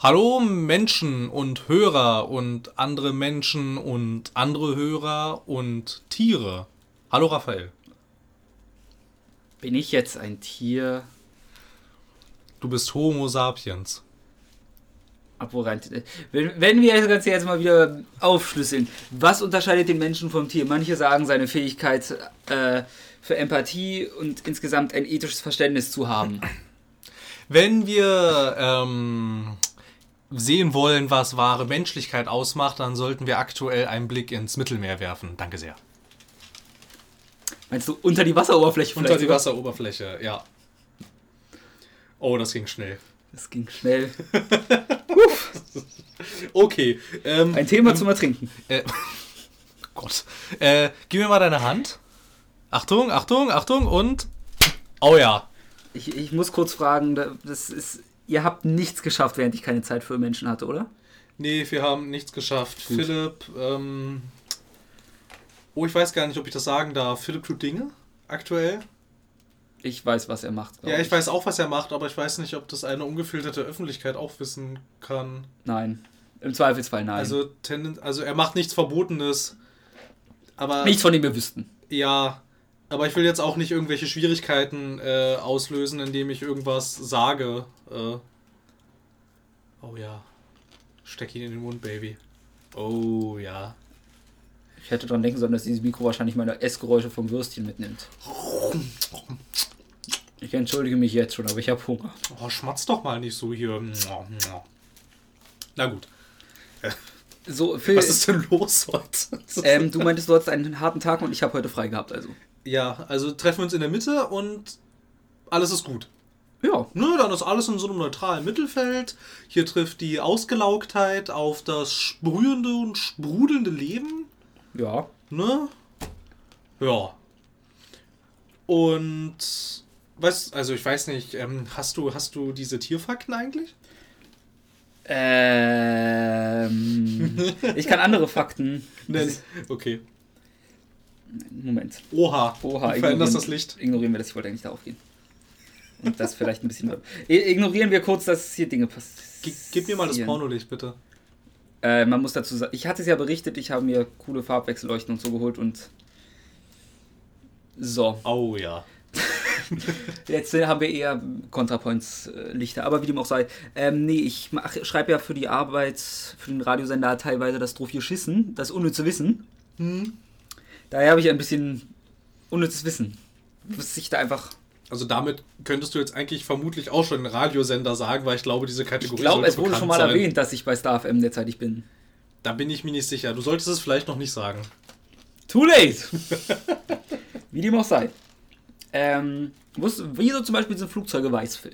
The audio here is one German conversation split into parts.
Hallo Menschen und Hörer und andere Menschen und andere Hörer und Tiere. Hallo Raphael. Bin ich jetzt ein Tier? Du bist Homo sapiens. Obwohl rein, wenn wir das Ganze jetzt mal wieder aufschlüsseln, was unterscheidet den Menschen vom Tier? Manche sagen, seine Fähigkeit für Empathie und insgesamt ein ethisches Verständnis zu haben. Wenn wir sehen wollen, was wahre Menschlichkeit ausmacht, dann sollten wir aktuell einen Blick ins Mittelmeer werfen. Danke sehr. Meinst du unter die Wasseroberfläche? Unter die Wasseroberfläche, ja. Oh, das ging schnell. Das ging schnell. Okay. Ein Thema zum Ertrinken. Gott. Gib mir mal deine Hand. Achtung, Achtung, Achtung und... Oh ja. Ich muss kurz fragen, ihr habt nichts geschafft, während ich keine Zeit für Menschen hatte, oder? Nee, wir haben nichts geschafft. Gut. Philipp, ich weiß gar nicht, ob ich das sagen darf. Philipp tut Dinge, aktuell. Ich weiß, was er macht. Ja, ich weiß auch, was er macht, aber ich weiß nicht, ob das eine ungefilterte Öffentlichkeit auch wissen kann. Nein. Im Zweifelsfall nein. Also er macht nichts Verbotenes, aber... Nichts, von dem wir wüssten. Ja, aber ich will jetzt auch nicht irgendwelche Schwierigkeiten auslösen, indem ich irgendwas sage. Oh ja. Steck ihn in den Mund, Baby. Oh ja. Ich hätte dran denken sollen, dass dieses Mikro wahrscheinlich meine Essgeräusche vom Würstchen mitnimmt. Ich entschuldige mich jetzt schon, aber ich habe Hunger. Oh, schmatz doch mal nicht so hier. Na gut. So, Phil, was ist denn los heute? Du meintest, du hattest einen harten Tag und ich habe heute frei gehabt, also. Ja, also treffen wir uns in der Mitte und alles ist gut. Ja. Ne, dann ist alles in so einem neutralen Mittelfeld. Hier trifft die Ausgelaugtheit auf das sprühende und sprudelnde Leben. Ja. Ne? Ja. Und also ich weiß nicht, hast du diese Tierfakten eigentlich? Ich kann andere Fakten. Okay. Moment. Oha. Du veränderst das Licht. Ignorieren wir das, ich wollte eigentlich darauf gehen. Und das vielleicht ein bisschen... Ignorieren wir kurz, dass hier Dinge passieren. Gib mir mal das Pornolicht, bitte. Man muss dazu sagen, ich hatte es ja berichtet, ich habe mir coole Farbwechselleuchten und so geholt und... So. Oh ja. Jetzt haben wir eher Kontrapoints-Lichter, aber wie dem auch sei. Ich schreibe ja für die Arbeit, für den Radiosender teilweise das Trophäe Schissen, das unnütze Wissen. Daher habe ich ein bisschen unnützes Wissen. Was ich da einfach... Also damit könntest du jetzt eigentlich vermutlich auch schon den Radiosender sagen, weil ich glaube, diese Kategorie Ich glaube, es wurde bekannt schon mal sein. erwähnt, dass ich bei Star FM derzeitig bin. Da bin ich mir nicht sicher. Du solltest es vielleicht noch nicht sagen. Too late! Wie dem auch sei. Wieso zum Beispiel sind Flugzeuge weiß, Phil?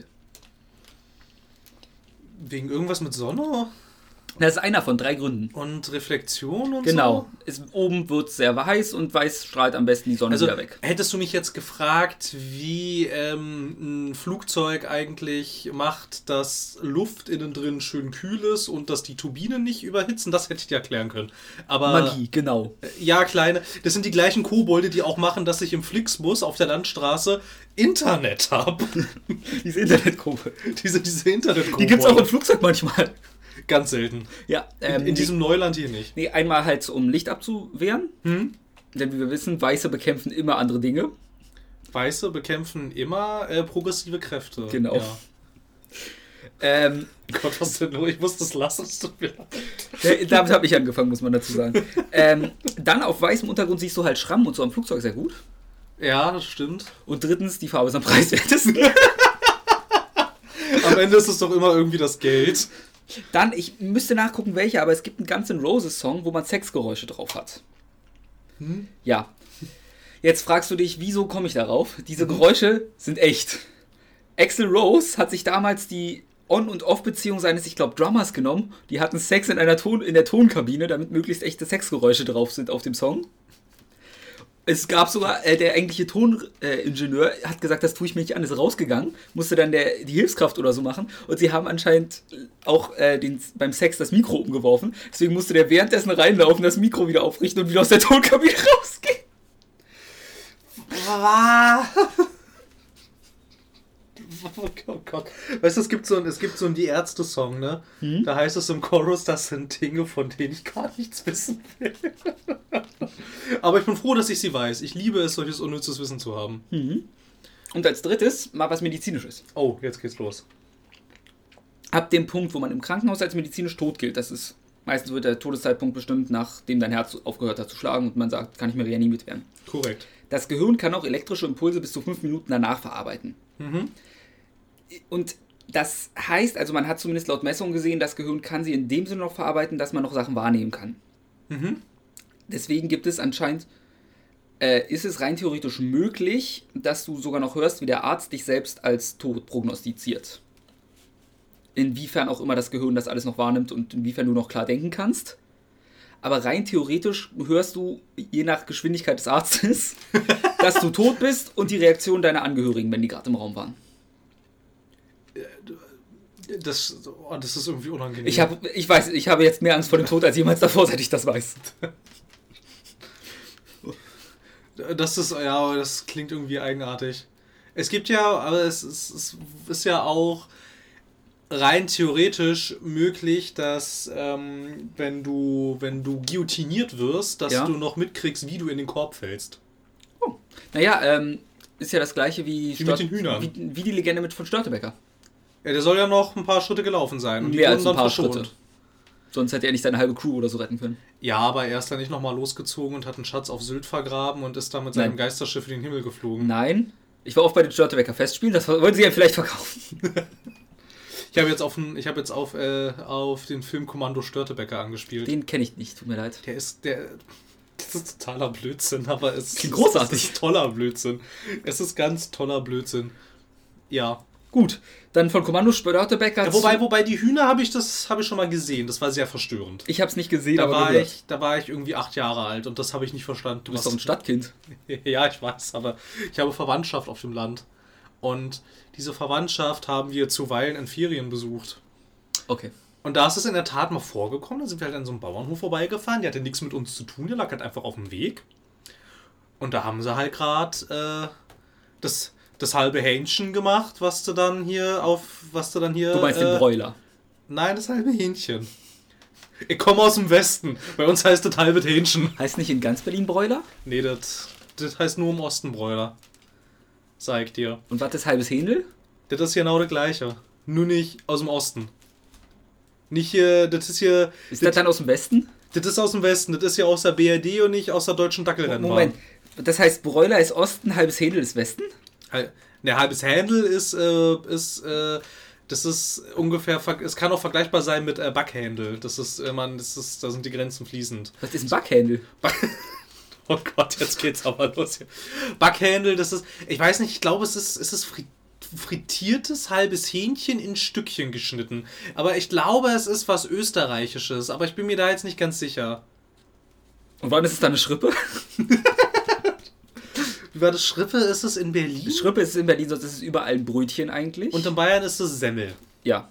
Wegen irgendwas mit Sonne? Das ist einer von 3 Gründen. Und Reflexion und genau. so? Oben wird es sehr heiß und weiß strahlt am besten die Sonne wieder weg. Hättest du mich jetzt gefragt, wie ein Flugzeug eigentlich macht, dass Luft innen drin schön kühl ist und dass die Turbinen nicht überhitzen, das hätte ich dir erklären können. Aber Magie, genau. Ja, kleine. Das sind die gleichen Kobolde, die auch machen, dass ich im Flixbus auf der Landstraße Internet habe. Diese Internetgruppe. Diese Internetgruppe. Die gibt es auch im Flugzeug manchmal. Ganz selten. Ja, in diesem Neuland hier nicht. Nee, einmal halt, um Licht abzuwehren. Denn wie wir wissen, Weiße bekämpfen immer andere Dinge. Weiße bekämpfen immer progressive Kräfte. Genau. Ja. Gott, was denn nur? Ich muss das lassen. Es tut mir leid. Damit habe ich angefangen, muss man dazu sagen. Dann auf weißem Untergrund siehst du halt Schramm und so am Flugzeug sehr gut. Ja, das stimmt. Und drittens, die Farbe ist am preiswertesten. Am Ende ist es doch immer irgendwie das Geld. Dann, ich müsste nachgucken, welche, aber es gibt einen Guns N' Roses Song, wo man Sexgeräusche drauf hat. Ja. Jetzt fragst du dich, wieso komme ich darauf? Diese Geräusche sind echt. Axl Rose hat sich damals die On- und Off-Beziehung seines, ich glaube, Drummers genommen. Die hatten Sex in der Tonkabine, damit möglichst echte Sexgeräusche drauf sind auf dem Song. Es gab sogar, der eigentliche Toningenieur hat gesagt, das tue ich mir nicht an, ist rausgegangen, musste dann die Hilfskraft oder so machen und sie haben anscheinend auch beim Sex das Mikro umgeworfen, deswegen musste der währenddessen reinlaufen, das Mikro wieder aufrichten und wieder aus der Tonkabine rausgehen. Oh Gott. Weißt du, es gibt so einen Die Ärzte-Song, ne? Da heißt es im Chorus, das sind Dinge, von denen ich gar nichts wissen will. Aber ich bin froh, dass ich sie weiß. Ich liebe es, solches unnützes Wissen zu haben. Und als drittes mal was Medizinisches. Oh, jetzt geht's los. Ab dem Punkt, wo man im Krankenhaus als medizinisch tot gilt, das ist, meistens wird der Todeszeitpunkt bestimmt, nachdem dein Herz aufgehört hat zu schlagen und man sagt, kann nicht mehr reanimiert werden. Korrekt. Das Gehirn kann auch elektrische Impulse bis zu 5 Minuten danach verarbeiten. Und das heißt, also man hat zumindest laut Messungen gesehen, das Gehirn kann sie in dem Sinne noch verarbeiten, dass man noch Sachen wahrnehmen kann. Deswegen gibt es anscheinend, ist es rein theoretisch möglich, dass du sogar noch hörst, wie der Arzt dich selbst als tot prognostiziert. Inwiefern auch immer das Gehirn das alles noch wahrnimmt und inwiefern du noch klar denken kannst. Aber rein theoretisch hörst du, je nach Geschwindigkeit des Arztes, dass du tot bist und die Reaktion deiner Angehörigen, wenn die gerade im Raum waren. Das ist irgendwie unangenehm. Ich weiß, ich habe jetzt mehr Angst vor dem Tod als jemals davor, seit ich das weiß. Das klingt irgendwie eigenartig. Es gibt ja, aber es ist ja auch rein theoretisch möglich, dass wenn du guillotiniert wirst, dass du noch mitkriegst, wie du in den Korb fällst. Oh. Naja, ist ja das gleiche wie mit den Hühnern. Wie die Legende von Störtebeker. Ja, der soll ja noch ein paar Schritte gelaufen sein. Und mehr als ein paar Schritte. Sonst hätte er nicht seine halbe Crew oder so retten können. Ja, aber er ist dann nicht nochmal losgezogen und hat einen Schatz auf Sylt vergraben und ist dann mit seinem Geisterschiff in den Himmel geflogen. Nein. Ich war auch bei den Störtebeker Festspielen, das wollen sie ja vielleicht verkaufen. Ich habe jetzt auf den Film Kommando Störtebeker angespielt. Den kenne ich nicht, tut mir leid. Das ist totaler Blödsinn, aber klingt großartig. Es ist toller Blödsinn. Es ist ganz toller Blödsinn. Ja. Gut, dann von Kommando Störtebeker. Ja, wobei die Hühner habe ich schon mal gesehen. Das war sehr verstörend. Ich habe es nicht gesehen, da war ich irgendwie 8 Jahre alt und das habe ich nicht verstanden. Du bist doch ein Stadtkind. Ja, ich weiß, aber ich habe Verwandtschaft auf dem Land. Und diese Verwandtschaft haben wir zuweilen in Ferien besucht. Okay. Und da ist es in der Tat mal vorgekommen, da sind wir halt an so einem Bauernhof vorbeigefahren, die hatte nichts mit uns zu tun, der lag halt einfach auf dem Weg. Und da haben sie halt gerade das halbe Hähnchen gemacht, was du dann hier... Du meinst den Broiler? Nein, das halbe Hähnchen. Ich komme aus dem Westen, bei uns heißt das halbe Hähnchen. Heißt nicht in ganz Berlin Broiler? Nee, das heißt nur im Osten Broiler. Sag ich dir. Und was ist halbes Händel? Das ist genau das Gleiche. Nur nicht aus dem Osten. Nicht hier, das ist hier... Ist das dann aus dem Westen? Das ist aus dem Westen. Das ist ja aus der BRD und nicht aus der deutschen Dackelrennbahn. Moment. Das heißt, Broiler ist Osten, halbes Händel ist Westen? Ne, halbes Händel das ist ungefähr, es kann auch vergleichbar sein mit Backhändel. Da sind die Grenzen fließend. Was ist ein Backhändel? Oh Gott, jetzt geht's aber los hier. Backhändel, das ist, ich weiß nicht, ich glaube, es ist frittiertes halbes Hähnchen in Stückchen geschnitten. Aber ich glaube, es ist was Österreichisches, aber ich bin mir da jetzt nicht ganz sicher. Und wann ist es dann eine Schrippe? Wie war das? Schrippe ist es in Berlin? Schrippe ist es in Berlin, sonst ist es überall ein Brötchen eigentlich. Und in Bayern ist es Semmel. Ja.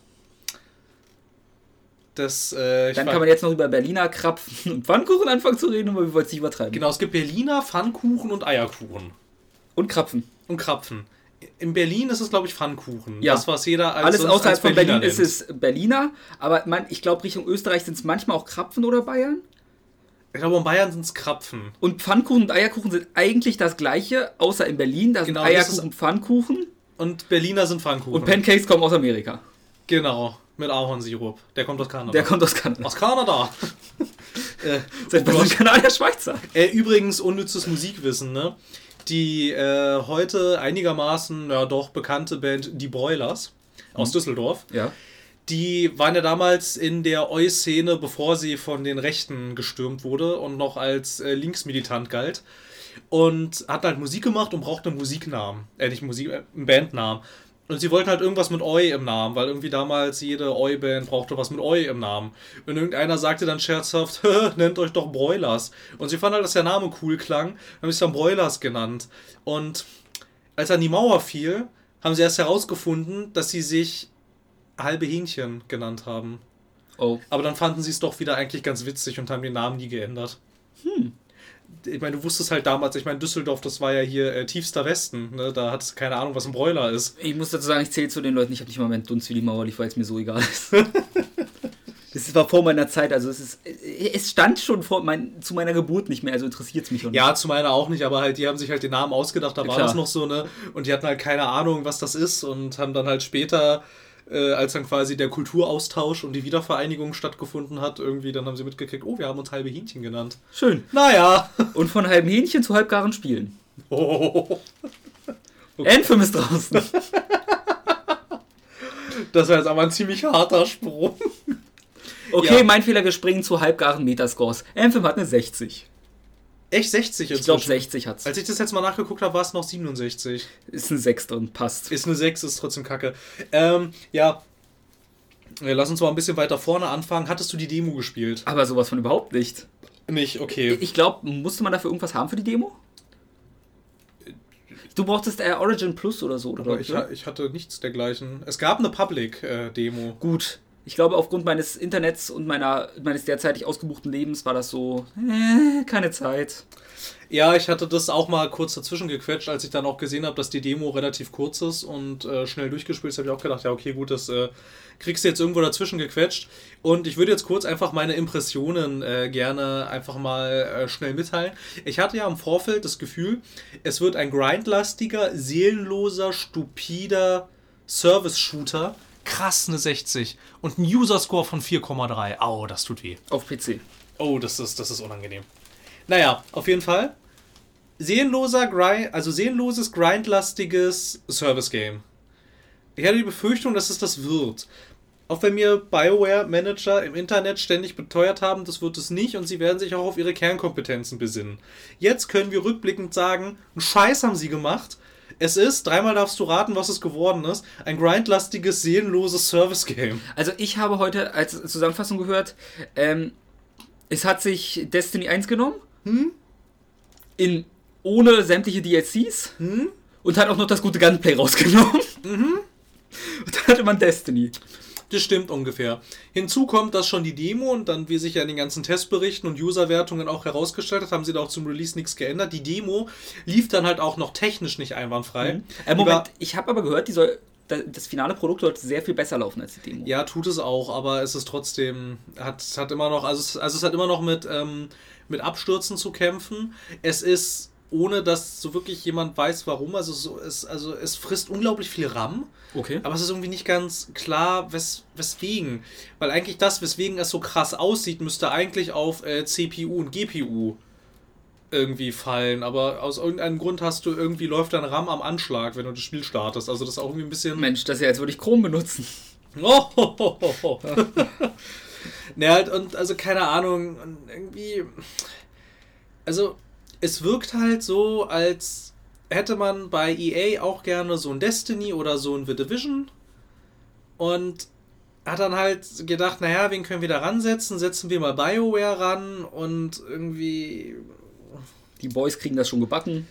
Dann kann man jetzt noch über Berliner Krapfen und Pfannkuchen anfangen zu reden, aber wir wollen es nicht übertreiben. Genau, es gibt Berliner Pfannkuchen und Eierkuchen. Und Krapfen. In Berlin ist es, glaube ich, Pfannkuchen. Ja. Das, was jeder alles außerhalb von Berlin nennt. ist es Berliner, aber ich glaube, Richtung Österreich sind es manchmal auch Krapfen oder Bayern. Ich glaube, in Bayern sind es Krapfen. Und Pfannkuchen und Eierkuchen sind eigentlich das Gleiche, außer in Berlin, da sind Eierkuchen Pfannkuchen. Und Berliner sind Pfannkuchen. Und Pancakes kommen aus Amerika. Genau, mit Ahornsirup. Der kommt aus Kanada. Aus Kanada. Seit wann sind Kanadier Schweizer? Übrigens, unnützes Musikwissen, ne? Die heute einigermaßen doch bekannte Band Die Broilers aus Düsseldorf. Ja. Die waren ja damals in der Oi-Szene, bevor sie von den Rechten gestürmt wurde und noch als linksmilitant galt. Und hat halt Musik gemacht und brauchte einen Musiknamen. Einen Bandnamen. Und sie wollten halt irgendwas mit Oi im Namen, weil irgendwie damals jede Oi-Band brauchte was mit Oi im Namen. Und irgendeiner sagte dann scherzhaft, nennt euch doch Broilers. Und sie fanden halt, dass der Name cool klang, haben sich dann Broilers genannt. Und als dann die Mauer fiel, haben sie erst herausgefunden, dass sie sich halbe Hähnchen genannt haben. Oh. Aber dann fanden sie es doch wieder eigentlich ganz witzig und haben den Namen nie geändert. ich meine, du wusstest halt damals, ich meine, Düsseldorf, das war ja hier tiefster Westen, ne? Da hattest du keine Ahnung, was ein Broiler ist. Ich muss dazu sagen, ich zähle zu den Leuten, ich habe nicht mal meinen Dunst wie die Mauer lief, weil es mir so egal ist. Das war vor meiner Zeit, also es stand schon zu meiner Geburt nicht mehr, also interessiert es mich auch nicht. Ja, zu meiner auch nicht, aber halt, die haben sich halt den Namen ausgedacht, da war das noch so, ne? Und die hatten halt keine Ahnung, was das ist und haben dann halt später, als dann quasi der Kulturaustausch und die Wiedervereinigung stattgefunden hat, irgendwie, dann haben sie mitgekriegt, oh, wir haben uns halbe Hähnchen genannt. Schön. Naja. Und von halben Hähnchen zu halbgaren Spielen. Oh. Okay. Anthem ist draußen. Das war jetzt aber ein ziemlich harter Sprung. Okay, ja. Mein Fehler, wir springen zu halbgaren Metascores. Anthem hat eine 60. Echt 60 inzwischen? Ich glaube 60 hat's. Als ich das jetzt mal nachgeguckt habe, war es noch 67. Ist eine 6 drin, passt. Ist eine 6, ist trotzdem kacke. Ja. Lass uns mal ein bisschen weiter vorne anfangen. Hattest du die Demo gespielt? Aber sowas von überhaupt nicht. Nicht, okay. Ich glaube, musste man dafür irgendwas haben für die Demo? Du brauchtest Origin Plus oder so, oder? Aber ich hatte nichts dergleichen. Es gab eine Public-Demo. Gut. Ich glaube, aufgrund meines Internets und meines derzeitig ausgebuchten Lebens war das so, keine Zeit. Ja, ich hatte das auch mal kurz dazwischen gequetscht, als ich dann auch gesehen habe, dass die Demo relativ kurz ist und schnell durchgespielt ist, habe ich auch gedacht, ja okay, gut, das kriegst du jetzt irgendwo dazwischen gequetscht. Und ich würde jetzt kurz einfach meine Impressionen gerne einfach mal schnell mitteilen. Ich hatte ja im Vorfeld das Gefühl, es wird ein grindlastiger, seelenloser, stupider Service-Shooter. Krass, eine 60. Und ein User-Score von 4,3. Au, das tut weh. Auf PC. Oh, das ist unangenehm. Naja, auf jeden Fall. Seelenloses, grindlastiges Service-Game. Ich hatte die Befürchtung, dass es das wird. Auch wenn mir BioWare-Manager im Internet ständig beteuert haben, das wird es nicht und sie werden sich auch auf ihre Kernkompetenzen besinnen. Jetzt können wir rückblickend sagen, einen Scheiß haben sie gemacht. Es ist, dreimal darfst du raten, was es geworden ist, ein grindlastiges, seelenloses Service-Game. Also ich habe heute als Zusammenfassung gehört, es hat sich Destiny 1 genommen, ohne sämtliche DLCs und hat auch noch das gute Gunplay rausgenommen. Und dann hatte man Destiny. Das stimmt ungefähr. Hinzu kommt, dass schon die Demo und dann, wie sich ja in den ganzen Testberichten und Userwertungen auch herausgestellt hat, haben sie da auch zum Release nichts geändert. Die Demo lief dann halt auch noch technisch nicht einwandfrei. Moment, ich habe aber gehört, das finale Produkt sollte sehr viel besser laufen als die Demo. Ja, tut es auch, aber es ist trotzdem, hat immer noch, es hat immer noch mit Abstürzen zu kämpfen. Es ist, ohne dass so wirklich jemand weiß, warum, es frisst unglaublich viel RAM. Okay. Aber es ist irgendwie nicht ganz klar, weswegen. Weil eigentlich das, weswegen es so krass aussieht, müsste eigentlich auf CPU und GPU irgendwie fallen. Aber aus irgendeinem Grund läuft dein RAM am Anschlag, wenn du das Spiel startest. Also das ist auch irgendwie ein bisschen... Mensch, das ist ja, als würde ich Chrome benutzen. Oh. Ne, halt, und also keine Ahnung, und irgendwie... Also, es wirkt halt so, als hätte man bei EA auch gerne so ein Destiny oder so ein The Division und hat dann halt gedacht, naja, wen können wir da ransetzen? Setzen wir mal BioWare ran und irgendwie... Die Boys kriegen das schon gebacken.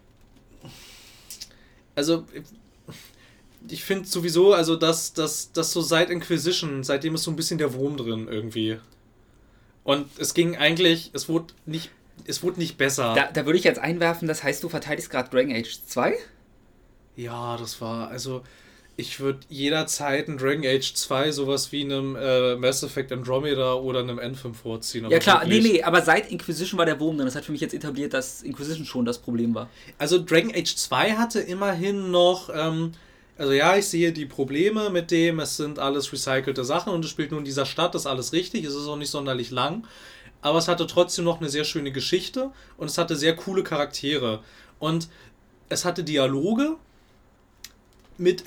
Also, ich finde sowieso, also dass so seit Inquisition, seitdem ist so ein bisschen der Wurm drin irgendwie. Und es ging eigentlich, es wurde nicht besser. Da würde ich jetzt einwerfen, das heißt, du verteidigst gerade Dragon Age 2? Ja, das war, also ich würde jederzeit ein Dragon Age 2 sowas wie einem Mass Effect Andromeda oder einem Anthem vorziehen. Ja klar, nee, aber seit Inquisition war der Wurm drin. Das hat für mich jetzt etabliert, dass Inquisition schon das Problem war. Also Dragon Age 2 hatte immerhin noch, also ja, ich sehe die Probleme mit dem, es sind alles recycelte Sachen und es spielt nur in dieser Stadt, das ist alles richtig, es ist auch nicht sonderlich lang. Aber es hatte trotzdem noch eine sehr schöne Geschichte und es hatte sehr coole Charaktere. Und es hatte Dialoge da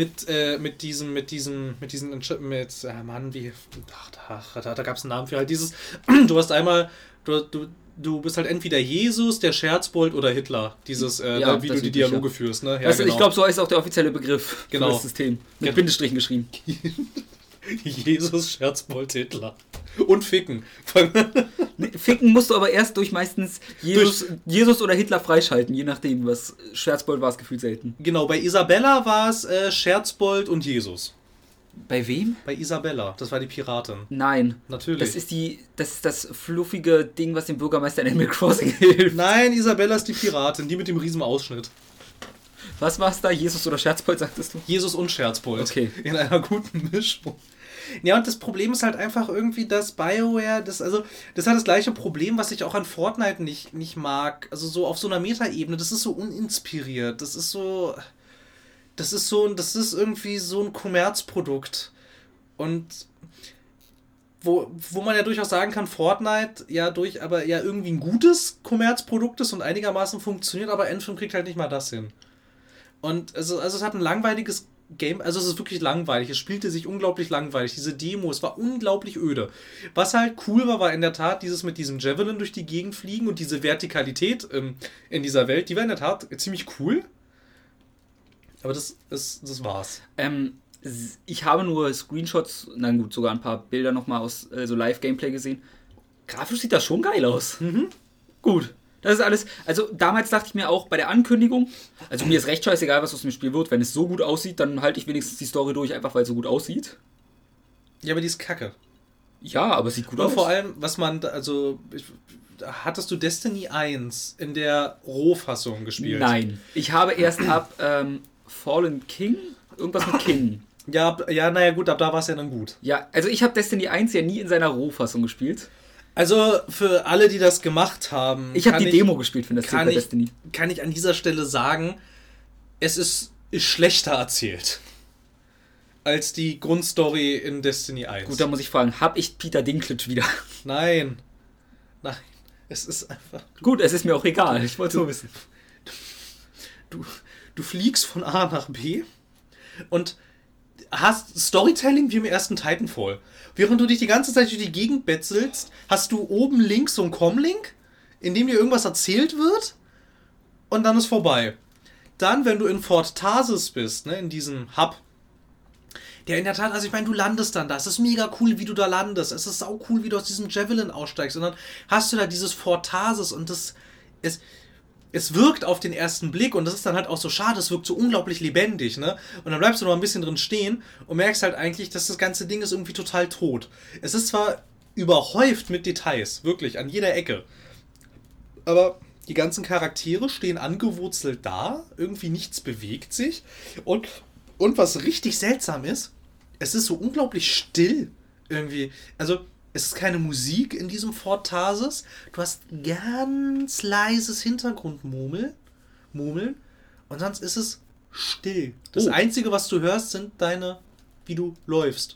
gab es einen Namen für halt dieses, du hast einmal, du bist halt entweder Jesus, der Scherzbold oder Hitler, dieses, wie du die Dialoge führst. Ne? Ja, also, genau. Ich glaube, so ist auch der offizielle Begriff für das System. Mit Bindestrichen geschrieben. Jesus, Scherzbold, Hitler. Und Ficken. Ficken musst du aber erst durch meistens Jesus oder Hitler freischalten, je nachdem, was Scherzbold war es gefühlt selten. Genau, bei Isabella war es Scherzbold und Jesus. Bei wem? Bei Isabella. Das war die Piratin. Nein. Natürlich. Das ist das fluffige Ding, was dem Bürgermeister in Animal Crossing hilft. Nein, Isabella ist die Piratin, die mit dem riesen Ausschnitt. Was war's da? Jesus oder Scherzbold, sagtest du? Jesus und Scherzbold. Okay. In einer guten Mischung. Ja, und das Problem ist halt einfach irgendwie, dass BioWare, das hat das gleiche Problem, was ich auch an Fortnite nicht mag. Also so auf so einer Metaebene, das ist so uninspiriert. Das ist irgendwie so ein Kommerzprodukt. Und wo man ja durchaus sagen kann, Fortnite aber irgendwie ein gutes Kommerzprodukt ist und einigermaßen funktioniert, aber Anthem kriegt halt nicht mal das hin. Und es hat ein langweiliges Game, also es ist wirklich langweilig, es spielte sich unglaublich langweilig, diese Demo, es war unglaublich öde. Was halt cool war in der Tat dieses mit diesem Javelin durch die Gegend fliegen und diese Vertikalität in dieser Welt, die war in der Tat ziemlich cool. Aber das war's. Ich habe nur Screenshots, na gut, sogar ein paar Bilder nochmal aus so Live-Gameplay gesehen. Grafisch sieht das schon geil aus. Mhm. Gut. Das ist alles, also damals dachte ich mir auch bei der Ankündigung, also mir ist recht scheißegal, was aus dem Spiel wird, wenn es so gut aussieht, dann halte ich wenigstens die Story durch, einfach weil es so gut aussieht. Ja, aber die ist kacke. Ja, aber es sieht gut aus. Und vor allem, hattest du Destiny 1 in der Rohfassung gespielt? Nein, ich habe erst ab Fallen King, irgendwas mit King. Ja, naja gut, ab da war es ja dann gut. Ja, also ich habe Destiny 1 ja nie in seiner Rohfassung gespielt. Also für alle, die das gemacht haben... Ich habe die Demo gespielt von Destiny. Kann ich an dieser Stelle sagen, es ist schlechter erzählt als die Grundstory in Destiny 1. Gut, da muss ich fragen, habe ich Peter Dinklage wieder? Nein, es ist einfach... Gut, es ist mir auch egal, ich wollte es nur wissen. Du fliegst von A nach B und hast Storytelling wie im ersten Titanfall. Während du dich die ganze Zeit durch die Gegend betzelst, hast du oben links so einen Comlink, in dem dir irgendwas erzählt wird und dann ist vorbei. Dann, wenn du in Fort Tarsis bist, ne, in diesem Hub, der in der Tat, also ich meine, du landest dann da. Es ist mega cool, wie du da landest. Es ist sau cool, wie du aus diesem Javelin aussteigst. Und dann hast du da dieses Fort Tarsis und es wirkt auf den ersten Blick und das ist dann halt auch so schade, es wirkt so unglaublich lebendig, ne? Und dann bleibst du noch ein bisschen drin stehen und merkst halt eigentlich, dass das ganze Ding ist irgendwie total tot. Es ist zwar überhäuft mit Details, wirklich, an jeder Ecke. Aber die ganzen Charaktere stehen angewurzelt da, irgendwie nichts bewegt sich. Und was richtig seltsam ist, es ist so unglaublich still irgendwie. Also... Es ist keine Musik in diesem Fort Tarsis. Du hast ganz leises Hintergrundmurmeln. Und sonst ist es still. Das Einzige, was du hörst, sind wie du läufst.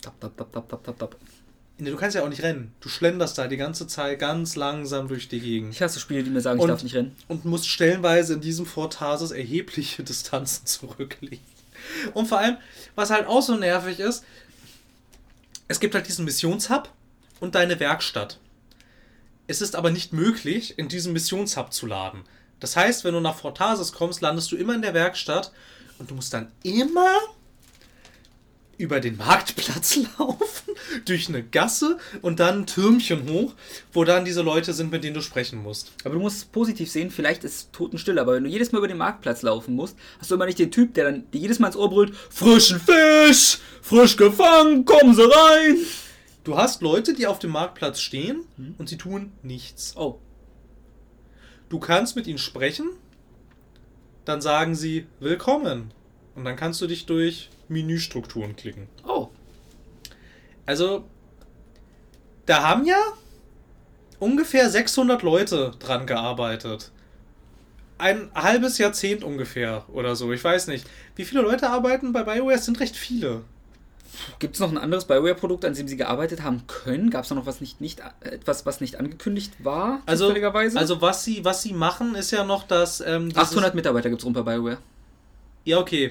Du kannst ja auch nicht rennen. Du schlenderst da die ganze Zeit ganz langsam durch die Gegend. Ich hasse Spiele, die mir sagen, ich darf nicht rennen. Und musst stellenweise in diesem Fort Tarsis erhebliche Distanzen zurücklegen. Und vor allem, was halt auch so nervig ist, es gibt halt diesen Missionshub und deine Werkstatt. Es ist aber nicht möglich, in diesem Missionshub zu laden. Das heißt, wenn du nach Fort Tarsis kommst, landest du immer in der Werkstatt und du musst dann immer über den Marktplatz laufen, durch eine Gasse und dann ein Türmchen hoch, wo dann diese Leute sind, mit denen du sprechen musst. Aber du musst es positiv sehen, vielleicht ist es totenstill, aber wenn du jedes Mal über den Marktplatz laufen musst, hast du immer nicht den Typ, der dann dir jedes Mal ins Ohr brüllt, frischen Fisch, frisch gefangen, kommen Sie rein. Du hast Leute, die auf dem Marktplatz stehen und sie tun nichts. Oh. Du kannst mit ihnen sprechen, dann sagen sie willkommen und dann kannst du dich durch Menüstrukturen klicken. Oh. Also, da haben ja ungefähr 600 Leute dran gearbeitet. Ein halbes Jahrzehnt ungefähr oder so, ich weiß nicht. Wie viele Leute arbeiten bei BioWare? Es sind recht viele. Gibt es noch ein anderes BioWare-Produkt, an dem sie gearbeitet haben können? Gab es da noch etwas, was nicht angekündigt war, zufälligerweise? Also was sie machen, ist ja noch, dass... 800 Mitarbeiter gibt es rum bei BioWare. Ja, okay.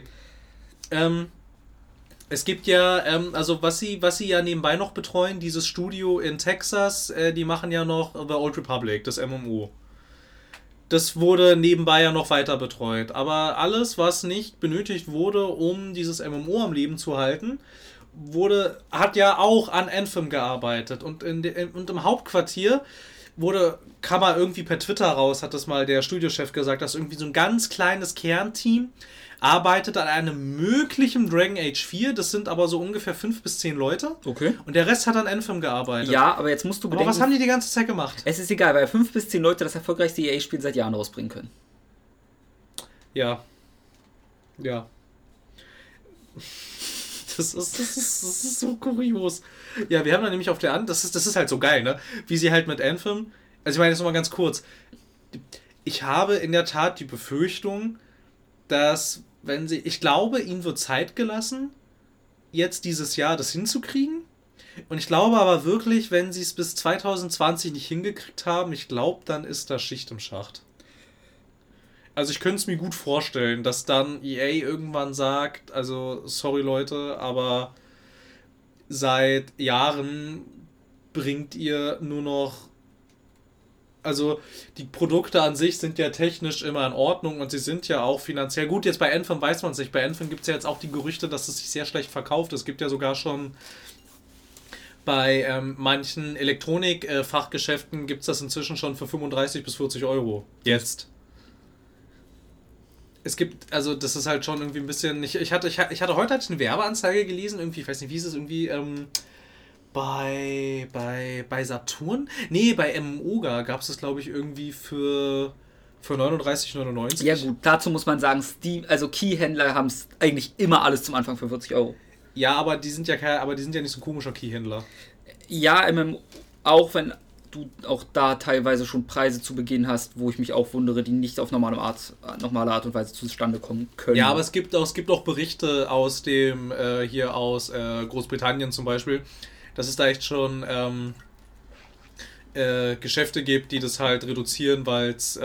Es gibt ja, also was sie ja nebenbei noch betreuen, dieses Studio in Texas, die machen ja noch The Old Republic, das MMO. Das wurde nebenbei ja noch weiter betreut. Aber alles, was nicht benötigt wurde, um dieses MMO am Leben zu halten, hat ja auch an Anthem gearbeitet. Und im Hauptquartier kam mal irgendwie per Twitter raus, hat das mal der Studiochef gesagt, dass irgendwie so ein ganz kleines Kernteam arbeitet an einem möglichen Dragon Age 4, das sind aber so ungefähr 5 bis 10 Leute. Okay. Und der Rest hat an Anthem gearbeitet. Ja, aber jetzt musst du bedenken... Aber was haben die ganze Zeit gemacht? Es ist egal, weil 5 bis 10 Leute das erfolgreichste EA-Spiel seit Jahren rausbringen können. Ja. Ja. Das ist so kurios. Ja, wir haben da nämlich auf der das ist halt so geil, ne? Wie sie halt mit Anthem... Also ich meine jetzt nochmal ganz kurz. Ich habe in der Tat die Befürchtung, dass ich glaube, ihnen wird Zeit gelassen, jetzt dieses Jahr das hinzukriegen. Und ich glaube aber wirklich, wenn sie es bis 2020 nicht hingekriegt haben, ich glaube, dann ist da Schicht im Schacht. Also ich könnte es mir gut vorstellen, dass dann EA irgendwann sagt, also sorry Leute, aber seit Jahren bringt ihr nur noch... Also die Produkte an sich sind ja technisch immer in Ordnung und sie sind ja auch finanziell gut. Jetzt bei Anthem weiß man es nicht. Bei Anthem gibt es ja jetzt auch die Gerüchte, dass es sich sehr schlecht verkauft. Es gibt ja sogar schon bei manchen Elektronik-Fachgeschäften gibt es das inzwischen schon für 35 bis 40 Euro. Jetzt. Es gibt, also das ist halt schon irgendwie ein bisschen... Ich hatte heute eine Werbeanzeige gelesen, irgendwie, ich weiß nicht, wie ist es irgendwie... Bei Saturn? Nee, bei MMOGA gab es das, glaube ich, irgendwie für 39,99. Ja gut, dazu muss man sagen, Key-Händler haben es eigentlich immer alles zum Anfang für 40 Euro. Ja, aber die sind ja nicht so ein komischer Key-Händler. Ja, auch wenn du auch da teilweise schon Preise zu Beginn hast, wo ich mich auch wundere, die nicht auf normale Art und Weise zustande kommen können. Ja, aber es gibt auch Berichte aus aus Großbritannien zum Beispiel, dass es da echt schon Geschäfte gibt, die das halt reduzieren, weil es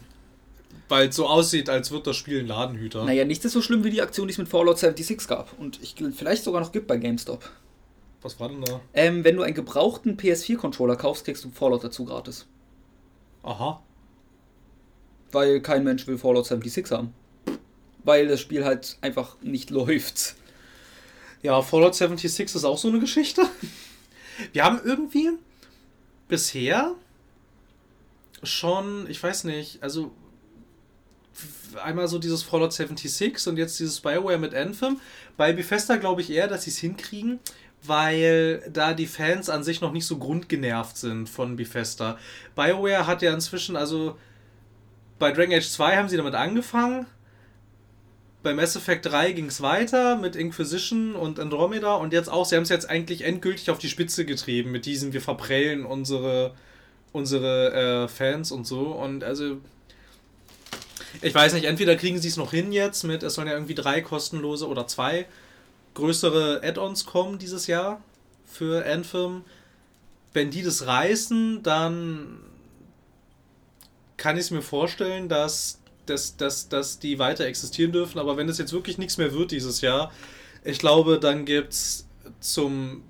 so aussieht, als wird das Spiel ein Ladenhüter. Naja, nichts ist so schlimm wie die Aktion, die es mit Fallout 76 gab. Und vielleicht sogar noch gibt bei GameStop. Was war denn da? Wenn du einen gebrauchten PS4-Controller kaufst, kriegst du Fallout dazu gratis. Aha. Weil kein Mensch will Fallout 76 haben. Weil das Spiel halt einfach nicht läuft. Ja, Fallout 76 ist auch so eine Geschichte. Wir haben irgendwie bisher schon, ich weiß nicht, also einmal so dieses Fallout 76 und jetzt dieses BioWare mit Anthem. Bei Bethesda glaube ich eher, dass sie es hinkriegen, weil da die Fans an sich noch nicht so grundgenervt sind von Bethesda. BioWare hat ja inzwischen, also bei Dragon Age 2 haben sie damit angefangen. Bei Mass Effect 3 ging es weiter mit Inquisition und Andromeda und jetzt auch, sie haben es jetzt eigentlich endgültig auf die Spitze getrieben mit diesem, wir verprellen unsere Fans und so und also ich weiß nicht, entweder kriegen sie es noch hin jetzt mit, es sollen ja irgendwie 3 kostenlose oder 2 größere Add-ons kommen dieses Jahr für Anthem. Wenn die das reißen, dann kann ich es mir vorstellen, dass die weiter existieren dürfen, aber wenn es jetzt wirklich nichts mehr wird dieses Jahr, ich glaube, dann gibt's zur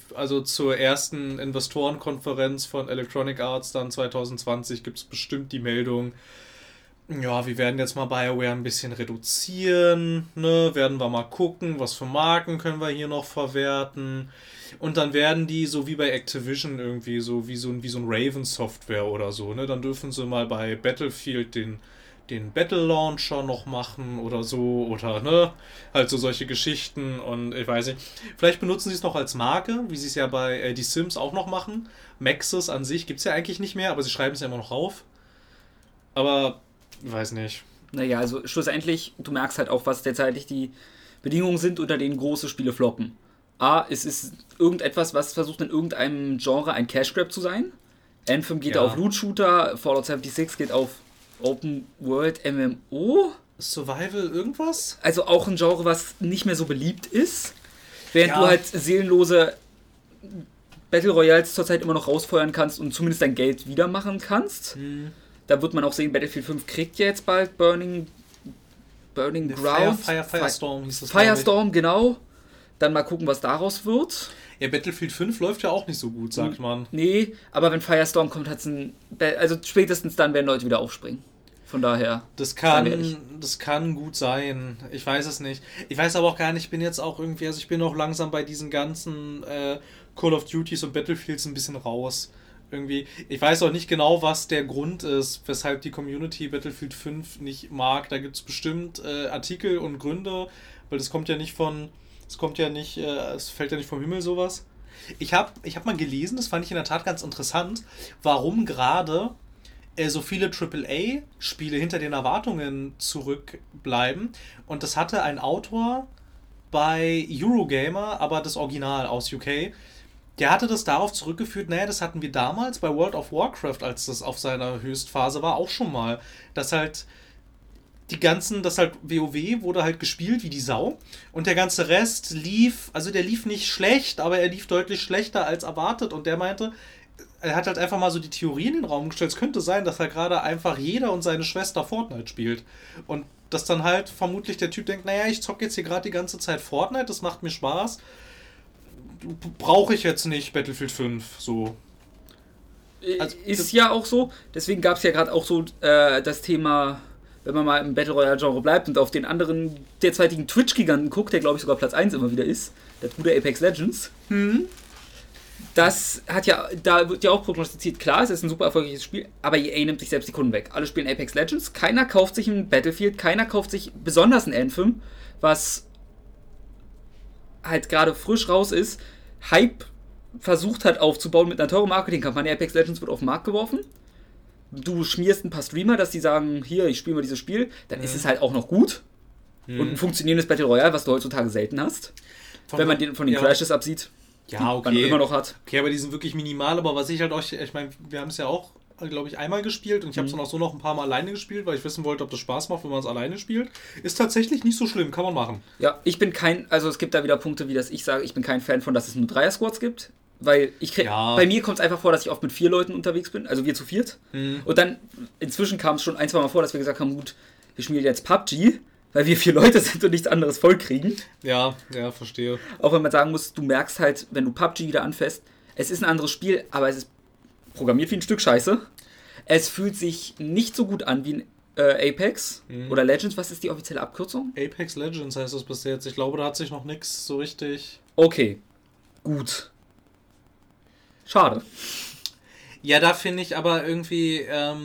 ersten Investorenkonferenz von Electronic Arts dann 2020 gibt es bestimmt die Meldung, ja, wir werden jetzt mal BioWare ein bisschen reduzieren, ne, werden wir mal gucken, was für Marken können wir hier noch verwerten und dann werden die, so wie bei Activision irgendwie, so wie so ein Raven Software oder so, ne, dann dürfen sie mal bei Battlefield den Battle Launcher noch machen oder so oder ne, halt so solche Geschichten und ich weiß nicht, vielleicht benutzen sie es noch als Marke, wie sie es ja bei die Sims auch noch machen. Maxis an sich gibt es ja eigentlich nicht mehr, aber sie schreiben es ja immer noch rauf. Aber ich weiß nicht. Naja, also schlussendlich, du merkst halt auch, was derzeitig die Bedingungen sind, unter denen große Spiele floppen. Es ist irgendetwas, was versucht in irgendeinem Genre ein Cash Grab zu sein. Anthem geht auf Loot-Shooter, Fallout 76 geht auf Open World MMO. Survival irgendwas? Also auch ein Genre, was nicht mehr so beliebt ist. Während du halt seelenlose Battle Royals zurzeit immer noch rausfeuern kannst und zumindest dein Geld wieder machen kannst. Da wird man auch sehen, Battlefield 5 kriegt ja jetzt bald Burning Ground. Firestorm hieß das. Firestorm, genau. Dann mal gucken, was daraus wird. Ja, Battlefield 5 läuft ja auch nicht so gut, sagt man. Nee, aber wenn Firestorm kommt, hat es also spätestens dann werden Leute wieder aufspringen. Von daher. Das kann gut sein. Ich weiß es nicht. Ich weiß aber auch gar nicht, ich bin jetzt auch irgendwie, also ich bin auch langsam bei diesen ganzen Call of Duties und Battlefields ein bisschen raus. Irgendwie, ich weiß auch nicht genau, was der Grund ist, weshalb die Community Battlefield 5 nicht mag. Da gibt es bestimmt Artikel und Gründe, weil das kommt ja nicht von, es fällt ja nicht vom Himmel sowas. Ich hab mal gelesen, das fand ich in der Tat ganz interessant, warum gerade so viele AAA-Spiele hinter den Erwartungen zurückbleiben. Und das hatte ein Autor bei Eurogamer, aber das Original aus UK. Der hatte das darauf zurückgeführt, naja, das hatten wir damals bei World of Warcraft, als das auf seiner Höchstphase war, auch schon mal. Dass halt dass halt WoW wurde halt gespielt wie die Sau und der ganze Rest der lief nicht schlecht, aber er lief deutlich schlechter als erwartet und der meinte, er hat halt einfach mal so die Theorie in den Raum gestellt, es könnte sein, dass halt gerade einfach jeder und seine Schwester Fortnite spielt und dass dann halt vermutlich der Typ denkt, naja, ich zocke jetzt hier gerade die ganze Zeit Fortnite, das macht mir Spaß, brauche ich jetzt nicht Battlefield 5, so. Also, ist ja auch so, deswegen gab es ja gerade auch so das Thema, wenn man mal im Battle Royale-Genre bleibt und auf den anderen derzeitigen Twitch-Giganten guckt, der glaube ich sogar Platz 1 immer wieder ist, der gute Apex Legends. Das hat ja, da wird ja auch prognostiziert, klar, es ist ein super erfolgreiches Spiel, aber EA nimmt sich selbst die Kunden weg. Alle spielen Apex Legends, keiner kauft sich ein Battlefield, keiner kauft sich besonders ein Anthem, was halt gerade frisch raus ist, Hype versucht hat aufzubauen mit einer teuren Marketingkampagne. Apex Legends wird auf den Markt geworfen. Du schmierst ein paar Streamer, dass die sagen, hier, ich spiele mal dieses Spiel, dann ist es halt auch noch gut. Und ein funktionierendes Battle Royale, was du heutzutage selten hast. Wenn man von den Crashes absieht, die man immer noch hat. Okay, aber die sind wirklich minimal, aber was ich halt auch, ich meine, wir haben es ja auch, glaube ich, einmal gespielt und ich habe es dann auch so noch ein paar Mal alleine gespielt, weil ich wissen wollte, ob das Spaß macht, wenn man es alleine spielt. Ist tatsächlich nicht so schlimm, kann man machen. Ja, ich bin also es gibt da wieder Punkte, wie das ich sage, ich bin kein Fan von, dass es nur Dreier-Squads gibt. Weil bei mir kommt es einfach vor, dass ich oft mit 4 Leuten unterwegs bin, also wir zu 4. Und dann, inzwischen kam es schon 1-2 Mal vor, dass wir gesagt haben, gut, wir spielen jetzt PUBG, weil wir 4 Leute sind und nichts anderes voll kriegen. Ja, verstehe. Auch wenn man sagen muss, du merkst halt, wenn du PUBG wieder anfährst, es ist ein anderes Spiel, aber es ist programmiert wie ein Stück Scheiße. Es fühlt sich nicht so gut an wie ein Apex oder Legends. Was ist die offizielle Abkürzung? Apex Legends heißt das bis jetzt. Ich glaube, da hat sich noch nichts so richtig... Okay, gut. Schade. Ja, da finde ich aber irgendwie,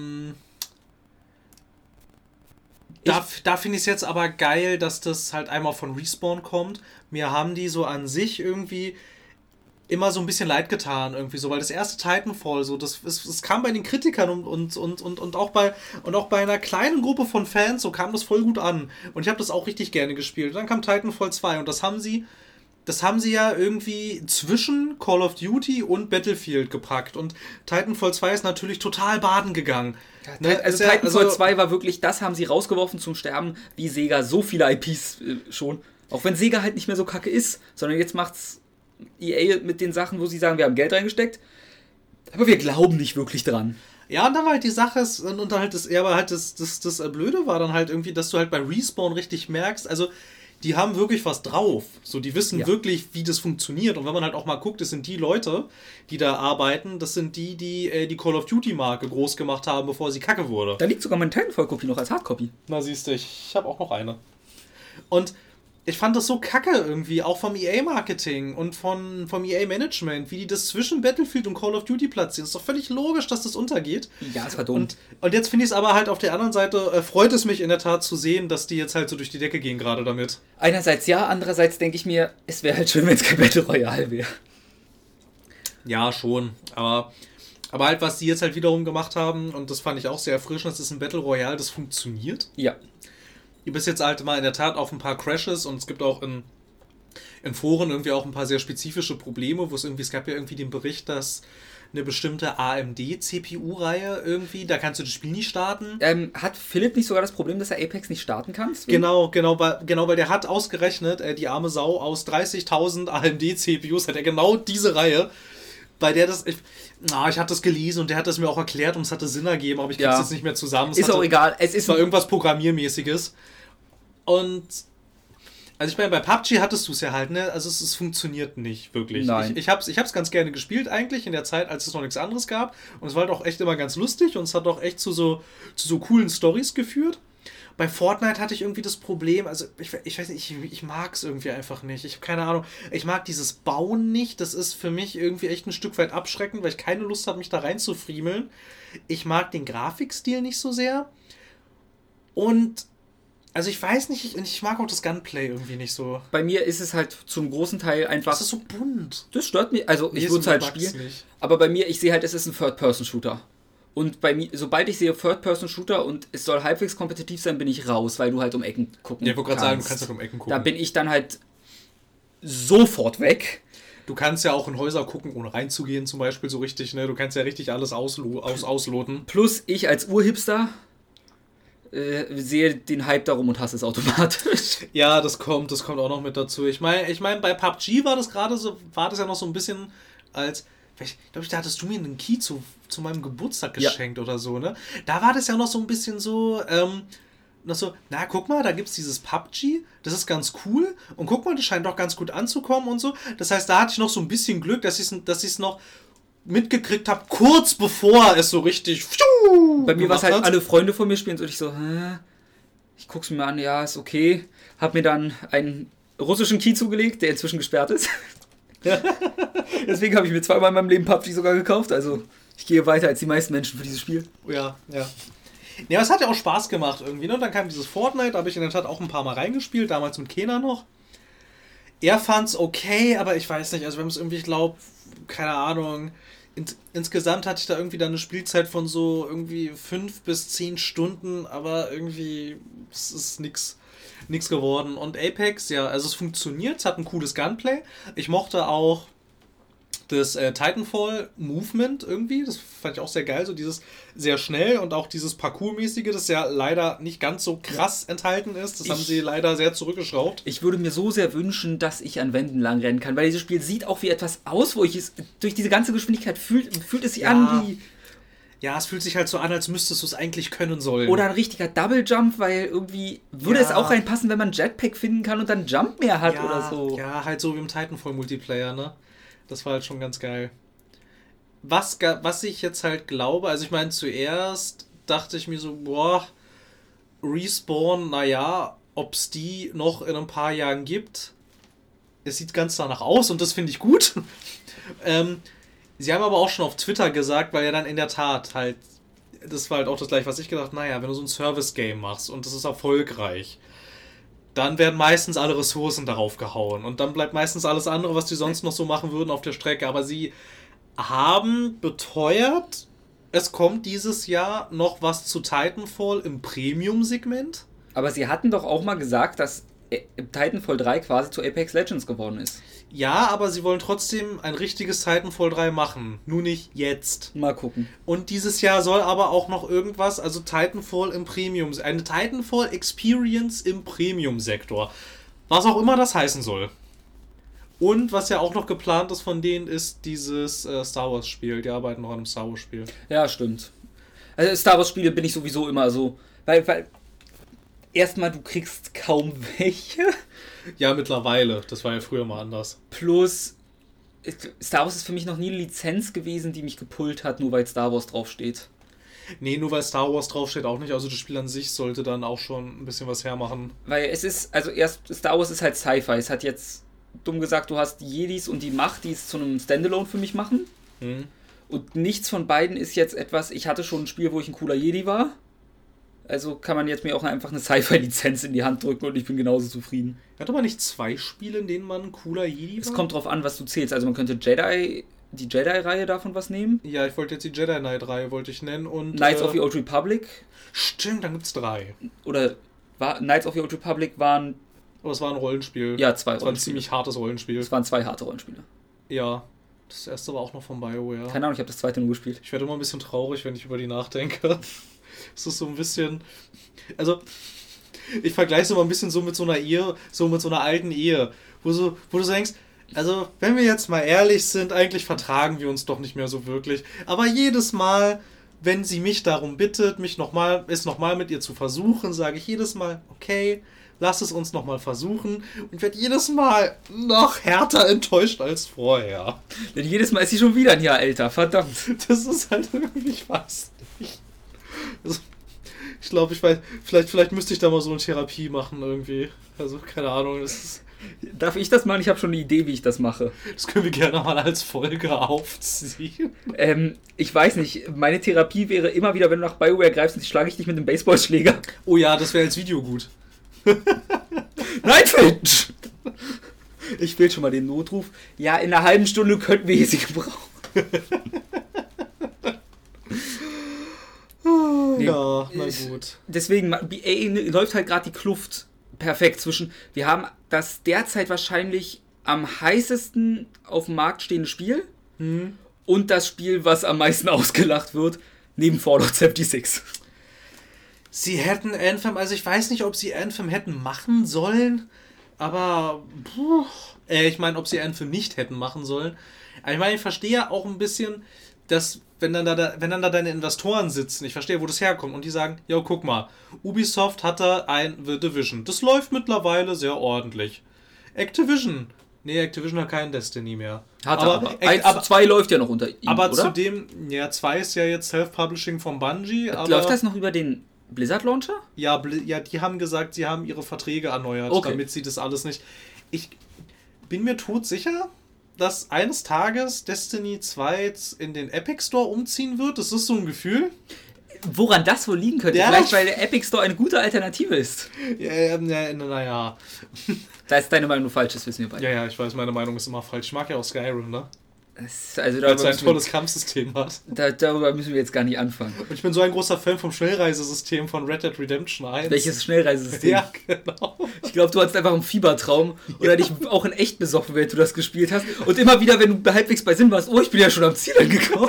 da finde ich es jetzt aber geil, dass das halt einmal von Respawn kommt. Mir haben die so an sich irgendwie immer so ein bisschen leid getan, irgendwie so, weil das erste Titanfall, so, es kam bei den Kritikern und auch bei einer kleinen Gruppe von Fans, so kam das voll gut an. Und ich habe das auch richtig gerne gespielt. Und dann kam Titanfall 2 und das haben sie ja irgendwie zwischen Call of Duty und Battlefield gepackt. Und Titanfall 2 ist natürlich total baden gegangen. Ja, also Titanfall 2 war wirklich, das haben sie rausgeworfen zum Sterben, wie Sega so viele IPs schon. Auch wenn Sega halt nicht mehr so kacke ist, sondern jetzt macht's EA mit den Sachen, wo sie sagen, wir haben Geld reingesteckt, aber wir glauben nicht wirklich dran. Ja, und dann war halt die Sache, und dann halt das Blöde war dann halt irgendwie, dass du halt bei Respawn richtig merkst, also die haben wirklich was drauf. So, die wissen wirklich, wie das funktioniert. Und wenn man halt auch mal guckt, das sind die Leute, die da arbeiten, das sind die Call of Duty-Marke groß gemacht haben, bevor sie kacke wurde. Da liegt sogar meine Titanfall-Kopie noch als Hardcopy. Na, siehst du, ich habe auch noch eine. Und ich fand das so kacke irgendwie, auch vom EA-Marketing und vom EA-Management, wie die das zwischen Battlefield und Call of Duty platzieren. Ist doch völlig logisch, dass das untergeht. Ja, es war dumm. Und jetzt finde ich es aber halt auf der anderen Seite, freut es mich in der Tat zu sehen, dass die jetzt halt so durch die Decke gehen gerade damit. Einerseits ja, andererseits denke ich mir, es wäre halt schön, wenn es kein Battle Royale wäre. Ja, schon. Aber halt, was die jetzt halt wiederum gemacht haben, und das fand ich auch sehr erfrischend, das ist ein Battle Royale, das funktioniert. Ja. Ihr bist jetzt halt mal in der Tat auf ein paar Crashes und es gibt auch in Foren irgendwie auch ein paar sehr spezifische Probleme, es gab ja irgendwie den Bericht, dass eine bestimmte AMD-CPU-Reihe irgendwie, da kannst du das Spiel nicht starten. Hat Philipp nicht sogar das Problem, dass er Apex nicht starten kann? Genau, weil der hat ausgerechnet, die arme Sau, aus 30.000 AMD-CPUs hat er genau diese Reihe, bei der ich hatte das gelesen und der hat das mir auch erklärt und es hatte Sinn ergeben, aber ich krieg's jetzt nicht mehr zusammen. Auch egal. Es war irgendwas Programmiermäßiges. Und also ich meine, bei PUBG hattest du es ja halt, ne? Also es funktioniert nicht wirklich. Nein. Ich hab's ganz gerne gespielt eigentlich in der Zeit, als es noch nichts anderes gab. Und es war halt auch echt immer ganz lustig und es hat auch echt zu so coolen Storys geführt. bei Fortnite hatte ich irgendwie das Problem, also ich weiß nicht, ich mag es irgendwie einfach nicht. Ich habe keine Ahnung, ich mag dieses Bauen nicht. Das ist für mich irgendwie echt ein Stück weit abschreckend, weil ich keine Lust habe, mich da reinzufriemeln. Ich mag den Grafikstil nicht so sehr. Und, also ich weiß nicht, ich mag auch das Gunplay irgendwie nicht so. Bei mir ist es halt zum großen Teil einfach... Das ist so bunt. Das stört mich, also ich würde es halt spielen. Nicht. Aber bei mir, ich sehe halt, es ist ein Third-Person-Shooter. Und bei mir, sobald ich sehe Third-Person-Shooter und es soll halbwegs kompetitiv sein, bin ich raus, weil du halt um Ecken gucken kannst. Ja, ich wollte gerade sagen, du kannst halt um Ecken gucken. Da bin ich dann halt sofort weg. Du kannst ja auch in Häuser gucken, ohne reinzugehen zum Beispiel so richtig, ne? Du kannst ja richtig alles ausloten. Plus ich als Urhipster sehe den Hype darum und hasse es automatisch. Ja, das kommt auch noch mit dazu. Ich meine, bei PUBG war das ja noch so ein bisschen als... Ich glaube, da hattest du mir einen Key zu meinem Geburtstag geschenkt oder so, ne? Da war das ja noch so ein bisschen so, na, guck mal, da gibt's dieses PUBG, das ist ganz cool und guck mal, das scheint doch ganz gut anzukommen und so. Das heißt, da hatte ich noch so ein bisschen Glück, dass ich es noch mitgekriegt habe, kurz bevor es so richtig... Bei mir war es halt, alle Freunde von mir spielen und ich so, ich guck's mir mal an, ja, ist okay. Hab mir dann einen russischen Key zugelegt, der inzwischen gesperrt ist. Deswegen habe ich mir zweimal in meinem Leben PUBG sogar gekauft. Also ich gehe weiter als die meisten Menschen für dieses Spiel. Ja. Ja, es hat ja auch Spaß gemacht irgendwie. Ne? Und dann kam dieses Fortnite, da habe ich in der Tat auch ein paar Mal reingespielt, damals mit Kena noch. Er fand's okay, aber ich weiß nicht, also wenn es irgendwie, ich glaube, keine Ahnung, insgesamt hatte ich da irgendwie dann eine Spielzeit von so irgendwie 5 bis 10 Stunden, aber irgendwie es ist nix geworden. Und Apex, ja, also es funktioniert, es hat ein cooles Gunplay. Ich mochte auch das Titanfall-Movement irgendwie, das fand ich auch sehr geil, so dieses sehr schnell und auch dieses Parkour-mäßige, das ja leider nicht ganz so krass enthalten ist, das haben sie leider sehr zurückgeschraubt. Ich würde mir so sehr wünschen, dass ich an Wänden lang rennen kann, weil dieses Spiel sieht auch wie etwas aus, wo ich es, durch diese ganze Geschwindigkeit fühlt es sich an wie... Ja, es fühlt sich halt so an, als müsstest du es eigentlich können sollen. Oder ein richtiger Double Jump, weil irgendwie würde es auch reinpassen, wenn man Jetpack finden kann und dann Jump mehr hat oder so. Ja, halt so wie im Titanfall-Multiplayer, ne? Das war halt schon ganz geil. Was ich jetzt halt glaube, also ich meine, zuerst dachte ich mir so, boah, Respawn, naja, ob es die noch in ein paar Jahren gibt. Es sieht ganz danach aus und das finde ich gut. Sie haben aber auch schon auf Twitter gesagt, weil ja dann in der Tat halt, das war halt auch das gleiche, was ich gedacht habe, naja, wenn du so ein Service-Game machst und das ist erfolgreich, dann werden meistens alle Ressourcen darauf gehauen und dann bleibt meistens alles andere, was die sonst noch so machen würden, auf der Strecke. Aber sie haben beteuert, es kommt dieses Jahr noch was zu Titanfall im Premium-Segment. Aber sie hatten doch auch mal gesagt, dass Titanfall 3 quasi zu Apex Legends geworden ist. Ja, aber sie wollen trotzdem ein richtiges Titanfall 3 machen. Nur nicht jetzt. Mal gucken. Und dieses Jahr soll aber auch noch irgendwas, also Titanfall im Premium, eine Titanfall Experience im Premium-Sektor. Was auch immer das heißen soll. Und was ja auch noch geplant ist von denen, ist dieses Star Wars-Spiel. Die arbeiten noch an einem Star Wars-Spiel. Ja, stimmt. Also Star Wars-Spiele bin ich sowieso immer so. Weil erstmal, du kriegst kaum welche. Ja, mittlerweile. Das war ja früher mal anders. Plus, Star Wars ist für mich noch nie eine Lizenz gewesen, die mich gepullt hat, nur weil Star Wars draufsteht. Nee, nur weil Star Wars draufsteht auch nicht. Also das Spiel an sich sollte dann auch schon ein bisschen was hermachen. Weil es ist, also Star Wars ist halt Sci-Fi. Es hat jetzt, dumm gesagt, du hast die Jedis und die Macht, die es zu einem Standalone für mich machen. Und nichts von beiden ist jetzt etwas, ich hatte schon ein Spiel, wo ich ein cooler Jedi war. Also kann man jetzt mir auch einfach eine Sci-Fi-Lizenz in die Hand drücken und ich bin genauso zufrieden. Hat aber nicht 2 Spiele, in denen man ein cooler Jedi war? Es kommt drauf an, was du zählst. Also man könnte die Jedi-Reihe davon was nehmen. Ja, ich wollte jetzt die Jedi Knight-Reihe nennen und... Knights of the Old Republic. Stimmt, dann gibt's 3. Oder Knights of the Old Republic waren... Aber es war ein Rollenspiel. Ja, 2 Rollenspiele. Es war ein ziemlich hartes Rollenspiel. Es waren 2 harte Rollenspiele. Ja. Das erste war auch noch von BioWare. Keine Ahnung, ich habe das zweite nur gespielt. Ich werde immer ein bisschen traurig, wenn ich über die nachdenke. Es ist so ein bisschen... Also, ich vergleiche es immer ein bisschen so mit so einer Ehe, so mit so einer alten Ehe, wo du so denkst, also, wenn wir jetzt mal ehrlich sind, eigentlich vertragen wir uns doch nicht mehr so wirklich. Aber jedes Mal, wenn sie mich darum bittet, nochmal mit ihr zu versuchen, sage ich jedes Mal, okay, lass es uns nochmal versuchen und werde jedes Mal noch härter enttäuscht als vorher. Denn jedes Mal ist sie schon wieder ein Jahr älter, verdammt. Das ist halt irgendwie, ich weiß nicht. Also, Ich glaube, ich weiß, vielleicht müsste ich da mal so eine Therapie machen irgendwie. Also, keine Ahnung, Darf ich das machen? Ich habe schon eine Idee, wie ich das mache. Das können wir gerne mal als Folge aufziehen. Ich weiß nicht, meine Therapie wäre immer wieder, wenn du nach BioWare greifst, schlage ich dich mit dem Baseballschläger. Oh ja, das wäre als Video gut. Nein, Phil! Ich will schon mal den Notruf. Ja, in einer halben Stunde könnten wir hier sie gebrauchen. Nee, ja, na gut. Deswegen, BA läuft halt gerade die Kluft perfekt zwischen, wir haben das derzeit wahrscheinlich am heißesten auf dem Markt stehende Spiel und das Spiel, was am meisten ausgelacht wird, neben Fallout 76. Sie hätten Anthem, also ich weiß nicht, ob sie Anthem hätten machen sollen, aber ich meine, ob sie Anthem nicht hätten machen sollen. Ich meine, ich verstehe ja auch ein bisschen, dass wenn dann da deine Investoren sitzen, ich verstehe, wo das herkommt, und die sagen, ja, guck mal, Ubisoft hat da ein The Division. Das läuft mittlerweile sehr ordentlich. Activision hat keinen Destiny mehr. Aber 2 läuft ja noch unter ihm, aber oder? zudem, 2 ist ja jetzt Self-Publishing von Bungie. Läuft das noch über den Blizzard-Launcher? Ja, die haben gesagt, sie haben ihre Verträge erneuert, damit sie das alles nicht... Ich bin mir todsicher, dass eines Tages Destiny 2 in den Epic Store umziehen wird. Das ist so ein Gefühl. Woran das wohl liegen könnte? Ja. Vielleicht, weil der Epic Store eine gute Alternative ist. Naja. Da ist deine Meinung falsch, das wissen wir beide. Ja, ich weiß, meine Meinung ist immer falsch. Ich mag ja auch Skyrim, ne? Weil es ein tolles Kampfsystem hat. Darüber müssen wir jetzt gar nicht anfangen. Und ich bin so ein großer Fan vom Schnellreisesystem von Red Dead Redemption 1. Welches Schnellreisesystem? Ja, genau. Ich glaube, du hattest einfach einen Fiebertraum oder dich auch in echt besoffen, während du das gespielt hast. Und immer wieder, wenn du halbwegs bei Sinn warst, ich bin ja schon am Ziel angekommen.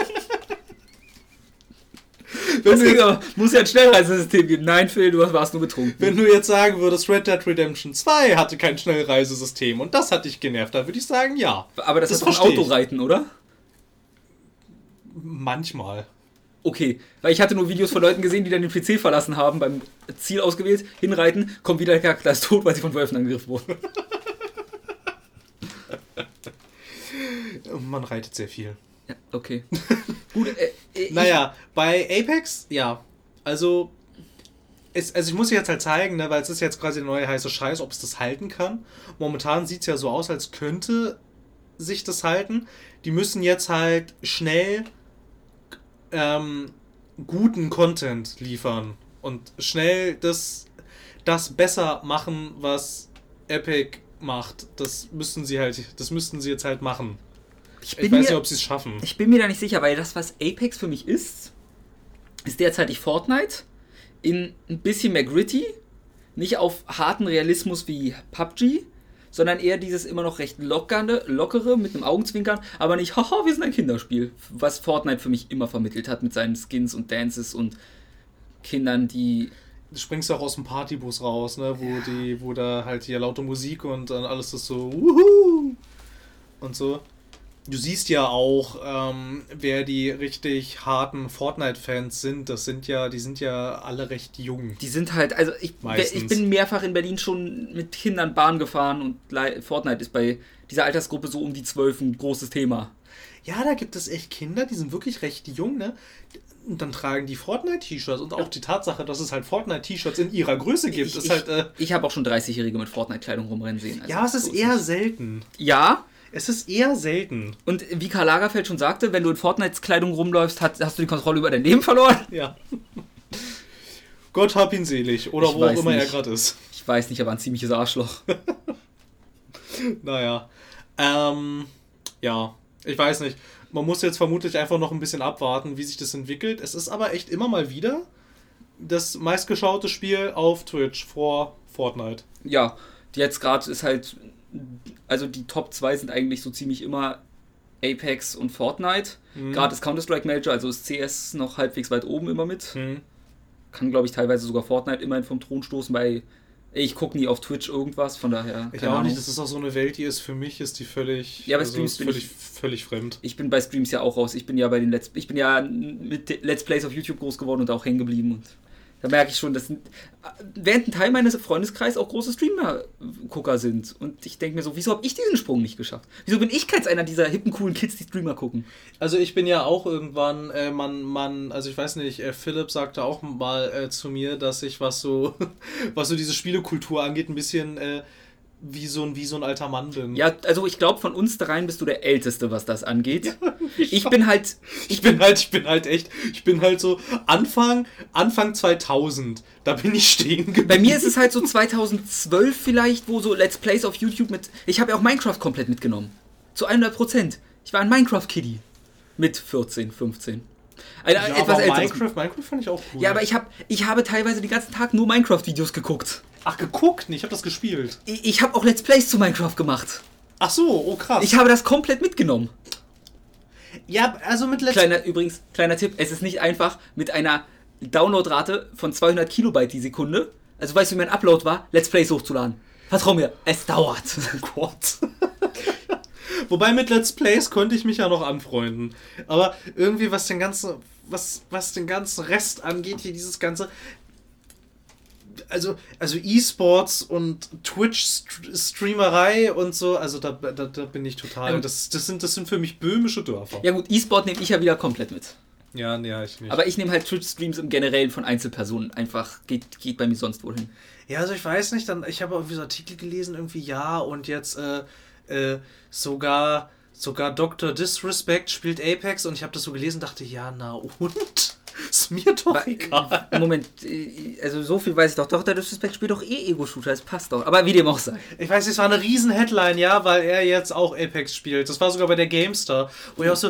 Muss ja ein Schnellreisesystem geben. Nein, Phil, du warst nur betrunken. Wenn du jetzt sagen würdest, Red Dead Redemption 2 hatte kein Schnellreisesystem und das hat dich genervt, dann würde ich sagen, ja. Aber das ist doch ein Autoreiten, oder? Manchmal. Okay, weil ich hatte nur Videos von Leuten gesehen, die dann den PC verlassen haben, beim Ziel ausgewählt, hinreiten, kommt wieder der Charakter, ist tot, weil sie von Wölfen angegriffen wurden. Man reitet sehr viel. Ja, okay. Gut, naja, bei Apex, ja. Also ich muss jetzt halt zeigen, ne, weil es ist jetzt quasi der neue heiße Scheiß, ob es das halten kann. Momentan sieht es ja so aus, als könnte sich das halten. Die müssen jetzt halt schnell guten Content liefern und schnell das besser machen, was Epic macht. Das müssten sie jetzt halt machen. Ich weiß nicht, ob sie es schaffen. Ich bin mir da nicht sicher, weil das, was Apex für mich ist derzeitig Fortnite in ein bisschen mehr gritty, nicht auf harten Realismus wie PUBG, sondern eher dieses immer noch recht lockere mit einem Augenzwinkern, aber nicht, haha, wir sind ein Kinderspiel, was Fortnite für mich immer vermittelt hat mit seinen Skins und Dances und Kindern, die... Du springst auch aus dem Partybus raus, ne, wo da halt hier laute Musik und dann alles ist so wuhu und so. Du siehst ja auch, wer die richtig harten Fortnite-Fans sind. Die sind ja alle recht jung. Die sind halt, also ich bin mehrfach in Berlin schon mit Kindern Bahn gefahren und Fortnite ist bei dieser Altersgruppe so um die 12 ein großes Thema. Ja, da gibt es echt Kinder, die sind wirklich recht jung, ne? Und dann tragen die Fortnite-T-Shirts und auch die Tatsache, dass es halt Fortnite-T-Shirts in ihrer Größe gibt, ist halt... Ich habe auch schon 30-Jährige mit Fortnite-Kleidung rumrennen sehen. Also ja, es ist eher selten. Ja, es ist eher selten. Und wie Karl Lagerfeld schon sagte, wenn du in Fortnite-Kleidung rumläufst, hast du die Kontrolle über dein Leben verloren. Ja. Gott hab ihn selig. Oder wo auch immer er gerade ist. Ich weiß nicht, aber ein ziemliches Arschloch. Naja. Ja, ich weiß nicht. Man muss jetzt vermutlich einfach noch ein bisschen abwarten, wie sich das entwickelt. Es ist aber echt immer mal wieder das meistgeschaute Spiel auf Twitch vor Fortnite. Ja, jetzt gerade ist halt... Also die Top 2 sind eigentlich so ziemlich immer Apex und Fortnite. Gerade ist Counter-Strike Major, also ist CS noch halbwegs weit oben immer mit. Kann, glaube ich, teilweise sogar Fortnite immerhin vom Thron stoßen, weil ich gucke nie auf Twitch irgendwas, von daher... Ich auch nicht, das ist auch so eine Welt, die ist für mich, ist die völlig... Ja, bei Streams bin völlig fremd. Ich bin bei Streams ja auch raus. Ich bin ja mit Let's Plays auf YouTube groß geworden und auch hängen geblieben und Da merke ich schon, dass während ein Teil meines Freundeskreises auch große Streamer-Gucker sind. Und ich denke mir so, wieso habe ich diesen Sprung nicht geschafft? Wieso bin ich keins einer dieser hippen, coolen Kids, die Streamer gucken? Also ich bin ja auch irgendwann, also ich weiß nicht, Philipp sagte auch mal zu mir, dass ich, was so diese Spielekultur angeht, ein bisschen wie so ein alter Mann bin. Ja, also ich glaube, von uns dreien bist du der Älteste, was das angeht. Ja, ich bin halt so Anfang 2000, da bin ich stehen geblieben. Bei mir ist es halt so 2012 vielleicht, wo so Let's Plays auf YouTube ich habe ja auch Minecraft komplett mitgenommen. Zu 100%. Ich war ein Minecraft-Kiddie. Mit 14, 15. Etwas älter. Minecraft fand ich auch cool. Ja, aber ich habe teilweise den ganzen Tag nur Minecraft-Videos geguckt. Ach, geguckt? Nee, ich habe das gespielt. Ich habe auch Let's Plays zu Minecraft gemacht. Ach so, oh krass. Ich habe das komplett mitgenommen. Ja, also mit Kleiner Tipp, es ist nicht einfach mit einer Downloadrate von 200 Kilobyte die Sekunde, also weißt du, wie mein Upload war, Let's Plays hochzuladen. Vertrau mir, es dauert. Oh Gott. Wobei mit Let's Plays konnte ich mich ja noch anfreunden. Aber irgendwie, was den ganzen Rest angeht, hier dieses ganze... Also E-Sports und Twitch-Streamerei und so, also da bin ich total... Das sind für mich böhmische Dörfer. Ja gut, E-Sport nehme ich ja wieder komplett mit. Ja, nee, ich nicht. Aber ich nehme halt Twitch-Streams im Generellen von Einzelpersonen einfach, geht bei mir sonst wohl hin. Ja, also ich weiß nicht, ich habe irgendwie so Artikel gelesen, irgendwie ja, und jetzt sogar Dr. Disrespect spielt Apex und ich habe das so gelesen und dachte, ja, na und? Ist mir doch egal. Moment, also so viel weiß ich doch. Dr. Disrespect spielt doch Ego-Shooter, das passt doch. Aber wie dem auch sei. Ich weiß, es war eine riesen Headline, ja, weil er jetzt auch Apex spielt. Das war sogar bei der GameStar. Wo ich auch so,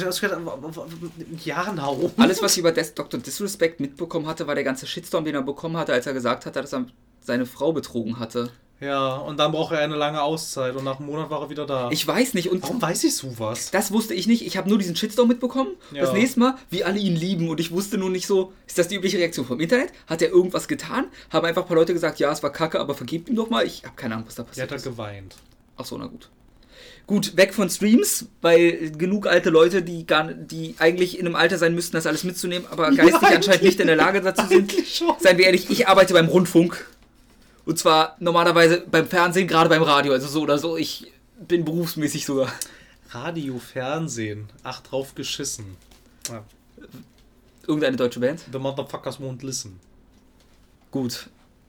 ja, na und? Alles, was ich über Dr. Disrespect mitbekommen hatte, war der ganze Shitstorm, den er bekommen hatte, als er gesagt hatte, dass er seine Frau betrogen hatte. Ja, und dann braucht er eine lange Auszeit und nach einem Monat war er wieder da. Ich weiß nicht. Und warum weiß ich sowas? Das wusste ich nicht. Ich habe nur diesen Shitstorm mitbekommen. Ja. Das nächste Mal, wie alle ihn lieben. Und ich wusste nur nicht so, ist das die übliche Reaktion vom Internet? Hat er irgendwas getan? Haben einfach ein paar Leute gesagt, ja, es war kacke, aber vergebt ihm doch mal. Ich habe keine Ahnung, was da passiert ist. Er hat geweint. Ach so, na gut. Gut, weg von Streams, weil genug alte Leute, die eigentlich in einem Alter sein müssten, das alles mitzunehmen, aber geistig anscheinend nicht in der Lage dazu sind. Seien wir ehrlich, ich arbeite beim Rundfunk. Und zwar normalerweise beim Fernsehen, gerade beim Radio, also so oder so. Ich bin berufsmäßig sogar. Radio, Fernsehen. Ach, drauf geschissen. Ja. Irgendeine deutsche Band? The Motherfuckers Won't Listen. Gut.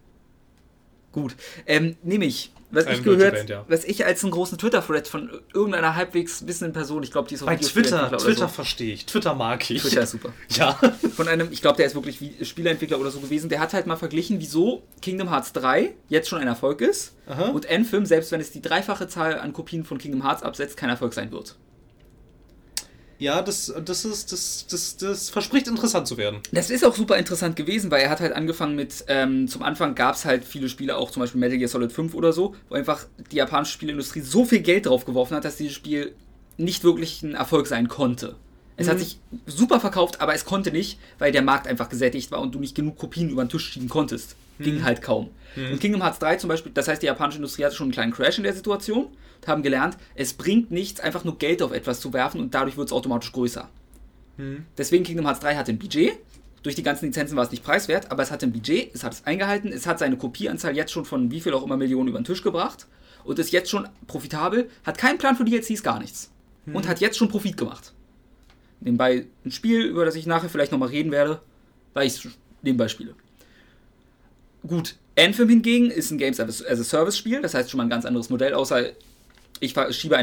Nehme ich. Was ich als einen großen Twitter-Thread von irgendeiner halbwegs wissenden Person, ich glaube, die ist auf Twitter so. Verstehe ich. Twitter mag ich. Twitter ist super. Ja. Von einem, ich glaube, der ist wirklich Spieleentwickler oder so gewesen, der hat halt mal verglichen, wieso Kingdom Hearts 3 jetzt schon ein Erfolg ist. Aha. Und Anthem, selbst wenn es die dreifache Zahl an Kopien von Kingdom Hearts absetzt, kein Erfolg sein wird. Ja, das verspricht interessant zu werden. Das ist auch super interessant gewesen, weil er hat halt angefangen mit, zum Anfang gab es halt viele Spiele, auch zum Beispiel Metal Gear Solid 5 oder so, wo einfach die japanische Spieleindustrie so viel Geld drauf geworfen hat, dass dieses Spiel nicht wirklich ein Erfolg sein konnte. Es hat sich super verkauft, aber es konnte nicht, weil der Markt einfach gesättigt war und du nicht genug Kopien über den Tisch schieben konntest. Ging halt kaum. Und Kingdom Hearts 3 zum Beispiel, das heißt, die japanische Industrie hatte schon einen kleinen Crash in der Situation und haben gelernt, es bringt nichts, einfach nur Geld auf etwas zu werfen und dadurch wird es automatisch größer. Deswegen Kingdom Hearts 3 hatte ein Budget. Durch die ganzen Lizenzen war es nicht preiswert, aber es hatte ein Budget, es hat es eingehalten, es hat seine Kopieanzahl jetzt schon von wie viel auch immer Millionen über den Tisch gebracht und ist jetzt schon profitabel, hat keinen Plan für DLCs, gar nichts. Und hat jetzt schon Profit gemacht. Nebenbei ein Spiel, über das ich nachher vielleicht nochmal reden werde, weil ich es nebenbei spiele. Gut, Anthem hingegen ist ein Games as a Service Spiel, das heißt schon mal ein ganz anderes Modell, außer ich schiebe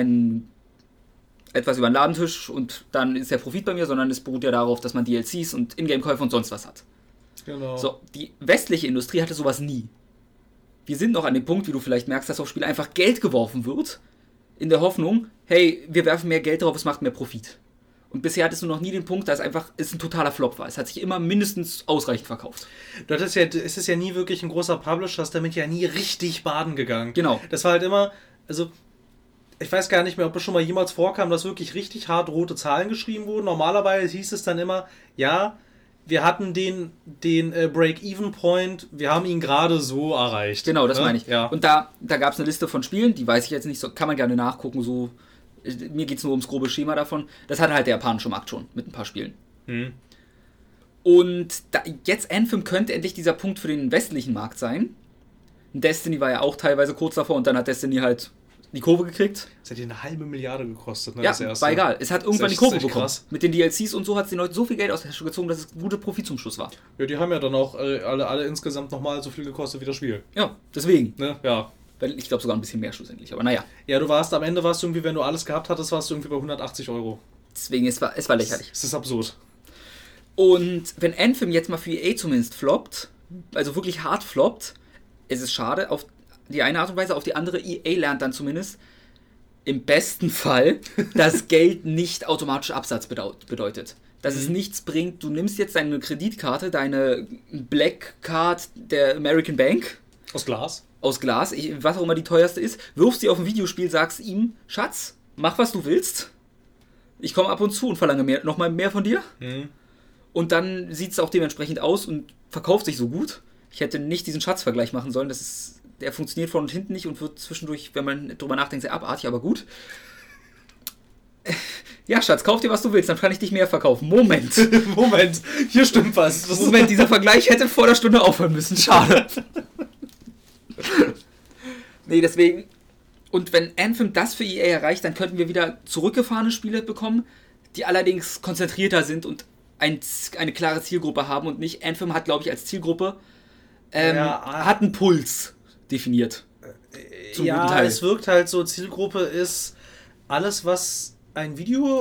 etwas über den Ladentisch und dann ist der Profit bei mir, sondern es beruht ja darauf, dass man DLCs und Ingame-Käufe und sonst was hat. Genau. So, die westliche Industrie hatte sowas nie. Wir sind noch an dem Punkt, wie du vielleicht merkst, dass auf Spiele einfach Geld geworfen wird, in der Hoffnung, hey, wir werfen mehr Geld drauf, es macht mehr Profit. Und bisher hattest du noch nie den Punkt, dass es ein totaler Flop war. Es hat sich immer mindestens ausreichend verkauft. Es ist ja nie wirklich ein großer Publisher, ist damit ja nie richtig baden gegangen. Genau. Das war halt immer, also ich weiß gar nicht mehr, ob es schon mal jemals vorkam, dass wirklich richtig hart rote Zahlen geschrieben wurden. Normalerweise hieß es dann immer, ja, wir hatten den Break-Even-Point, wir haben ihn gerade so erreicht. Genau, das meine ich. Ja. Und da gab es eine Liste von Spielen, die weiß ich jetzt nicht, so kann man gerne nachgucken, so. Mir geht es nur ums grobe Schema davon. Das hatte halt der japanische Markt schon mit ein paar Spielen. Und jetzt Anthem könnte endlich dieser Punkt für den westlichen Markt sein. Destiny war ja auch teilweise kurz davor und dann hat Destiny halt die Kurve gekriegt. Das hat ja 1,5 Milliarde gekostet, ne? Ja, das erste. war egal. Es hat irgendwann echt, die Kurve echt bekommen. krass. Mit den DLCs und so hat es den Leuten so viel Geld aus der Tasche gezogen, dass es gute Profit zum Schluss war. Ja, die haben ja dann auch alle insgesamt nochmal so viel gekostet wie das Spiel. Ja, deswegen. Ne? Ja. Ich glaube sogar ein bisschen mehr schlussendlich, aber naja. Ja, am Ende warst du irgendwie, wenn du alles gehabt hattest, warst du irgendwie bei 180 Euro. Deswegen, es war lächerlich. Das ist absurd. Und wenn Anthem jetzt mal für EA zumindest floppt, also wirklich hart floppt, ist es schade, auf die eine Art und Weise, auf die andere, EA lernt dann zumindest im besten Fall, dass Geld nicht automatisch Absatz bedeutet. Dass es nichts bringt, du nimmst jetzt deine Kreditkarte, deine Black Card der American Bank. Aus Glas? Aus Glas, was auch immer die teuerste ist, wirfst sie auf ein Videospiel, sagst ihm, Schatz, mach was du willst. Ich komme ab und zu und verlange nochmal mehr von dir. Und dann sieht es auch dementsprechend aus und verkauft sich so gut. Ich hätte nicht diesen Schatzvergleich machen sollen. Der funktioniert vorne und hinten nicht und wird zwischendurch, wenn man drüber nachdenkt, sehr abartig, aber gut. Ja, Schatz, kauf dir, was du willst, dann kann ich dich mehr verkaufen. Moment, hier stimmt was. Moment, dieser Vergleich hätte vor der Stunde aufhören müssen. Schade. Nee, deswegen. Und wenn Anthem das für EA erreicht, dann könnten wir wieder zurückgefahrene Spiele bekommen, die allerdings konzentrierter sind und eine klare Zielgruppe haben und nicht. Anthem hat, glaube ich, als Zielgruppe hat einen Puls definiert. Ja, es wirkt halt so, Zielgruppe ist alles, was ein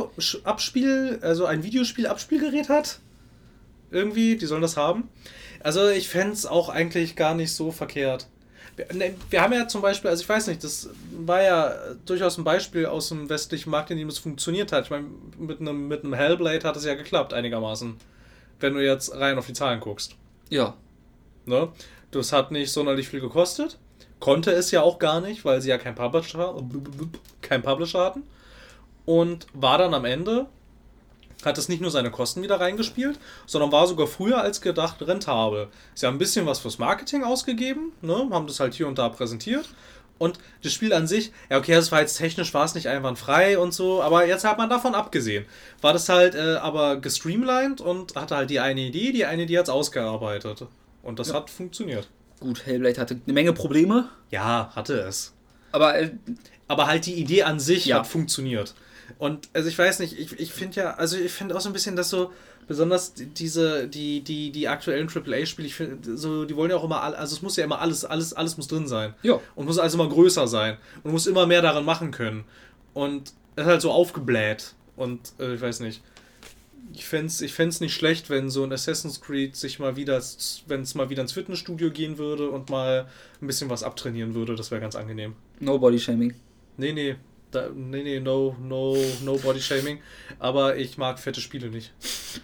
Videospiel-Abspielgerät hat. Irgendwie, die sollen das haben. Also ich fände es auch eigentlich gar nicht so verkehrt. Wir haben ja zum Beispiel, also ich weiß nicht, das war ja durchaus ein Beispiel aus dem westlichen Markt, in dem es funktioniert hat. Ich meine, mit einem Hellblade hat es ja geklappt, einigermaßen. Wenn du jetzt rein auf die Zahlen guckst. Ja. Ne? Das hat nicht sonderlich viel gekostet. Konnte es ja auch gar nicht, weil sie ja kein Publisher hatten. Und war dann am Ende, hat es nicht nur seine Kosten wieder reingespielt, sondern war sogar früher als gedacht rentabel. Sie haben ein bisschen was fürs Marketing ausgegeben, ne? Haben das halt hier und da präsentiert. Und das Spiel an sich, ja okay, das war jetzt technisch, war es nicht einwandfrei und so, aber jetzt hat man davon abgesehen. War das halt aber gestreamlined und hatte halt die eine Idee hat es ausgearbeitet. Und das hat funktioniert. Gut, Hellblade hatte eine Menge Probleme. Ja, hatte es. Aber halt die Idee an sich hat funktioniert. Und also ich weiß nicht, ich finde auch so ein bisschen, dass so besonders die aktuellen AAA-Spiele, ich finde, so, die wollen ja auch immer, also es muss ja immer alles muss drin sein. Ja. Und muss alles immer größer sein. Und muss immer mehr daran machen können. Und es ist halt so aufgebläht. Und ich weiß nicht. Ich fänd's nicht schlecht, wenn so ein Assassin's Creed wenn es mal wieder ins Fitnessstudio gehen würde und mal ein bisschen was abtrainieren würde. Das wäre ganz angenehm. No Body Shaming. Nee, no Body Shaming. Aber ich mag fette Spiele nicht.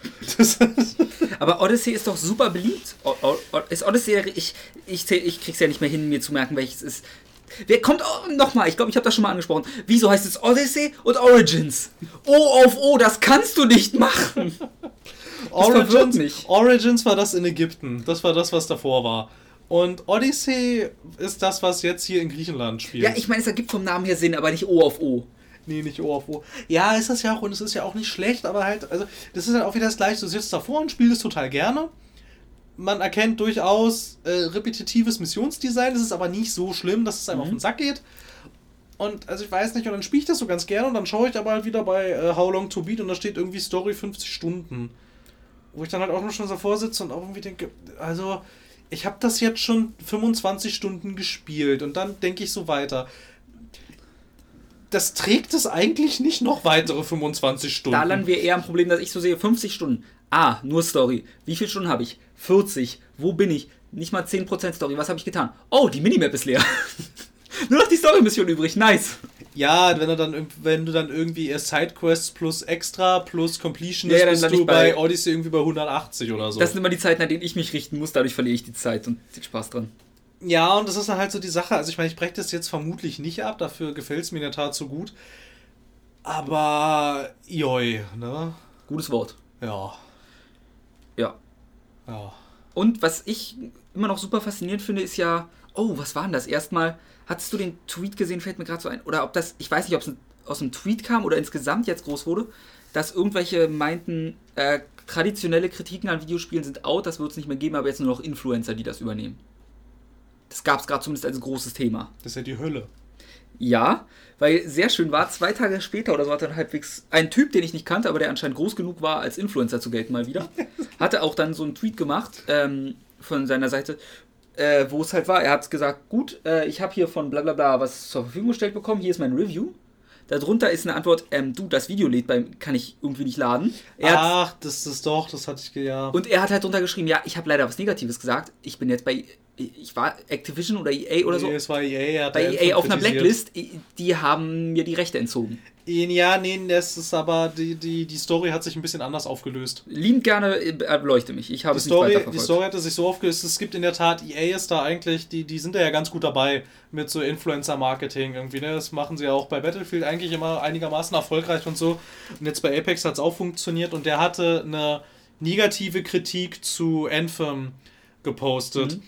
Aber Odyssey ist doch super beliebt. Ist Odyssey, ich krieg's ja nicht mehr hin, mir zu merken, welches ist. Wer kommt nochmal? Ich glaube, ich habe das schon mal angesprochen. Wieso heißt es Odyssey und Origins? O auf O, das kannst du nicht machen. Origins war das in Ägypten. Das war das, was davor war. Und Odyssey ist das, was jetzt hier in Griechenland spielt. Ja, ich meine, es ergibt vom Namen her Sinn, aber nicht O auf O. Nee, nicht O auf O. Ja, ist das ja auch, und es ist ja auch nicht schlecht, aber halt, also, das ist halt auch wieder das Gleiche. Du sitzt davor und spielst es total gerne. Man erkennt durchaus repetitives Missionsdesign, das ist aber nicht so schlimm, dass es einem auf den Sack geht. Und also ich weiß nicht, und dann spiele ich das so ganz gerne und dann schaue ich aber halt wieder bei How Long to Beat und da steht irgendwie Story 50 Stunden. Wo ich dann halt auch nur schon so vorsitze und auch irgendwie denke, also ich habe das jetzt schon 25 Stunden gespielt und dann denke ich so weiter. Das trägt es eigentlich nicht noch weitere 25 Stunden. Da landen wir eher am Problem, dass ich so sehe, 50 Stunden. Nur Story. Wie viele Stunden habe ich? 40. Wo bin ich? Nicht mal 10% Story. Was habe ich getan? Oh, die Minimap ist leer. Nur noch die Story-Mission übrig. Nice. Ja, wenn du dann irgendwie Sidequests plus Extra plus Completion bist du bei Odyssey irgendwie bei 180 oder so. Das sind immer die Zeiten, an denen ich mich richten muss. Dadurch verliere ich die Zeit und den Spaß dran. Ja, und das ist dann halt so die Sache. Also ich meine, ich breche das jetzt vermutlich nicht ab. Dafür gefällt es mir in der Tat so gut. Aber, joi, ne? Gutes Wort. Ja. Und was ich immer noch super faszinierend finde, ist ja, was war denn das? Erstmal, hattest du den Tweet gesehen, fällt mir gerade so ein, oder ob das, ich weiß nicht, ob es aus einem Tweet kam oder insgesamt jetzt groß wurde, dass irgendwelche meinten, traditionelle Kritiken an Videospielen sind out, das wird es nicht mehr geben, aber jetzt nur noch Influencer, die das übernehmen. Das gab es gerade zumindest als großes Thema. Das ist ja die Hölle. Ja, weil sehr schön war, 2 Tage später oder so hat dann halbwegs ein Typ, den ich nicht kannte, aber der anscheinend groß genug war, als Influencer zu gelten mal wieder, hatte auch dann so einen Tweet gemacht von seiner Seite, wo es halt war, er hat gesagt, gut, ich habe hier von blablabla was zur Verfügung gestellt bekommen, hier ist mein Review. Darunter ist eine Antwort, du, das Video kann ich irgendwie nicht laden. Das hatte ich, ja. Und er hat halt drunter geschrieben, ja, ich habe leider was Negatives gesagt, ich bin jetzt ich war Activision oder EA oder so. Nee, es war EA. Bei EA auf einer Blacklist, die haben mir die Rechte entzogen. Ja, nee, das ist aber, die Story hat sich ein bisschen anders aufgelöst. Liebend gerne beleuchte mich, ich habe es nicht weiterverfolgt. Die Story hatte sich so aufgelöst, es gibt in der Tat, EA ist da eigentlich, die sind da ja ganz gut dabei mit so Influencer-Marketing irgendwie, ne? Das machen sie ja auch bei Battlefield eigentlich immer einigermaßen erfolgreich und so. Und jetzt bei Apex hat es auch funktioniert und der hatte eine negative Kritik zu Anthem gepostet.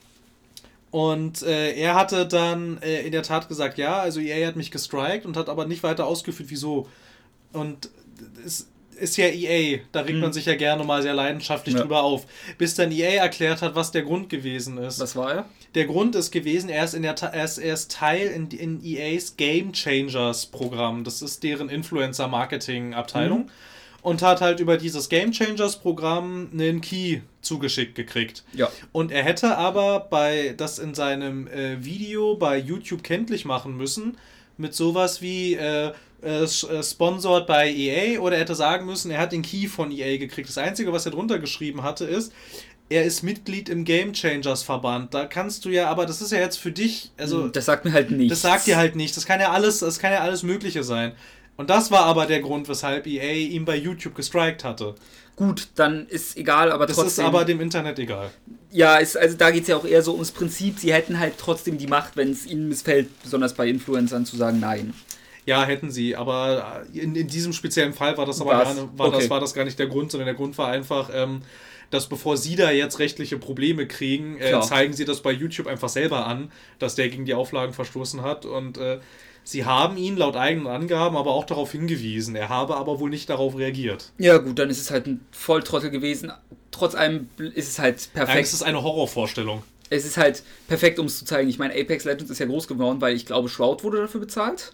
Und er hatte dann in der Tat gesagt, ja, also EA hat mich gestrikt und hat aber nicht weiter ausgeführt, wieso. Und es ist ja EA, da regt man sich ja gerne mal sehr leidenschaftlich drüber auf. Bis dann EA erklärt hat, was der Grund gewesen ist. Was war er? Der Grund ist gewesen, er ist Teil in EAs Game Changers Programm. Das ist deren Influencer-Marketing-Abteilung. Und hat halt über dieses Game Changers Programm einen Key zugeschickt gekriegt. Ja. Und er hätte aber das in seinem Video bei YouTube kenntlich machen müssen mit sowas wie sponsored by EA, oder er hätte sagen müssen, er hat den Key von EA gekriegt. Das Einzige, was er drunter geschrieben hatte, ist, er ist Mitglied im Game Changers Verband. Da kannst du ja, aber das ist ja jetzt für dich, also das sagt mir halt nichts. Das sagt dir halt nichts. Das kann ja alles Mögliche sein. Und das war aber der Grund, weshalb EA ihn bei YouTube gestrikt hatte. Gut, dann ist egal, aber trotzdem... Das ist aber dem Internet egal. Ja, also da geht es ja auch eher so ums Prinzip, sie hätten halt trotzdem die Macht, wenn es ihnen missfällt, besonders bei Influencern, zu sagen Nein. Ja, hätten sie, aber in diesem speziellen Fall war das das gar nicht der Grund, sondern der Grund war einfach, dass bevor sie da jetzt rechtliche Probleme kriegen, zeigen sie das bei YouTube einfach selber an, dass der gegen die Auflagen verstoßen hat und... Sie haben ihn laut eigenen Angaben aber auch darauf hingewiesen. Er habe aber wohl nicht darauf reagiert. Ja gut, dann ist es halt ein Volltrottel gewesen. Trotz allem ist es halt perfekt. Es ist eine Horrorvorstellung. Es ist halt perfekt, um es zu zeigen. Ich meine, Apex Legends ist ja groß geworden, weil ich glaube, Shroud wurde dafür bezahlt.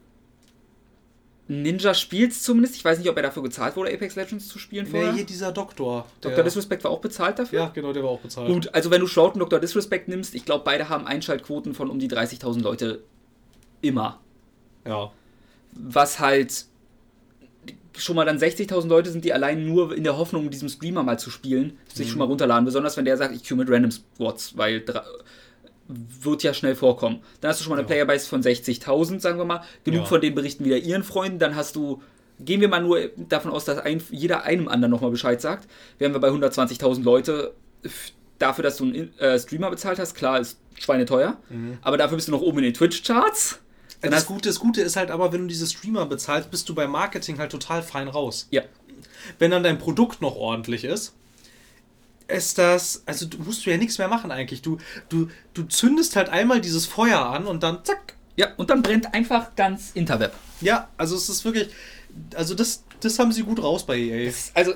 Ninja spielt es zumindest. Ich weiß nicht, ob er dafür gezahlt wurde, Apex Legends zu spielen vorher. Nee, hier dieser Doktor. Dr. Disrespect war auch bezahlt dafür? Ja, genau, der war auch bezahlt. Gut, also wenn du Shroud und Dr. Disrespect nimmst, ich glaube, beide haben Einschaltquoten von um die 30.000 Leute immer. Ja. Was halt schon mal dann 60.000 Leute sind, die allein nur in der Hoffnung, mit diesem Streamer mal zu spielen, sich schon mal runterladen. Besonders wenn der sagt, ich queue mit Random Squads, weil wird ja schnell vorkommen. Dann hast du schon mal eine Playerbase von 60.000, sagen wir mal. Genug von denen berichten wieder ihren Freunden. Dann hast du, gehen wir mal nur davon aus, dass jeder einem anderen nochmal Bescheid sagt. Wären wir bei 120.000 Leute dafür, dass du einen Streamer bezahlt hast. Klar, ist schweineteuer. Aber dafür bist du noch oben in den Twitch-Charts. Das Gute ist halt aber, wenn du diese Streamer bezahlst, bist du beim Marketing halt total fein raus. Ja. Wenn dann dein Produkt noch ordentlich ist das, also du musst ja nichts mehr machen eigentlich. Du zündest halt einmal dieses Feuer an und dann zack. Ja, und dann brennt einfach ganz Interweb. Ja, also es ist wirklich, also das haben sie gut raus bei EA.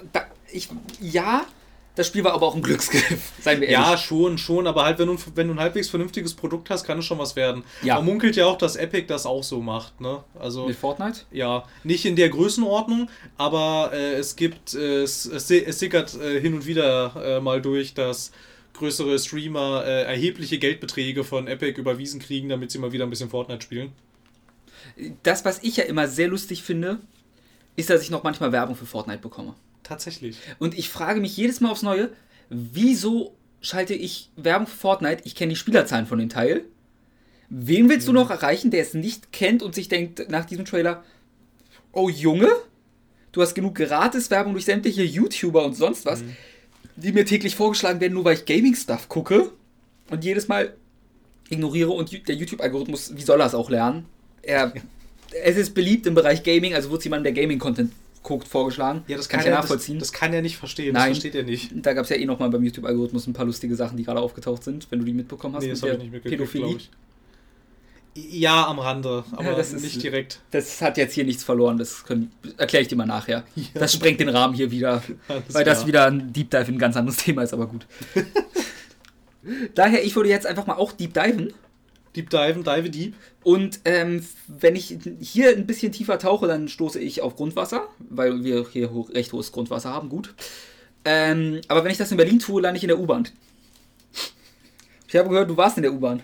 Das Spiel war aber auch ein Glücksgriff, seien wir ehrlich. Ja, schon, aber halt, wenn du ein halbwegs vernünftiges Produkt hast, kann es schon was werden. Ja. Man munkelt ja auch, dass Epic das auch so macht, ne? Also, mit Fortnite? Ja, nicht in der Größenordnung, aber es sickert hin und wieder mal durch, dass größere Streamer erhebliche Geldbeträge von Epic überwiesen kriegen, damit sie mal wieder ein bisschen Fortnite spielen. Das, was ich ja immer sehr lustig finde, ist, dass ich noch manchmal Werbung für Fortnite bekomme. Tatsächlich. Und ich frage mich jedes Mal aufs Neue, wieso schalte ich Werbung für Fortnite? Ich kenne die Spielerzahlen von dem Teil. Wen willst du noch erreichen, der es nicht kennt und sich denkt nach diesem Trailer, oh Junge, du hast genug Gratis-Werbung durch sämtliche YouTuber und sonst was, die mir täglich vorgeschlagen werden, nur weil ich Gaming-Stuff gucke und jedes Mal ignoriere und der YouTube-Algorithmus, wie soll er es auch lernen? Es ist beliebt im Bereich Gaming, also wird es jemandem, der Gaming-Content guckt, vorgeschlagen. Ja, das kann ich ja nachvollziehen. Das kann er nicht verstehen, Nein, das versteht er nicht. Da gab es ja eh nochmal beim YouTube-Algorithmus ein paar lustige Sachen, die gerade aufgetaucht sind, wenn du die mitbekommen hast. Nee, das habe ich nicht mitgekriegt, glaube ich. Ja, am Rande, aber das ist, nicht direkt. Das hat jetzt hier nichts verloren, das erkläre ich dir mal nachher. Ja. Das sprengt den Rahmen hier wieder, weil das wieder ein Deep Dive in ein ganz anderes Thema ist, aber gut. Daher, ich würde jetzt einfach mal auch Deep Diven. Dive deep. Und wenn ich hier ein bisschen tiefer tauche, dann stoße ich auf Grundwasser, weil wir hier recht hohes Grundwasser haben, gut. Aber wenn ich das in Berlin tue, lande ich in der U-Bahn. Ich habe gehört, du warst in der U-Bahn.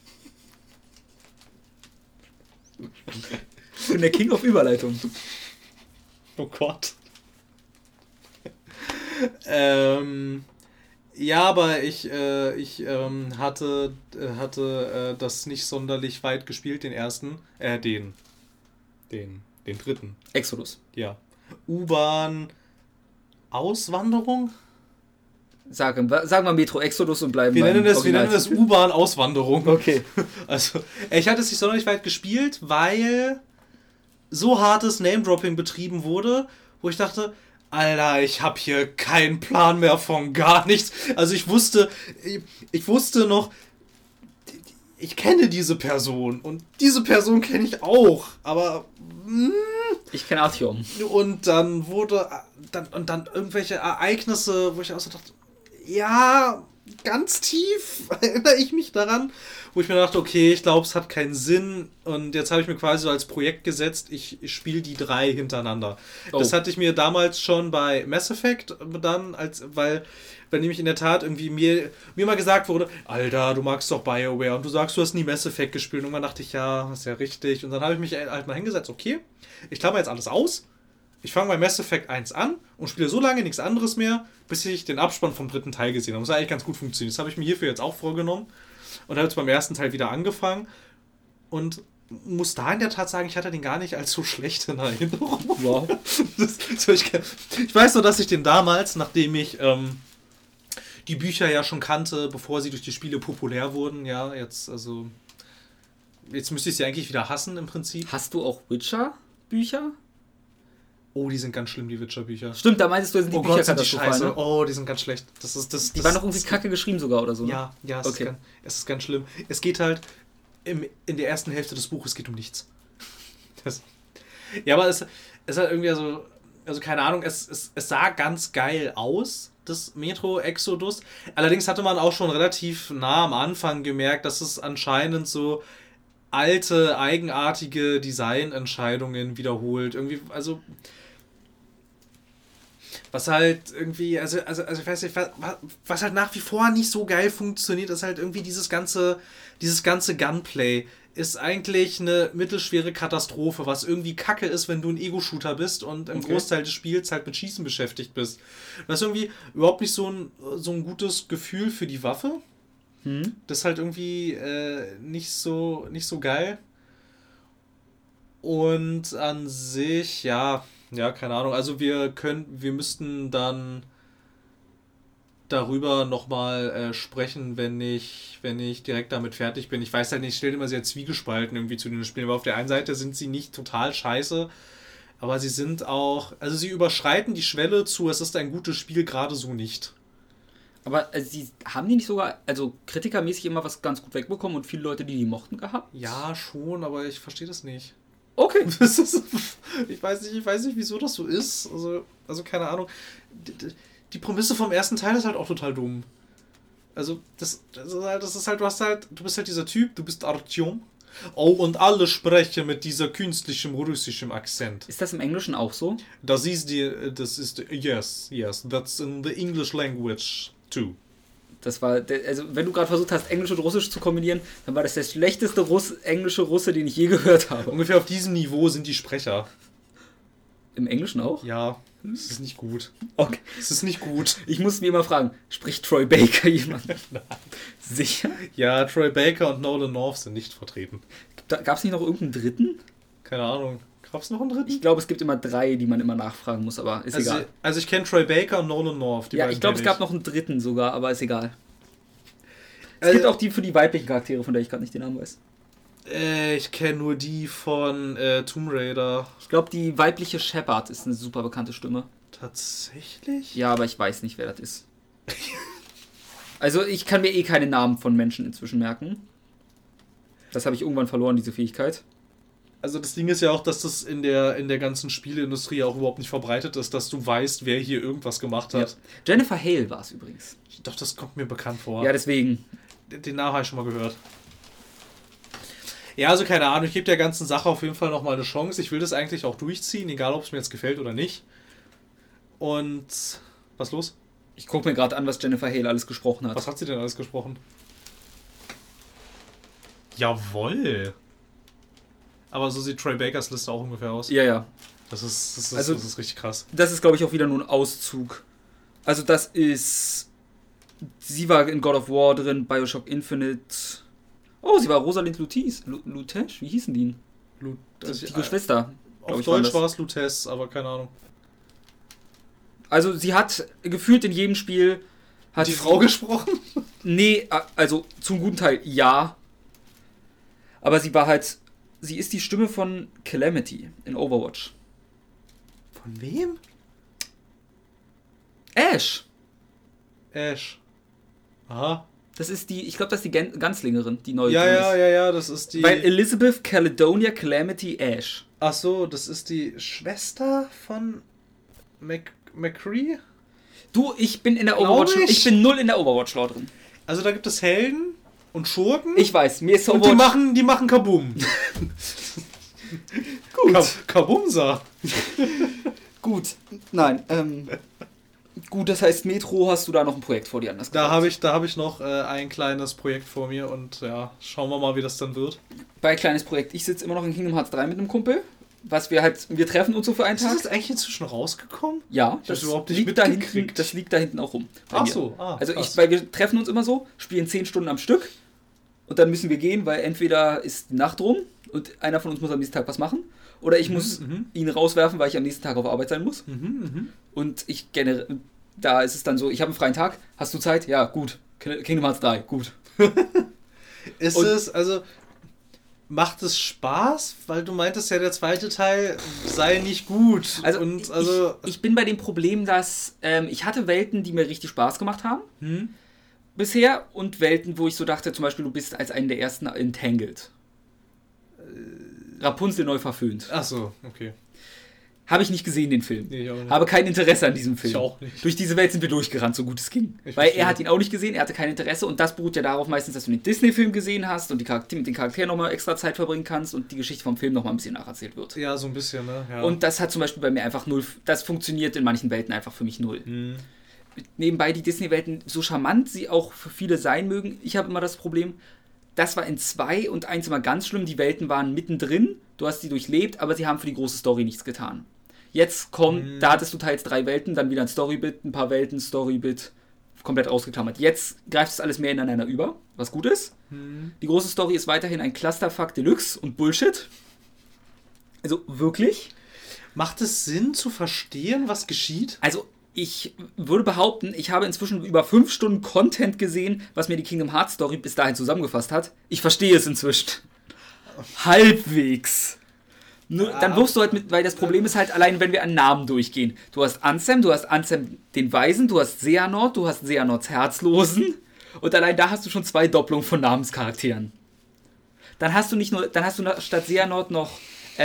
Ich bin der King of Überleitung. Oh Gott. Ja, aber ich hatte das nicht sonderlich weit gespielt, den ersten. Den dritten. Exodus. Ja. U-Bahn Auswanderung? Sagen wir Metro Exodus und bleiben wir nennen das U-Bahn Auswanderung. Okay. Also, ich hatte es nicht sonderlich weit gespielt, weil so hartes Name-Dropping betrieben wurde, wo ich dachte, Alter, ich habe hier keinen Plan mehr von gar nichts. Also ich wusste noch, ich kenne diese Person und diese Person kenne ich auch, aber ich kenne Artyom. Und dann dann irgendwelche Ereignisse, wo ich auch so dachte, ja, ganz tief erinnere ich mich daran, wo ich mir dachte, okay, ich glaube, es hat keinen Sinn und jetzt habe ich mir quasi so als Projekt gesetzt, ich spiele die 3 hintereinander. Oh. Das hatte ich mir damals schon bei Mass Effect dann, weil nämlich in der Tat irgendwie mir mal gesagt wurde, Alter, du magst doch BioWare und du sagst, du hast nie Mass Effect gespielt und dann dachte ich, ja, das ist ja richtig und dann habe ich mich halt mal hingesetzt, okay, ich klammer jetzt alles aus. Ich fange bei Mass Effect 1 an und spiele so lange nichts anderes mehr, bis ich den Abspann vom 3. Teil gesehen habe. Das hat eigentlich ganz gut funktioniert. Das habe ich mir hierfür jetzt auch vorgenommen und habe jetzt beim ersten Teil wieder angefangen und muss da in der Tat sagen, ich hatte den gar nicht als so schlecht in Erinnerung. Wow. Ich weiß nur, dass ich den damals, nachdem ich die Bücher ja schon kannte, bevor sie durch die Spiele populär wurden, ja, jetzt müsste ich sie eigentlich wieder hassen im Prinzip. Hast du auch Witcher-Bücher? Oh, die sind ganz schlimm, die Witcher-Bücher. Stimmt, da meintest du, sind die Bücher katastrophal, ne? Oh, die sind ganz schlecht. Die waren doch irgendwie kacke geschrieben sogar oder so, ne? Ja, es ist ganz schlimm. Es geht halt in der ersten Hälfte des Buches geht um nichts. Ja, aber es ist halt irgendwie also keine Ahnung, es sah ganz geil aus, das Metro Exodus. Allerdings hatte man auch schon relativ nah am Anfang gemerkt, dass es anscheinend so alte, eigenartige Designentscheidungen wiederholt. Irgendwie, also was halt irgendwie, also ich weiß nicht, was halt nach wie vor nicht so geil funktioniert, ist halt irgendwie dieses ganze Gunplay ist eigentlich eine mittelschwere Katastrophe, was irgendwie kacke ist, wenn du ein Ego-Shooter bist und im Großteil des Spiels halt mit Schießen beschäftigt bist. Du hast irgendwie überhaupt nicht so ein gutes Gefühl für die Waffe. Das ist halt irgendwie nicht so geil. Und an sich, ja, keine Ahnung. Also wir müssten dann darüber nochmal sprechen, wenn ich direkt damit fertig bin. Ich weiß halt nicht, ich stelle immer sehr zwiegespalten irgendwie zu den Spielen, aber auf der einen Seite sind sie nicht total scheiße, aber sie sind auch, also sie überschreiten die Schwelle zu, es ist ein gutes Spiel, gerade so nicht. Aber haben die nicht sogar, also kritikermäßig immer was ganz gut wegbekommen und viele Leute, die mochten, gehabt? Ja, schon, aber ich verstehe das nicht. Okay. Ich weiß nicht, wieso das so ist. Also keine Ahnung. Die Prämisse vom ersten Teil ist halt auch total dumm. Also, das ist halt, du bist halt dieser Typ, du bist Artyom. Oh, und alle sprechen mit dieser künstlichen russischen Akzent. Ist das im Englischen auch so? Yes, that's in the English language too. Das war, also wenn du gerade versucht hast, Englisch und Russisch zu kombinieren, dann war das der schlechteste englische Russe, den ich je gehört habe. Ungefähr auf diesem Niveau sind die Sprecher. Im Englischen auch? Ja, es ist nicht gut. Okay. Es ist nicht gut. Ich muss mir immer fragen, spricht Troy Baker jemand? Nein. Sicher? Ja, Troy Baker und Nolan North sind nicht vertreten. Gab es nicht noch irgendeinen dritten? Keine Ahnung. Gab es noch einen dritten? Ich glaube, es gibt immer 3, die man immer nachfragen muss, aber ist egal. Also ich kenne Troy Baker und Nolan North. Ja, ich glaube, es gab noch einen dritten sogar, aber ist egal. Es gibt auch die für die weiblichen Charaktere, von der ich gerade nicht den Namen weiß. Ich kenne nur die von Tomb Raider. Ich glaube, die weibliche Shepard ist eine super bekannte Stimme. Tatsächlich? Ja, aber ich weiß nicht, wer das ist. Also ich kann mir keine Namen von Menschen inzwischen merken. Das habe ich irgendwann verloren, diese Fähigkeit. Also das Ding ist ja auch, dass das in der ganzen Spieleindustrie auch überhaupt nicht verbreitet ist, dass du weißt, wer hier irgendwas gemacht hat. Ja. Jennifer Hale war es übrigens. Doch, das kommt mir bekannt vor. Ja, deswegen. Den Namen habe ich schon mal gehört. Ja, also keine Ahnung, ich gebe der ganzen Sache auf jeden Fall nochmal eine Chance. Ich will das eigentlich auch durchziehen, egal ob es mir jetzt gefällt oder nicht. Und was los? Ich gucke mir gerade an, was Jennifer Hale alles gesprochen hat. Was hat sie denn alles gesprochen? Jawoll. Aber so sieht Troy Bakers Liste auch ungefähr aus. Ja, ja. Das ist richtig krass. Das ist, glaube ich, auch wieder nur ein Auszug. Also das ist... Sie war in God of War drin, Bioshock Infinite... Oh, sie war Rosalind Lutesh? Wie hießen die? Die Geschwister. Auf Deutsch war es Lutes, aber keine Ahnung. Also sie hat gefühlt in jedem Spiel... Hat die Frau gesprochen? Nee, also zum guten Teil ja. Aber sie war halt... Sie ist die Stimme von Calamity in Overwatch. Von wem? Ash. Aha. Das ist die, ich glaube, das ist die Ganzlingerin, die neue. Ja, das ist die... Weil Elizabeth Caledonia Calamity Ash. Ach so, das ist die Schwester von McCree? Du, ich bin in der Overwatch... Ich bin null in der Overwatch-Lore drin. Also da gibt es Helden und Schurken. Ich weiß, mir ist Overwatch... Und die machen Kaboom. Gut. Kabumsa. Gut, nein, gut, das heißt, Metro, hast du da noch ein Projekt vor dir anders Da habe ich noch ein kleines Projekt vor mir und ja, schauen wir mal, wie das dann wird. Bei kleines Projekt, ich sitze immer noch in Kingdom Hearts 3 mit einem Kumpel, wir treffen uns so für einen Tag. Ist das eigentlich inzwischen rausgekommen? Ja, das liegt da hinten auch rum. Ach so, also weil wir treffen uns immer so, spielen 10 Stunden am Stück und dann müssen wir gehen, weil entweder ist die Nacht rum und einer von uns muss am nächsten Tag was machen. Oder ich muss ihn rauswerfen, weil ich am nächsten Tag auf Arbeit sein muss. Und da ist es dann so, ich habe einen freien Tag, hast du Zeit? Ja, gut. Kingdom Hearts 3, gut. Macht es Spaß? Weil du meintest ja, der zweite Teil sei nicht gut. Ich bin bei dem Problem, dass ich hatte Welten, die mir richtig Spaß gemacht haben. Bisher. Und Welten, wo ich so dachte, zum Beispiel, du bist als einen der ersten Entangled. Rapunzel neu verföhnt. Ach so, okay. Habe ich nicht gesehen, den Film. Nee, ich auch nicht. Habe kein Interesse an diesem Film. Ich auch nicht. Durch diese Welt sind wir durchgerannt, so gut es ging. Weil er hat ihn auch nicht gesehen, er hatte kein Interesse und das beruht ja darauf meistens, dass du den Disney-Film gesehen hast und mit den Charakteren nochmal extra Zeit verbringen kannst und die Geschichte vom Film nochmal ein bisschen nacherzählt wird. Ja, so ein bisschen, ne? Ja. Und das hat zum Beispiel bei mir einfach null, das funktioniert in manchen Welten einfach für mich null. Nebenbei die Disney-Welten, so charmant sie auch für viele sein mögen, ich habe immer das Problem, das war in 2 und 1 immer ganz schlimm. Die Welten waren mittendrin, du hast die durchlebt, aber sie haben für die große Story nichts getan. Jetzt da hattest du teils 3 Welten, dann wieder ein Storybit, ein paar Welten, Storybit, komplett ausgeklammert. Jetzt greift es alles mehr ineinander über, was gut ist. Die große Story ist weiterhin ein Clusterfuck Deluxe und Bullshit. Also wirklich. Macht es Sinn zu verstehen, was geschieht? Also ich würde behaupten, ich habe inzwischen über 5 Stunden Content gesehen, was mir die Kingdom Hearts Story bis dahin zusammengefasst hat. Ich verstehe es inzwischen. Halbwegs. Nur, dann wirfst du halt mit, weil das Problem ist halt allein, wenn wir an Namen durchgehen. Du hast Ansem den Weisen, du hast Xehanort, du hast Xehanorts Herzlosen und allein da hast du schon 2 Doppelungen von Namenscharakteren. Dann hast du statt Xehanort noch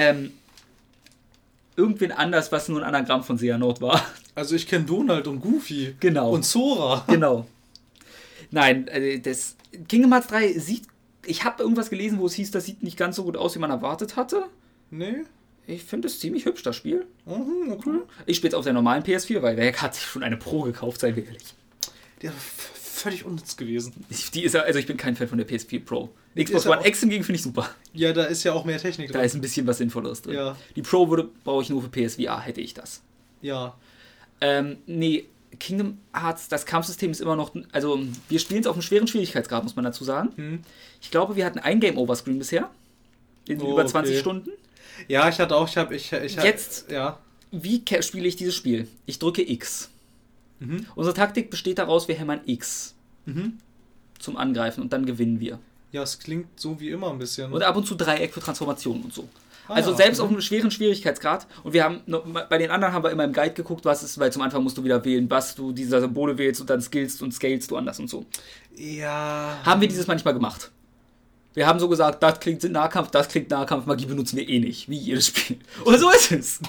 irgendwen anders, was nur ein Anagramm von Xehanort war. Also ich kenne Donald und Goofy. Genau. Und Sora. Genau. Nein, das Kingdom Hearts 3 ich habe irgendwas gelesen, wo es hieß, das sieht nicht ganz so gut aus, wie man erwartet hatte. Nee. Ich finde es ziemlich hübsch, das Spiel. Okay. Ich spiele es auf der normalen PS4, weil wer hat sich schon eine Pro gekauft, seien wir ehrlich. Die ist völlig unnütz gewesen. Ich bin kein Fan von der PS4 Pro. Xbox One X hingegen finde ich super. Ja, da ist ja auch mehr Technik drin. Da ist ein bisschen was Sinnvolleres drin. Ja. Die Pro brauche ich nur für PSVR, hätte ich das. Ja. Nee, Kingdom Hearts, das Kampfsystem ist immer noch, also wir spielen es auf einem schweren Schwierigkeitsgrad, muss man dazu sagen. Ich glaube, wir hatten ein Game-Over-Screen bisher. In über 20 Stunden. Ja, ich hatte auch, Jetzt, ja. Wie spiele ich dieses Spiel? Ich drücke X. Unsere Taktik besteht daraus, wir hämmern X zum Angreifen und dann gewinnen wir. Ja, es klingt so wie immer ein bisschen. Und ab und zu Dreieck für Transformationen und so. Also selbst auf einem schweren Schwierigkeitsgrad. Und wir haben bei den anderen haben wir immer im Guide geguckt, was ist, weil zum Anfang musst du wieder wählen, was du diese Symbole wählst und dann skillst und scalest du anders und so. Ja. Haben wir dieses manchmal gemacht. Wir haben so gesagt, das klingt Nahkampf, Magie benutzen wir eh nicht, wie jedes Spiel. Und so ist es.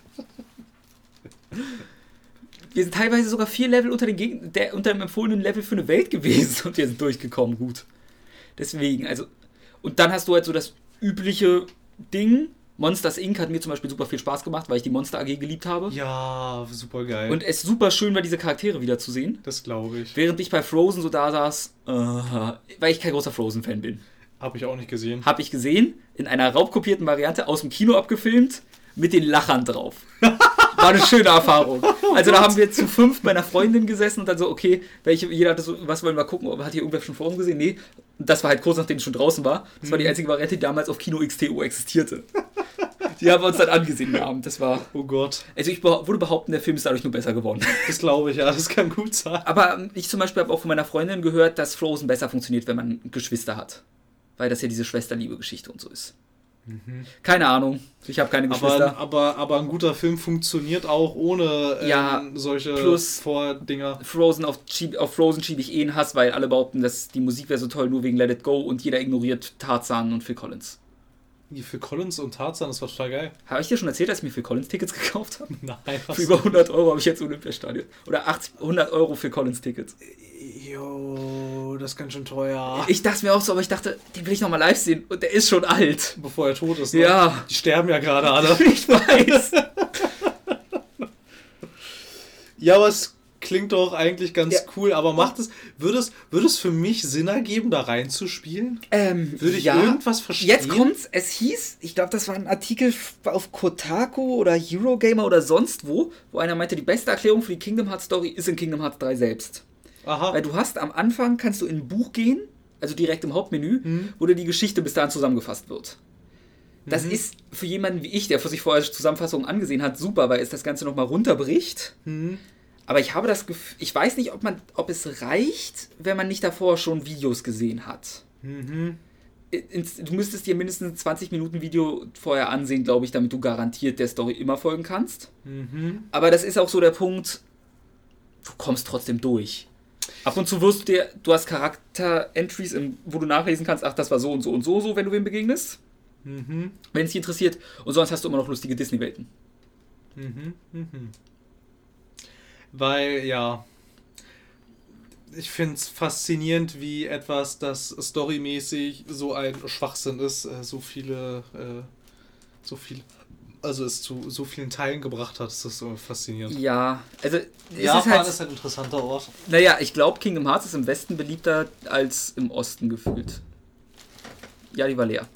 Wir sind teilweise sogar 4 Level unter dem empfohlenen Level für eine Welt gewesen und wir sind durchgekommen, gut. Deswegen, also, und dann hast du halt so das übliche Ding. Monsters Inc. hat mir zum Beispiel super viel Spaß gemacht, weil ich die Monster AG geliebt habe. Ja, super geil. Und es super schön war, diese Charaktere wiederzusehen. Das glaube ich. Während ich bei Frozen so da saß, weil ich kein großer Frozen-Fan bin. Habe ich auch nicht gesehen. Habe ich gesehen, in einer raubkopierten Variante aus dem Kino abgefilmt, mit den Lachern drauf. War eine schöne Erfahrung. Also da haben wir zu 5 bei einer Freundin gesessen und dann so, okay, jeder hatte so, was wollen wir gucken, hat hier irgendwer schon Frozen gesehen? Nee. Und das war halt kurz nachdem es schon draußen war. Das war die einzige Variante, die damals auf Kino XTO existierte. Die haben wir uns dann angesehen am Abend. Das war... Oh Gott. Also ich würde behaupten, der Film ist dadurch nur besser geworden. Das glaube ich, ja. Das kann gut sein. Aber ich zum Beispiel habe auch von meiner Freundin gehört, dass Frozen besser funktioniert, wenn man Geschwister hat. Weil das ja diese Schwesterliebe-Geschichte und so ist. Mhm. Keine Ahnung. Ich habe keine Geschwister. Aber ein guter Film funktioniert auch ohne solche Vordinger. Auf Frozen schiebe ich einen Hass, weil alle behaupten, dass die Musik wäre so toll, nur wegen Let It Go und jeder ignoriert Tarzan und Phil Collins. Phil Collins und Tarzan, das war total geil. Habe ich dir schon erzählt, dass ich mir Phil Collins Tickets gekauft habe? Nein. Für über 100 € habe ich jetzt Olympiastadion. Oder 100 € Phil Collins Tickets. Jo, das ist ganz schön teuer. Ich dachte mir auch so, aber ich dachte, den will ich nochmal live sehen. Und der ist schon alt. Bevor er tot ist, ne? Ja. Die sterben ja gerade alle. Ich weiß. Ja, aber es klingt doch eigentlich ganz cool, aber würde es für mich Sinn ergeben, da reinzuspielen? Würde ich irgendwas verstehen? Jetzt kommt's, es hieß, ich glaube, das war ein Artikel auf Kotaku oder Eurogamer oder sonst wo einer meinte, die beste Erklärung für die Kingdom Hearts Story ist in Kingdom Hearts 3 selbst. Aha. Weil du hast am Anfang, kannst du in ein Buch gehen, also direkt im Hauptmenü, wo dir die Geschichte bis dahin zusammengefasst wird. Das ist für jemanden wie ich, der für sich vorher Zusammenfassungen angesehen hat, super, weil es das Ganze nochmal runterbricht. Aber ich habe das Gefühl, ich weiß nicht, ob es reicht, wenn man nicht davor schon Videos gesehen hat. Du müsstest dir mindestens ein 20 Minuten Video vorher ansehen, glaube ich, damit du garantiert der Story immer folgen kannst. Aber das ist auch so der Punkt, du kommst trotzdem durch. Ab und zu du hast Charakter-Entries, wo du nachlesen kannst, ach, das war so und so und so, wenn du wem begegnest. Wenn es dich interessiert. Und sonst hast du immer noch lustige Disney-Welten. Weil, ja, ich finde es faszinierend, wie etwas, das storymäßig so ein Schwachsinn ist, es zu so vielen Teilen gebracht hat. Das ist so faszinierend. Ja, also Japan ist ein interessanter Ort. Naja, ich glaube, Kingdom Hearts ist im Westen beliebter als im Osten gefühlt. Ja, die war leer.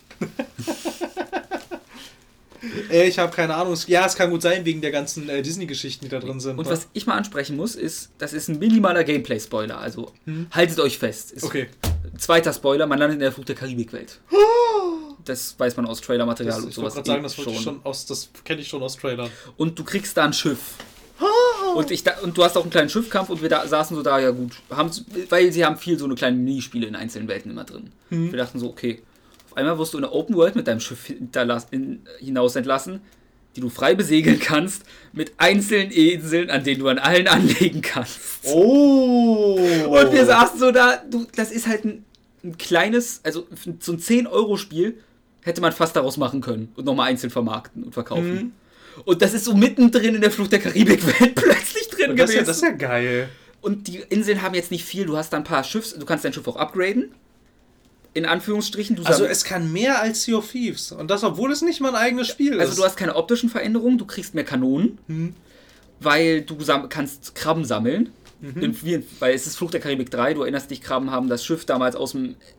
Ich habe keine Ahnung. Ja, es kann gut sein, wegen der ganzen Disney-Geschichten, die da drin sind. Und was ich mal ansprechen muss, ist, das ist ein minimaler Gameplay-Spoiler. Also haltet euch fest. Okay. Zweiter Spoiler, man landet in der Fluch der Karibik-Welt. Das weiß man aus Trailermaterial und sowas. Ich wollte gerade sagen, das kenne ich schon aus Trailern. Und du kriegst da ein Schiff. Und du hast auch einen kleinen Schiffkampf und wir saßen so da, ja gut. Weil sie haben viel so eine kleine Minispiele in einzelnen Welten immer drin. Wir dachten so, okay. Auf einmal wirst du in der Open World mit deinem Schiff hinaus entlassen, die du frei besegeln kannst, mit einzelnen Inseln, an denen du an allen anlegen kannst. Oh! Und wir saßen so da, das ist halt ein kleines, also so ein 10-Euro-Spiel hätte man fast daraus machen können und nochmal einzeln vermarkten und verkaufen. Und das ist so mittendrin in der Flucht der Karibik-Welt plötzlich drin gewesen. Das ist ja geil. Und die Inseln haben jetzt nicht viel, du hast da ein paar du kannst dein Schiff auch upgraden. In Anführungsstrichen. Also es kann mehr als Sea of Thieves. Und das, obwohl es nicht mal ein eigenes Spiel ist. Also du hast keine optischen Veränderungen, du kriegst mehr Kanonen, weil du kannst Krabben sammeln. Weil es ist Fluch der Karibik 3, du erinnerst dich, Krabben haben das Schiff damals aus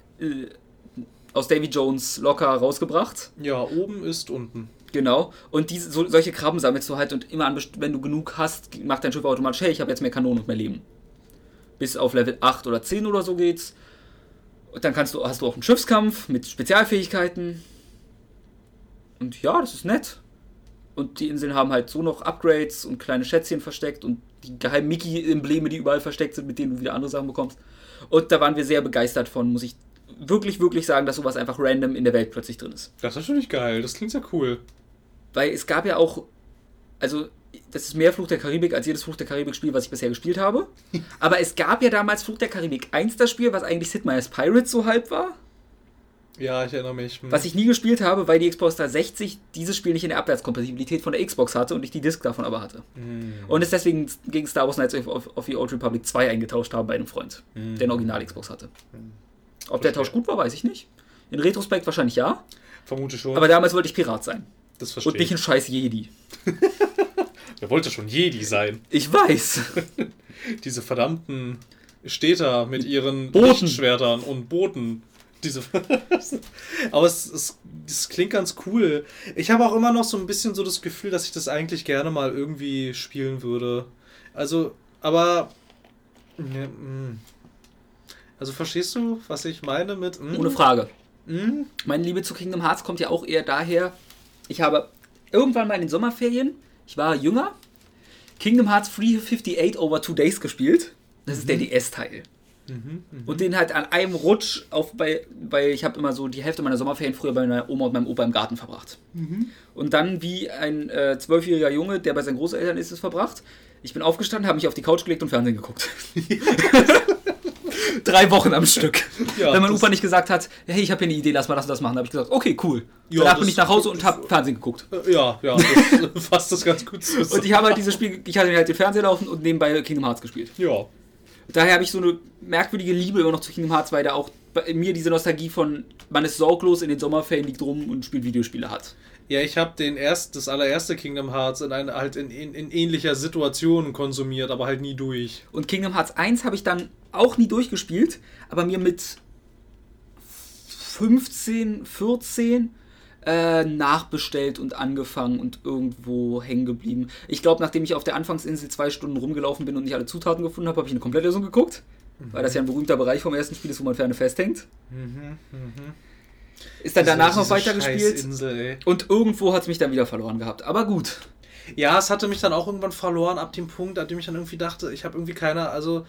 Davy Jones locker rausgebracht. Ja, oben ist unten. Genau. Und solche Krabben sammelst du halt und immer wenn du genug hast, macht dein Schiff automatisch, hey, ich habe jetzt mehr Kanonen und mehr Leben. Bis auf Level 8 oder 10 oder so geht's. Und dann hast du auch einen Schiffskampf mit Spezialfähigkeiten. Und ja, das ist nett. Und die Inseln haben halt so noch Upgrades und kleine Schätzchen versteckt und die geheimen Mickey-Embleme, die überall versteckt sind, mit denen du wieder andere Sachen bekommst. Und da waren wir sehr begeistert von, muss ich wirklich, wirklich sagen, dass sowas einfach random in der Welt plötzlich drin ist. Das ist natürlich geil, das klingt sehr cool. Weil es gab ja auch, also das ist mehr Fluch der Karibik als jedes Fluch der Karibik-Spiel, was ich bisher gespielt habe. Aber es gab ja damals Fluch der Karibik 1, das Spiel, was eigentlich Sid Meier's Pirates so halb war. Ja, ich erinnere mich. Was ich nie gespielt habe, weil die Xbox 360 dieses Spiel nicht in der Abwärtskompatibilität von der Xbox hatte und ich die Disc davon aber hatte. Und es deswegen gegen Star Wars Knights of the Old Republic 2 eingetauscht habe bei einem Freund, der eine Original-Xbox hatte. Ob der Tausch gut war, weiß ich nicht. In Retrospekt wahrscheinlich ja. Vermute schon. Aber damals wollte ich Pirat sein. Das verstehe ich. Und nicht ein scheiß Jedi. Wer wollte schon Jedi sein? Ich weiß. Diese verdammten Städter mit ihren Booten. Lichtschwertern und Booten. Aber es klingt ganz cool. Ich habe auch immer noch so ein bisschen so das Gefühl, dass ich das eigentlich gerne mal irgendwie spielen würde. Also, aber... Also verstehst du, was ich meine mit... Ohne Frage. Meine Liebe zu Kingdom Hearts kommt ja auch eher daher, ich habe irgendwann mal in den Sommerferien, ich war jünger, Kingdom Hearts 358 over 2 Days gespielt. Das ist der DS-Teil. Und den halt an einem Rutsch weil ich habe immer so die Hälfte meiner Sommerferien früher bei meiner Oma und meinem Opa im Garten verbracht. Und dann wie ein 12-jähriger Junge, der bei seinen Großeltern ist, es verbracht. Ich bin aufgestanden, habe mich auf die Couch gelegt und Fernsehen geguckt. 3 Wochen am Stück. Ja, wenn mein Opa nicht gesagt hat, hey, ich habe hier eine Idee, lass mal das und das machen, habe ich gesagt, okay, cool. Ja, danach bin ich nach Hause und habe Fernsehen geguckt. Ja, das fasst das ganz gut zusammen. Und ich habe halt dieses Spiel, ich hatte halt den Fernseher laufen und nebenbei Kingdom Hearts gespielt. Ja. Daher habe ich so eine merkwürdige Liebe immer noch zu Kingdom Hearts, weil da auch bei mir diese Nostalgie von, man ist sorglos in den Sommerferien, liegt rum und spielt Videospiele hat. Ja, ich habe das allererste Kingdom Hearts in ähnlicher Situation konsumiert, aber halt nie durch. Und Kingdom Hearts 1 habe ich dann auch nie durchgespielt, aber mir mit 15, 14 nachbestellt und angefangen und irgendwo hängen geblieben. Ich glaube, nachdem ich auf der Anfangsinsel 2 Stunden rumgelaufen bin und nicht alle Zutaten gefunden habe, habe ich eine Komplettlösung geguckt, weil das ja ein berühmter Bereich vom ersten Spiel ist, wo man Ferne festhängt. Ist dann danach noch weitergespielt und irgendwo hat es mich dann wieder verloren gehabt. Aber gut. Ja, es hatte mich dann auch irgendwann verloren ab dem Punkt, an dem ich dann irgendwie dachte, ich habe irgendwie keine, also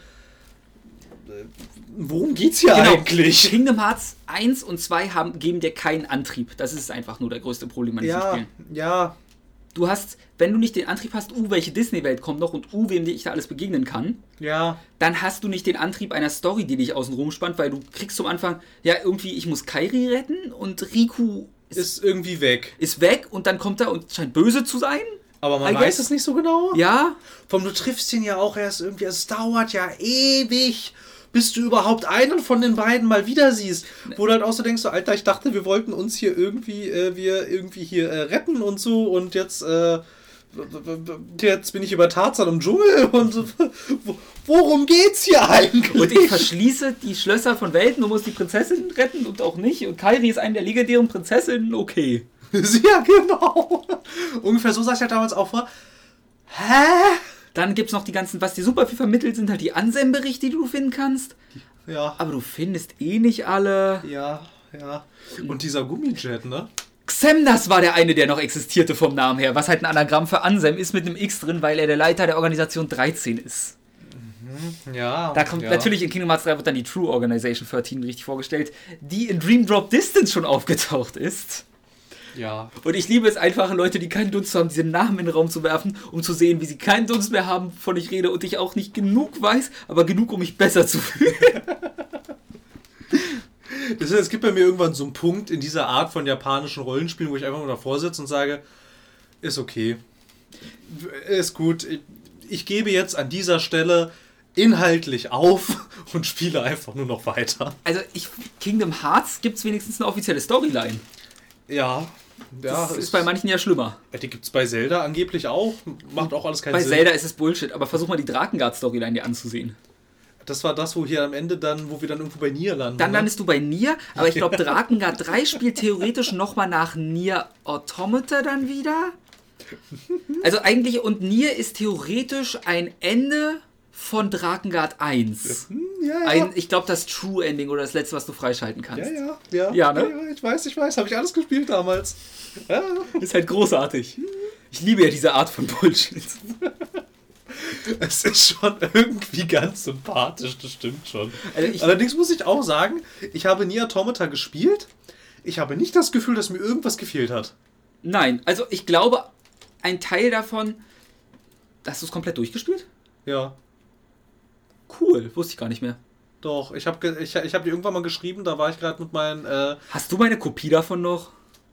worum geht's hier eigentlich? Kingdom Hearts 1 und 2 geben dir keinen Antrieb. Das ist einfach nur der größte Problem an diesen Spielen. Ja. Du hast, wenn du nicht den Antrieb hast, welche Disney-Welt kommt noch und wem ich da alles begegnen kann, dann hast du nicht den Antrieb einer Story, die dich außen rumspannt, weil du kriegst zum Anfang, ja, irgendwie, ich muss Kairi retten und Riku ist irgendwie weg. Ist weg und dann kommt er und scheint böse zu sein. Aber man weiß es nicht so genau. Ja. Du triffst ihn ja auch erst irgendwie, es dauert ja ewig, bis du überhaupt einen von den beiden mal wieder siehst. Wo du halt auch so denkst, so, Alter, ich dachte, wir wollten uns hier irgendwie, retten und so und jetzt bin ich über Tarzan im Dschungel und worum geht's hier eigentlich? Und ich verschließe die Schlösser von Welten und muss die Prinzessin retten und auch nicht. Und Kairi ist eine der legendären Prinzessinnen, okay. Ja, genau. Ungefähr so sah ich halt damals auch vor. Hä? Dann gibt's noch die ganzen, was dir super viel vermittelt, sind halt die Ansem-Berichte, die du finden kannst. Ja. Aber du findest eh nicht alle. Ja. Und dieser Gummijet, ne? Xemnas war der eine, der noch existierte vom Namen her, was halt ein Anagramm für Ansem ist mit einem X drin, weil er der Leiter der Organisation 13 ist. Ja. Da kommt natürlich in Kingdom Hearts 3 wird dann die True Organization 13 richtig vorgestellt, die in Dream Drop Distance schon aufgetaucht ist. Ja. Und ich liebe es einfach, Leute, die keinen Dunst haben, diesen Namen in den Raum zu werfen, um zu sehen, wie sie keinen Dunst mehr haben, wovon ich rede und ich auch nicht genug weiß, aber genug, um mich besser zu fühlen. Es gibt bei mir irgendwann so einen Punkt in dieser Art von japanischen Rollenspielen, wo ich einfach nur davor sitze und sage, ist okay. Ist gut. Ich gebe jetzt an dieser Stelle inhaltlich auf und spiele einfach nur noch weiter. Also Kingdom Hearts gibt es wenigstens eine offizielle Storyline. Ja. Das ist bei manchen ja schlimmer. Die gibt es bei Zelda angeblich auch. Macht auch alles keinen Sinn. Bei Zelda ist es Bullshit, aber versuch mal die Drakengard-Storyline dir anzusehen. Das war das, wo wir dann irgendwo bei Nier landen. Dann landest du bei Nier, aber ich glaube, Drakengard 3 spielt theoretisch nochmal nach Nier Automata dann wieder. Also eigentlich, und Nier ist theoretisch ein Ende von Drakengard 1. Ja. Ich glaube, das True Ending oder das letzte, was du freischalten kannst. Ja. Ja, ne? Ja, ich weiß. Habe ich alles gespielt damals. Ja. Ist halt großartig. Ich liebe ja diese Art von Bullshit. Es ist schon irgendwie ganz sympathisch, das stimmt schon. Also Allerdings muss ich auch sagen, ich habe Nier Automata gespielt. Ich habe nicht das Gefühl, dass mir irgendwas gefehlt hat. Nein, also ich glaube, ein Teil davon... Hast du es komplett durchgespielt? Ja. Cool, wusste ich gar nicht mehr. Doch, ich hab dir irgendwann mal geschrieben, da war ich gerade mit meinen... Hast du meine Kopie davon noch?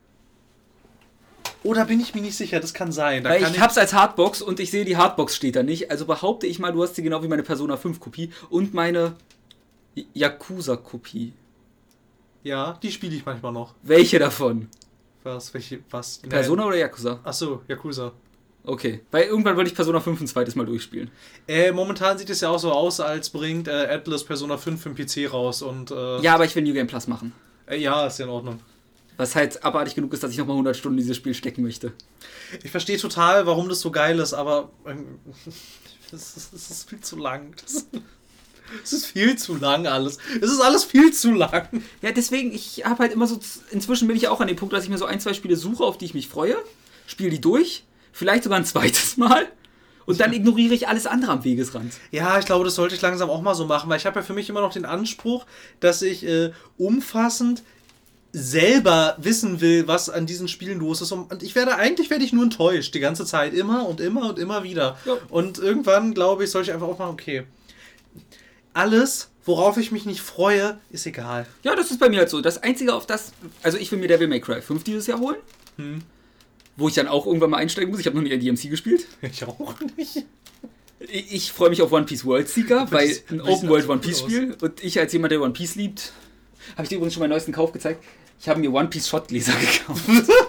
Oder bin ich mir nicht sicher, das kann sein. Weil ich hab's als Hardbox und ich sehe, die Hardbox steht da nicht. Also behaupte ich mal, du hast sie genau wie meine Persona 5 Kopie und meine Yakuza-Kopie. Ja, die spiele ich manchmal noch. Welche davon? Was? Persona oder Yakuza? Achso, Yakuza. Okay, weil irgendwann wollte ich Persona 5 ein zweites Mal durchspielen. Momentan sieht es ja auch so aus, als bringt Atlas Persona 5 für den PC raus und... Ja, aber ich will New Game Plus machen. Ja, ist ja in Ordnung. Was halt abartig genug ist, dass ich nochmal 100 Stunden in dieses Spiel stecken möchte. Ich verstehe total, warum das so geil ist, aber es ist viel zu lang. Es ist viel zu lang alles. Es ist alles viel zu lang. Ja, deswegen, ich habe halt immer so... Inzwischen bin ich auch an dem Punkt, dass ich mir so 1, 2 Spiele suche, auf die ich mich freue, spiele die durch, vielleicht sogar ein zweites Mal und dann ignoriere ich alles andere am Wegesrand. Ja, ich glaube, das sollte ich langsam auch mal so machen, weil ich habe ja für mich immer noch den Anspruch, dass ich umfassend selber wissen will, was an diesen Spielen los ist. Und eigentlich werde ich nur enttäuscht, die ganze Zeit, immer und immer und immer wieder. Ja. Und irgendwann, glaube ich, soll ich einfach auch mal, okay, alles, worauf ich mich nicht freue, ist egal. Ja, das ist bei mir halt so. Das Einzige auf das, also ich will mir Devil May Cry 5 dieses Jahr holen, wo ich dann auch irgendwann mal einsteigen muss. Ich habe noch nie ein DMC gespielt. Ich auch nicht. Ich freue mich auf One Piece World Seeker, weil ein Open World One Piece Spiel und ich als jemand, der One Piece liebt, habe ich dir übrigens schon meinen neuesten Kauf gezeigt. Ich habe mir One Piece Shotgläser gekauft.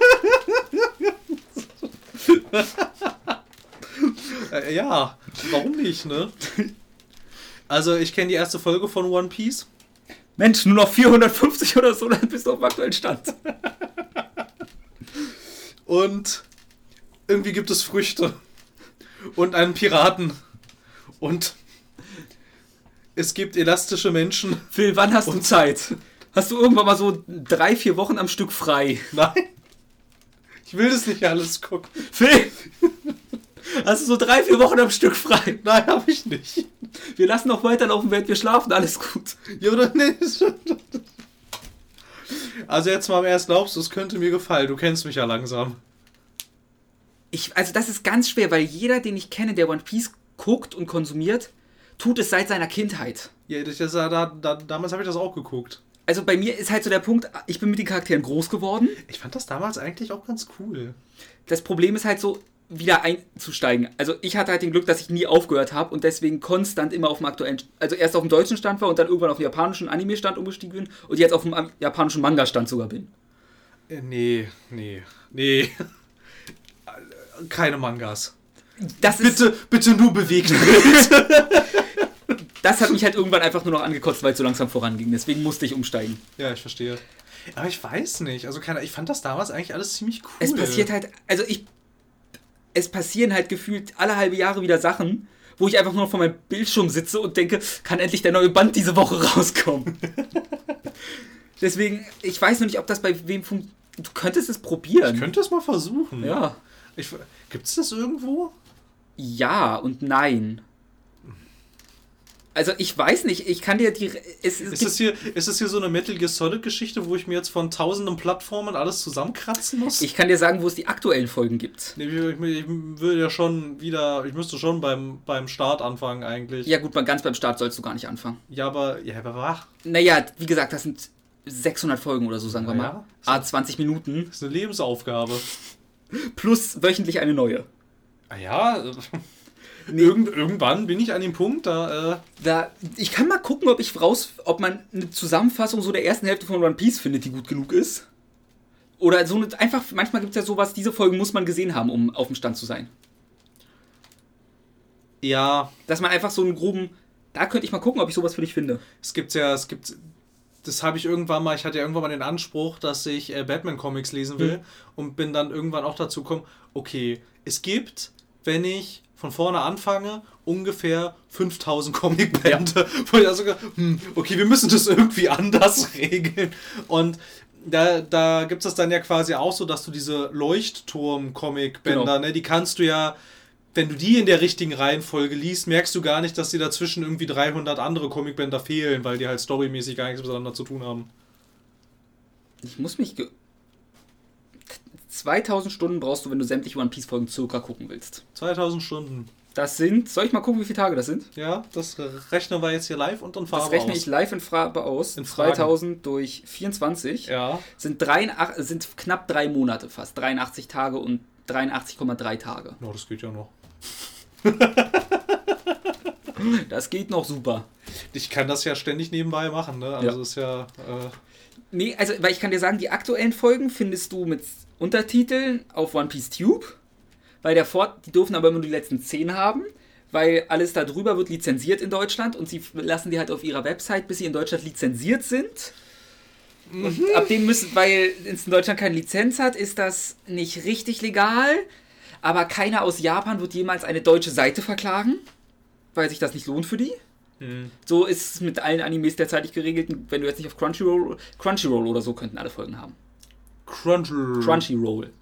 Ja, warum nicht, ne? Also, ich kenne die erste Folge von One Piece. Mensch, nur noch 450 oder so, dann bist du auf dem aktuellen Stand. Und irgendwie gibt es Früchte. Und einen Piraten. Und es gibt elastische Menschen. Phil, wann hast du Zeit? Hast du irgendwann mal so 3-4 Wochen am Stück frei? Nein. Ich will das nicht alles gucken. Phil! Hast du so 3-4 Wochen am Stück frei? Nein, hab ich nicht. Wir lassen noch weiterlaufen, während wir schlafen, alles gut. Ja, oder nicht? Also jetzt mal im Ernst, glaubst du, es könnte mir gefallen? Du kennst mich ja langsam. Also das ist ganz schwer, weil jeder, den ich kenne, der One Piece guckt und konsumiert, tut es seit seiner Kindheit. Ja, damals habe ich das auch geguckt. Also bei mir ist halt so der Punkt, ich bin mit den Charakteren groß geworden. Ich fand das damals eigentlich auch ganz cool. Das Problem ist halt so, wieder einzusteigen. Also ich hatte halt den Glück, dass ich nie aufgehört habe und deswegen konstant immer auf dem aktuellen, also erst auf dem deutschen Stand war und dann irgendwann auf den japanischen Anime-Stand umgestiegen bin und jetzt auf dem japanischen Manga-Stand sogar bin. Nee. Keine Mangas. Das bitte nur Bewegtbild. Das hat mich halt irgendwann einfach nur noch angekotzt, weil es so langsam voranging. Deswegen musste ich umsteigen. Ja, ich verstehe. Aber ich weiß nicht. Also ich fand das damals eigentlich alles ziemlich cool. Es passiert halt, es passieren halt gefühlt alle halbe Jahre wieder Sachen, wo ich einfach nur vor meinem Bildschirm sitze und denke, kann endlich der neue Band diese Woche rauskommen. Deswegen, ich weiß noch nicht, ob das bei wem funktioniert. Du könntest es probieren. Ich könnte es mal versuchen. Ja. Gibt es das irgendwo? Ja und nein. Also ich weiß nicht, ich kann dir Ist das hier so eine Metal Gear Solid Geschichte, wo ich mir jetzt von tausenden Plattformen alles zusammenkratzen muss? Ich kann dir sagen, wo es die aktuellen Folgen gibt. Nee, ich würde ja schon wieder, ich müsste schon beim Start anfangen eigentlich. Ja gut, ganz beim Start sollst du gar nicht anfangen. Ja, aber wach. Naja, wie gesagt, das sind 600 Folgen oder so, sagen wir mal. 20 Minuten. Das ist eine Lebensaufgabe. Plus wöchentlich eine neue. Ah ja, irgendwann bin ich an dem Punkt, ich kann mal gucken, ob man eine Zusammenfassung so der ersten Hälfte von One Piece findet, die gut genug ist. Oder so einfach, manchmal gibt es ja sowas, diese Folgen muss man gesehen haben, um auf dem Stand zu sein. Ja. Dass man einfach so einen groben, da könnte ich mal gucken, ob ich sowas für dich finde. Das habe ich irgendwann mal, ich hatte ja irgendwann mal den Anspruch, dass ich Batman-Comics lesen will und bin dann irgendwann auch dazu gekommen, okay, es gibt, wenn ich von vorne anfange, ungefähr 5000 Comicbände. Ja. Wo ich also, okay, wir müssen das irgendwie anders regeln. Und da gibt es dann ja quasi auch so, dass du diese Leuchtturm-Comicbänder, ne, die kannst du ja, wenn du die in der richtigen Reihenfolge liest, merkst du gar nicht, dass dir dazwischen irgendwie 300 andere Comicbänder fehlen, weil die halt storymäßig gar nichts miteinander zu tun haben. Ich muss mich... 2000 Stunden brauchst du, wenn du sämtliche One Piece Folgen circa gucken willst. 2000 Stunden. Das sind, soll ich mal gucken, wie viele Tage das sind? Ja, das rechnen wir jetzt hier live und in Farbe aus. Das rechne ich live in Farbe aus. In 2000 durch 24 ja. sind knapp 3 Monate fast. 83 Tage und 83,3 Tage. No, das geht ja noch. Das geht noch super. Ich kann das ja ständig nebenbei machen, ne? Also ist ja... Nee, also, weil ich kann dir sagen, die aktuellen Folgen findest du mit Untertiteln auf One Piece Tube. Weil die dürfen aber immer nur die letzten 10 haben, weil alles da drüber wird lizenziert in Deutschland und sie lassen die halt auf ihrer Website, bis sie in Deutschland lizenziert sind. Und ab dem weil es in Deutschland keine Lizenz hat, ist das nicht richtig legal. Aber keiner aus Japan wird jemals eine deutsche Seite verklagen, weil sich das nicht lohnt für die. So ist es mit allen Animes derzeitig geregelt. Wenn du jetzt nicht auf Crunchyroll oder so, könnten alle Folgen haben. Crunchyroll.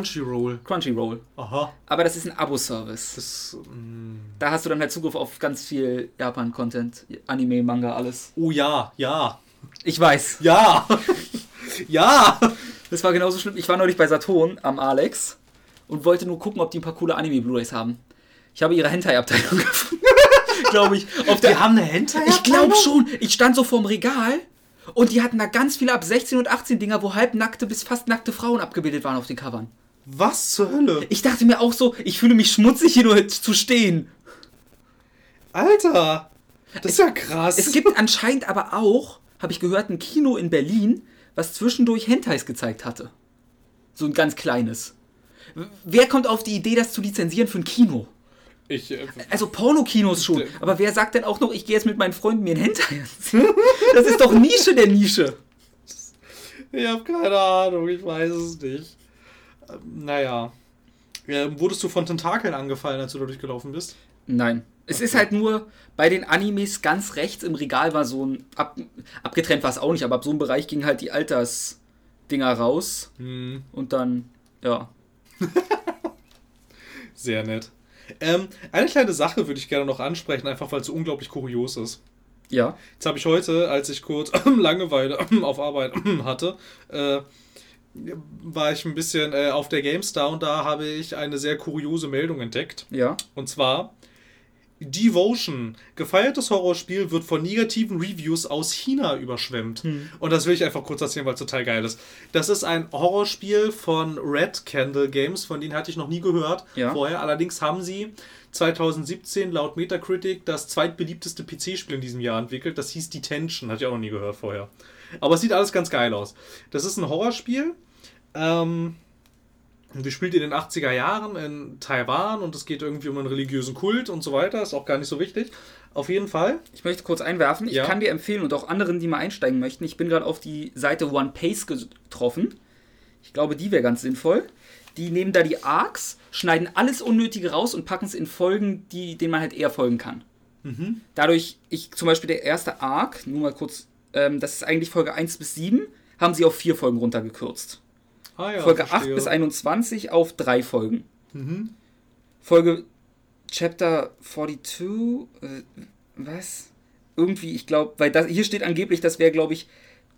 Aha. Aber das ist ein Abo-Service. Da hast du dann halt Zugriff auf ganz viel Japan-Content, Anime, Manga, alles. Oh ja. Ich weiß. Ja. Ja. Das war genauso schlimm. Ich war neulich bei Saturn am Alex und wollte nur gucken, ob die ein paar coole Anime-Blu-rays haben. Ich habe ihre Hentai-Abteilung gefunden. Glaube ich. Die haben eine Hentai-Abteilung? Ich glaube schon. Ich stand so vorm Regal und die hatten da ganz viele ab 16 und 18 Dinger, wo halbnackte bis fast nackte Frauen abgebildet waren auf den Covern. Was zur Hölle? Ich dachte mir auch so, ich fühle mich schmutzig, hier nur zu stehen. Alter, das ist ja krass. Es gibt anscheinend aber auch, habe ich gehört, ein Kino in Berlin, was zwischendurch Hentais gezeigt hatte. So ein ganz kleines. Wer kommt auf die Idee, das zu lizenzieren für ein Kino? Also Pornokinos schon, aber wer sagt denn auch noch, ich gehe jetzt mit meinen Freunden mir ein Hentai anziehen? Das ist doch Nische der Nische. Ich habe keine Ahnung, ich weiß es nicht. Naja. Wurdest du von Tentakeln angefallen, als du da durchgelaufen bist? Nein. Es ist halt nur, bei den Animes ganz rechts im Regal war so ein, abgetrennt war es auch nicht, aber ab so einem Bereich gingen halt die Altersdinger raus. Und dann, ja. Sehr nett. Eine kleine Sache würde ich gerne noch ansprechen, einfach weil es so unglaublich kurios ist. Ja. Jetzt habe ich heute, als ich kurz Langeweile auf Arbeit hatte, war ich ein bisschen auf der GameStar und da habe ich eine sehr kuriose Meldung entdeckt. Ja. Und zwar: Devotion, gefeiertes Horrorspiel, wird von negativen Reviews aus China überschwemmt. Und das will ich einfach kurz erzählen, weil es total geil ist. Das ist ein Horrorspiel von Red Candle Games, von denen hatte ich noch nie gehört vorher. Allerdings haben sie 2017 laut Metacritic das zweitbeliebteste PC-Spiel in diesem Jahr entwickelt. Das hieß Detention, hatte ich auch noch nie gehört vorher. Aber es sieht alles ganz geil aus. Das ist ein Horrorspiel. Gespielt in den 80er Jahren in Taiwan und es geht irgendwie um einen religiösen Kult und so weiter. Ist auch gar nicht so wichtig. Auf jeden Fall. Ich möchte kurz einwerfen. Ich kann dir empfehlen und auch anderen, die mal einsteigen möchten. Ich bin gerade auf die Seite One Piece getroffen. Ich glaube, die wäre ganz sinnvoll. Die nehmen da die Arcs, schneiden alles Unnötige raus und packen es in Folgen, denen man halt eher folgen kann. Dadurch, zum Beispiel der erste Arc, nur mal kurz, das ist eigentlich Folge 1 bis 7, haben sie auf 4 Folgen runtergekürzt. Folge verstehe. 8 bis 21 auf 3 Folgen. Folge Chapter 42, was? Irgendwie, ich glaube, weil hier steht angeblich, das wäre, glaube ich,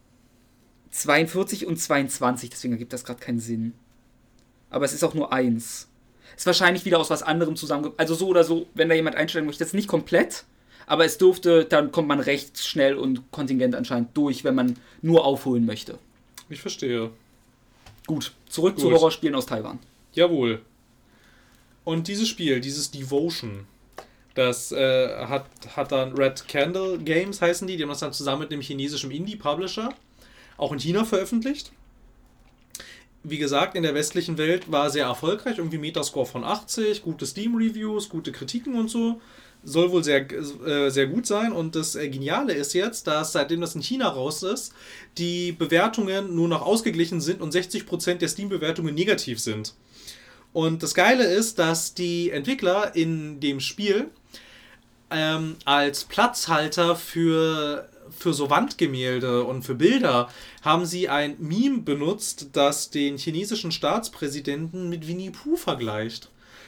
42 und 22, deswegen ergibt das gerade keinen Sinn. Aber es ist auch nur 1. Ist wahrscheinlich wieder aus was anderem also so oder so, wenn da jemand einsteigen möchte, das ist nicht komplett, aber es dürfte, dann kommt man recht schnell und kontingent anscheinend durch, wenn man nur aufholen möchte. Ich verstehe. Gut, zurück zu Horrorspielen aus Taiwan. Jawohl. Und dieses Spiel, dieses Devotion, das hat dann Red Candle Games heißen die haben das dann zusammen mit einem chinesischen Indie-Publisher auch in China veröffentlicht. Wie gesagt, in der westlichen Welt war sehr erfolgreich, irgendwie Metascore von 80, gute Steam-Reviews, gute Kritiken und so. Soll wohl sehr, sehr gut sein und das Geniale ist jetzt, dass seitdem das in China raus ist, die Bewertungen nur noch ausgeglichen sind und 60% der Steam-Bewertungen negativ sind. Und das Geile ist, dass die Entwickler in dem Spiel als Platzhalter für so Wandgemälde und für Bilder haben sie ein Meme benutzt, das den chinesischen Staatspräsidenten mit Winnie Pooh vergleicht.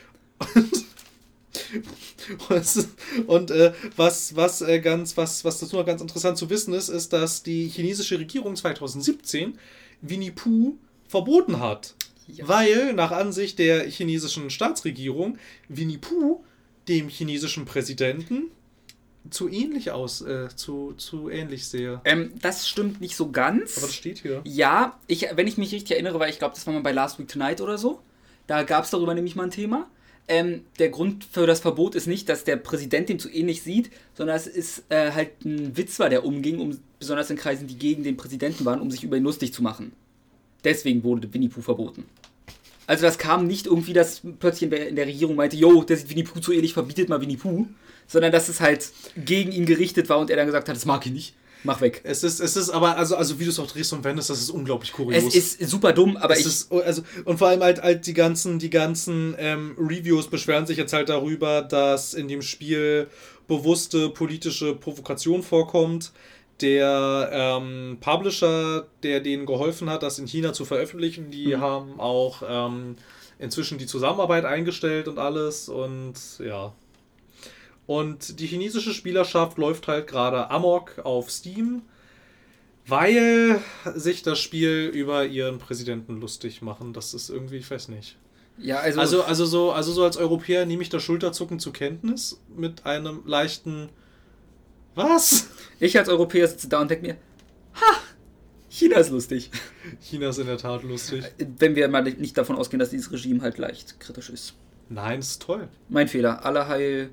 Und was dazu noch ganz interessant zu wissen ist, dass die chinesische Regierung 2017 Winnie Pooh verboten hat. Ja. Weil nach Ansicht der chinesischen Staatsregierung Winnie Pooh dem chinesischen Präsidenten zu ähnlich zu ähnlich sehe. Das stimmt nicht so ganz. Aber das steht hier. Ja, wenn ich mich richtig erinnere, weil ich glaube, das war mal bei Last Week Tonight oder so, da gab es darüber nämlich mal ein Thema. Der Grund für das Verbot ist nicht, dass der Präsident dem zu ähnlich sieht, sondern es ist halt ein Witz war, der umging, besonders in Kreisen, die gegen den Präsidenten waren, um sich über ihn lustig zu machen. Deswegen wurde Winnie Pooh verboten. Also das kam nicht irgendwie, dass plötzlich in der Regierung meinte, jo, der sieht Winnie Pooh zu ähnlich, verbietet mal Winnie Pooh, sondern dass es halt gegen ihn gerichtet war und er dann gesagt hat, das mag ich nicht, mach weg. Es ist aber, also wie du es auch drehst und wendest, das ist unglaublich kurios. Es ist super dumm, aber und vor allem halt die ganzen Reviews beschweren sich jetzt halt darüber, dass in dem Spiel bewusste politische Provokation vorkommt. Der Publisher, der denen geholfen hat, das in China zu veröffentlichen, die haben auch inzwischen die Zusammenarbeit eingestellt und alles und ja. Und die chinesische Spielerschaft läuft halt gerade amok auf Steam, weil sich das Spiel über ihren Präsidenten lustig machen. Das ist irgendwie, ich weiß nicht. Ja, also so als Europäer nehme ich das Schulterzucken zur Kenntnis mit einem leichten Was? Ich als Europäer sitze da und denke mir, China ist lustig. China ist in der Tat lustig. Wenn wir mal nicht davon ausgehen, dass dieses Regime halt leicht kritisch ist. Nein, das ist toll. Mein Fehler. Alle Heil.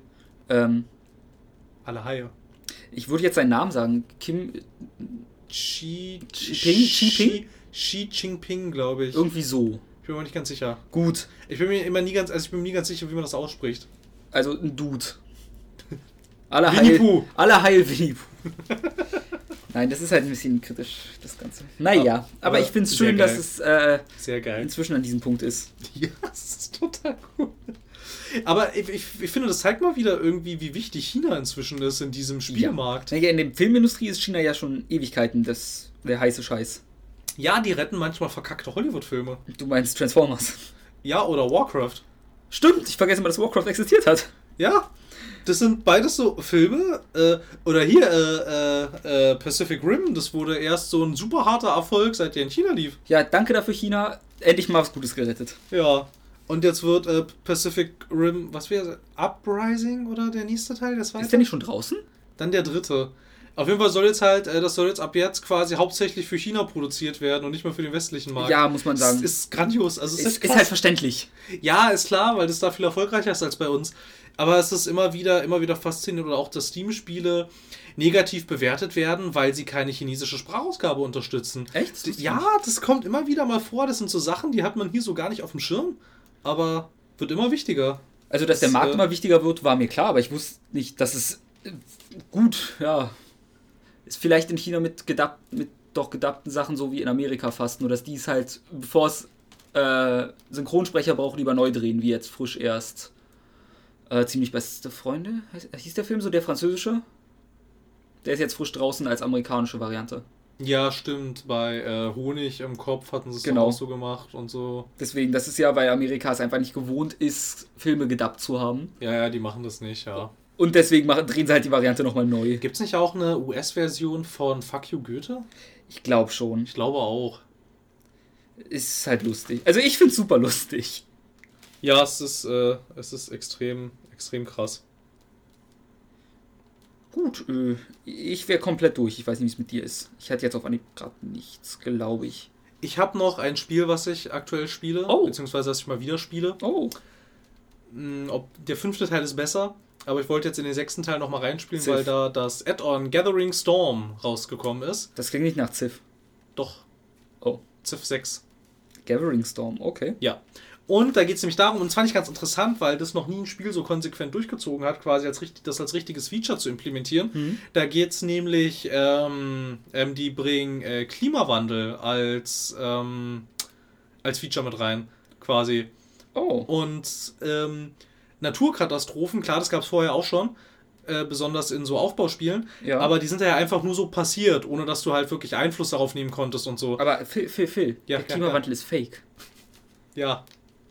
Alle Haie. Ich würde jetzt seinen Namen sagen. Xi Jinping, glaube ich. Irgendwie so. Ich bin mir nicht ganz sicher. Gut. Ich bin mir nie ganz sicher, wie man das ausspricht. Also ein Dude. Alle Heil Winnie Pooh. Nein, das ist halt ein bisschen kritisch, das Ganze. Naja, aber ich finde es schön, dass es sehr geil inzwischen an diesem Punkt ist. Ja, das ist total cool. Aber ich finde, das zeigt mal wieder irgendwie, wie wichtig China inzwischen ist in diesem Spielmarkt. Ja, in der Filmindustrie ist China ja schon Ewigkeiten der heiße Scheiß. Ja, die retten manchmal verkackte Hollywood-Filme. Du meinst Transformers? Ja, oder Warcraft. Stimmt, ich vergesse mal, dass Warcraft existiert hat. Ja, das sind beides so Filme. Oder hier, Pacific Rim, das wurde erst so ein super harter Erfolg, seit der in China lief. Ja, danke dafür, China. Endlich mal was Gutes gerettet. Ja. Und jetzt wird Pacific Rim, was wäre Uprising oder der nächste Teil? Das ist der nicht schon draußen? Dann der dritte. Auf jeden Fall soll jetzt das soll jetzt ab jetzt quasi hauptsächlich für China produziert werden und nicht mehr für den westlichen Markt. Ja, muss man sagen. Das ist grandios. Also es ist halt verständlich. Ja, ist klar, weil das da viel erfolgreicher ist als bei uns. Aber es ist immer wieder faszinierend oder auch, dass Steam-Spiele negativ bewertet werden, weil sie keine chinesische Sprachausgabe unterstützen. Echt? Ja, das kommt immer wieder mal vor. Das sind so Sachen, die hat man hier so gar nicht auf dem Schirm. Aber wird immer wichtiger. Also, dass der Markt immer wichtiger wird, war mir klar, aber ich wusste nicht, dass es gut, ja, ist vielleicht in China mit doch gedappten Sachen so wie in Amerika fast, nur dass die es halt, bevor es Synchronsprecher braucht, lieber neu drehen, wie jetzt frisch erst Ziemlich beste Freunde, hieß der Film so, der französische? Der ist jetzt frisch draußen als amerikanische Variante. Ja, stimmt. Bei Honig im Kopf hatten sie es genau auch so gemacht und so. Deswegen, das ist ja, weil Amerika es einfach nicht gewohnt ist, Filme gedubbt zu haben. Ja, die machen das nicht, ja. Und deswegen drehen sie halt die Variante nochmal neu. Gibt es nicht auch eine US-Version von Fuck You Goethe? Ich glaube schon. Ich glaube auch. Ist halt lustig. Also ich finde es super lustig. Ja, es ist extrem krass. Gut, ich wäre komplett durch. Ich weiß nicht, wie es mit dir ist. Ich hatte jetzt auf Anhieb gerade nichts, glaube ich. Ich habe noch ein Spiel, was ich aktuell spiele. Beziehungsweise, was ich mal wieder spiele. Der 5. Teil ist besser. Aber ich wollte jetzt in den 6. Teil nochmal reinspielen, Civ. weil da das Add-on Gathering Storm rausgekommen ist. Das klingt nicht nach Civ. Doch. Oh. Civ 6. Gathering Storm, okay. Ja. Und da geht es nämlich darum, und zwar nicht ganz interessant, weil das noch nie ein Spiel so konsequent durchgezogen hat, quasi das als richtiges Feature zu implementieren. Mhm. Da geht es nämlich, die bringen Klimawandel als Feature mit rein, quasi. Oh. Und Naturkatastrophen, klar, das gab es vorher auch schon, besonders in so Aufbauspielen, ja. Aber die sind ja einfach nur so passiert, ohne dass du halt wirklich Einfluss darauf nehmen konntest und so. Aber Phil, ja, der Klimawandel ist fake. Ja.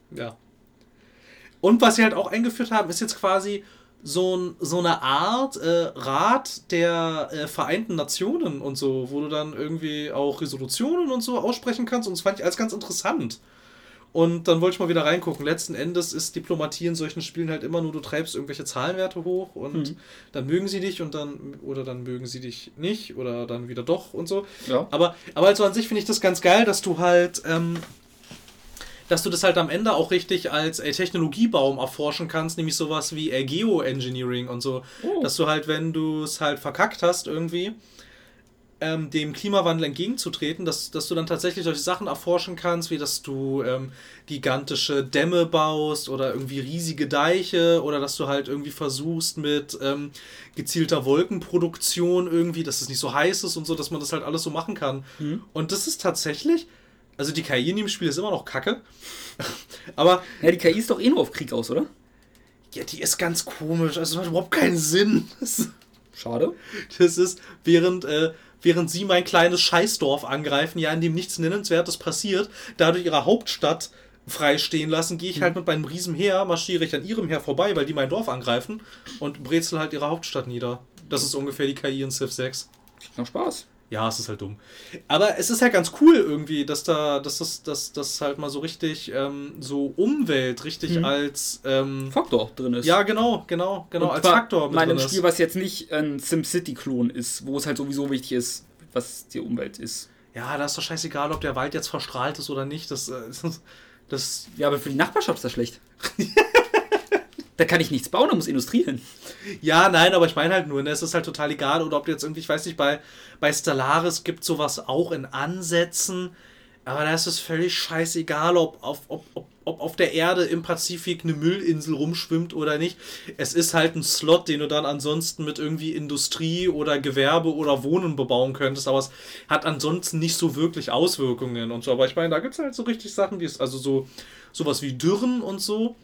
Und was sie halt auch eingeführt haben, ist jetzt quasi so eine Art Rat der Vereinten Nationen und so, wo du dann irgendwie auch Resolutionen und so aussprechen kannst, und das fand ich alles ganz interessant. Und dann wollte ich mal wieder reingucken. Letzten Endes ist Diplomatie in solchen Spielen halt immer nur, du treibst irgendwelche Zahlenwerte hoch und dann mögen sie dich und dann mögen sie dich nicht oder dann wieder doch und so. Ja. Aber also an sich finde ich das ganz geil, dass du halt, dass du das halt am Ende auch richtig als Technologiebaum erforschen kannst, nämlich sowas wie Geoengineering und so. Dass du halt, wenn du es halt verkackt hast irgendwie, dem Klimawandel entgegenzutreten, dass du dann tatsächlich solche Sachen erforschen kannst, wie dass du gigantische Dämme baust oder irgendwie riesige Deiche oder dass du halt irgendwie versuchst mit gezielter Wolkenproduktion irgendwie, dass es nicht so heiß ist und so, dass man das halt alles so machen kann. Und das ist tatsächlich, also die KI in dem Spiel ist immer noch kacke, aber... Ja, die KI ist doch eh nur auf Krieg aus, oder? Ja, die ist ganz komisch, also das hat überhaupt keinen Sinn. Schade. Das ist, während sie mein kleines Scheißdorf angreifen, ja, in dem nichts Nennenswertes passiert, dadurch ihre Hauptstadt freistehen lassen, gehe ich halt mit meinem Riesenheer, marschiere ich an ihrem Heer vorbei, weil die mein Dorf angreifen und brezel halt ihre Hauptstadt nieder. Das ist ungefähr die KI in Civ 6. Klingt nach Spaß. Ja, es ist halt dumm. Aber es ist halt ganz cool irgendwie, dass das halt mal so richtig so Umwelt richtig als Faktor drin ist. Ja, genau, als Faktor mit drin ist. Ein Spiel, was jetzt nicht ein SimCity-Klon ist, wo es halt sowieso wichtig ist, was die Umwelt ist. Ja, da ist doch scheißegal, ob der Wald jetzt verstrahlt ist oder nicht. Das ja, aber für die Nachbarschaft ist das schlecht. Da kann ich nichts bauen, da muss Industrie hin. Ja, nein, aber ich meine halt nur, ne, es ist halt total egal. Oder ob du jetzt irgendwie, ich weiß nicht, bei Stellaris gibt sowas auch in Ansätzen. Aber da ist es völlig scheißegal, ob auf der Erde im Pazifik eine Müllinsel rumschwimmt oder nicht. Es ist halt ein Slot, den du dann ansonsten mit irgendwie Industrie oder Gewerbe oder Wohnen bebauen könntest. Aber es hat ansonsten nicht so wirklich Auswirkungen und so. Aber ich meine, da gibt es halt so richtig Sachen, wie es, also sowas wie Dürren und so.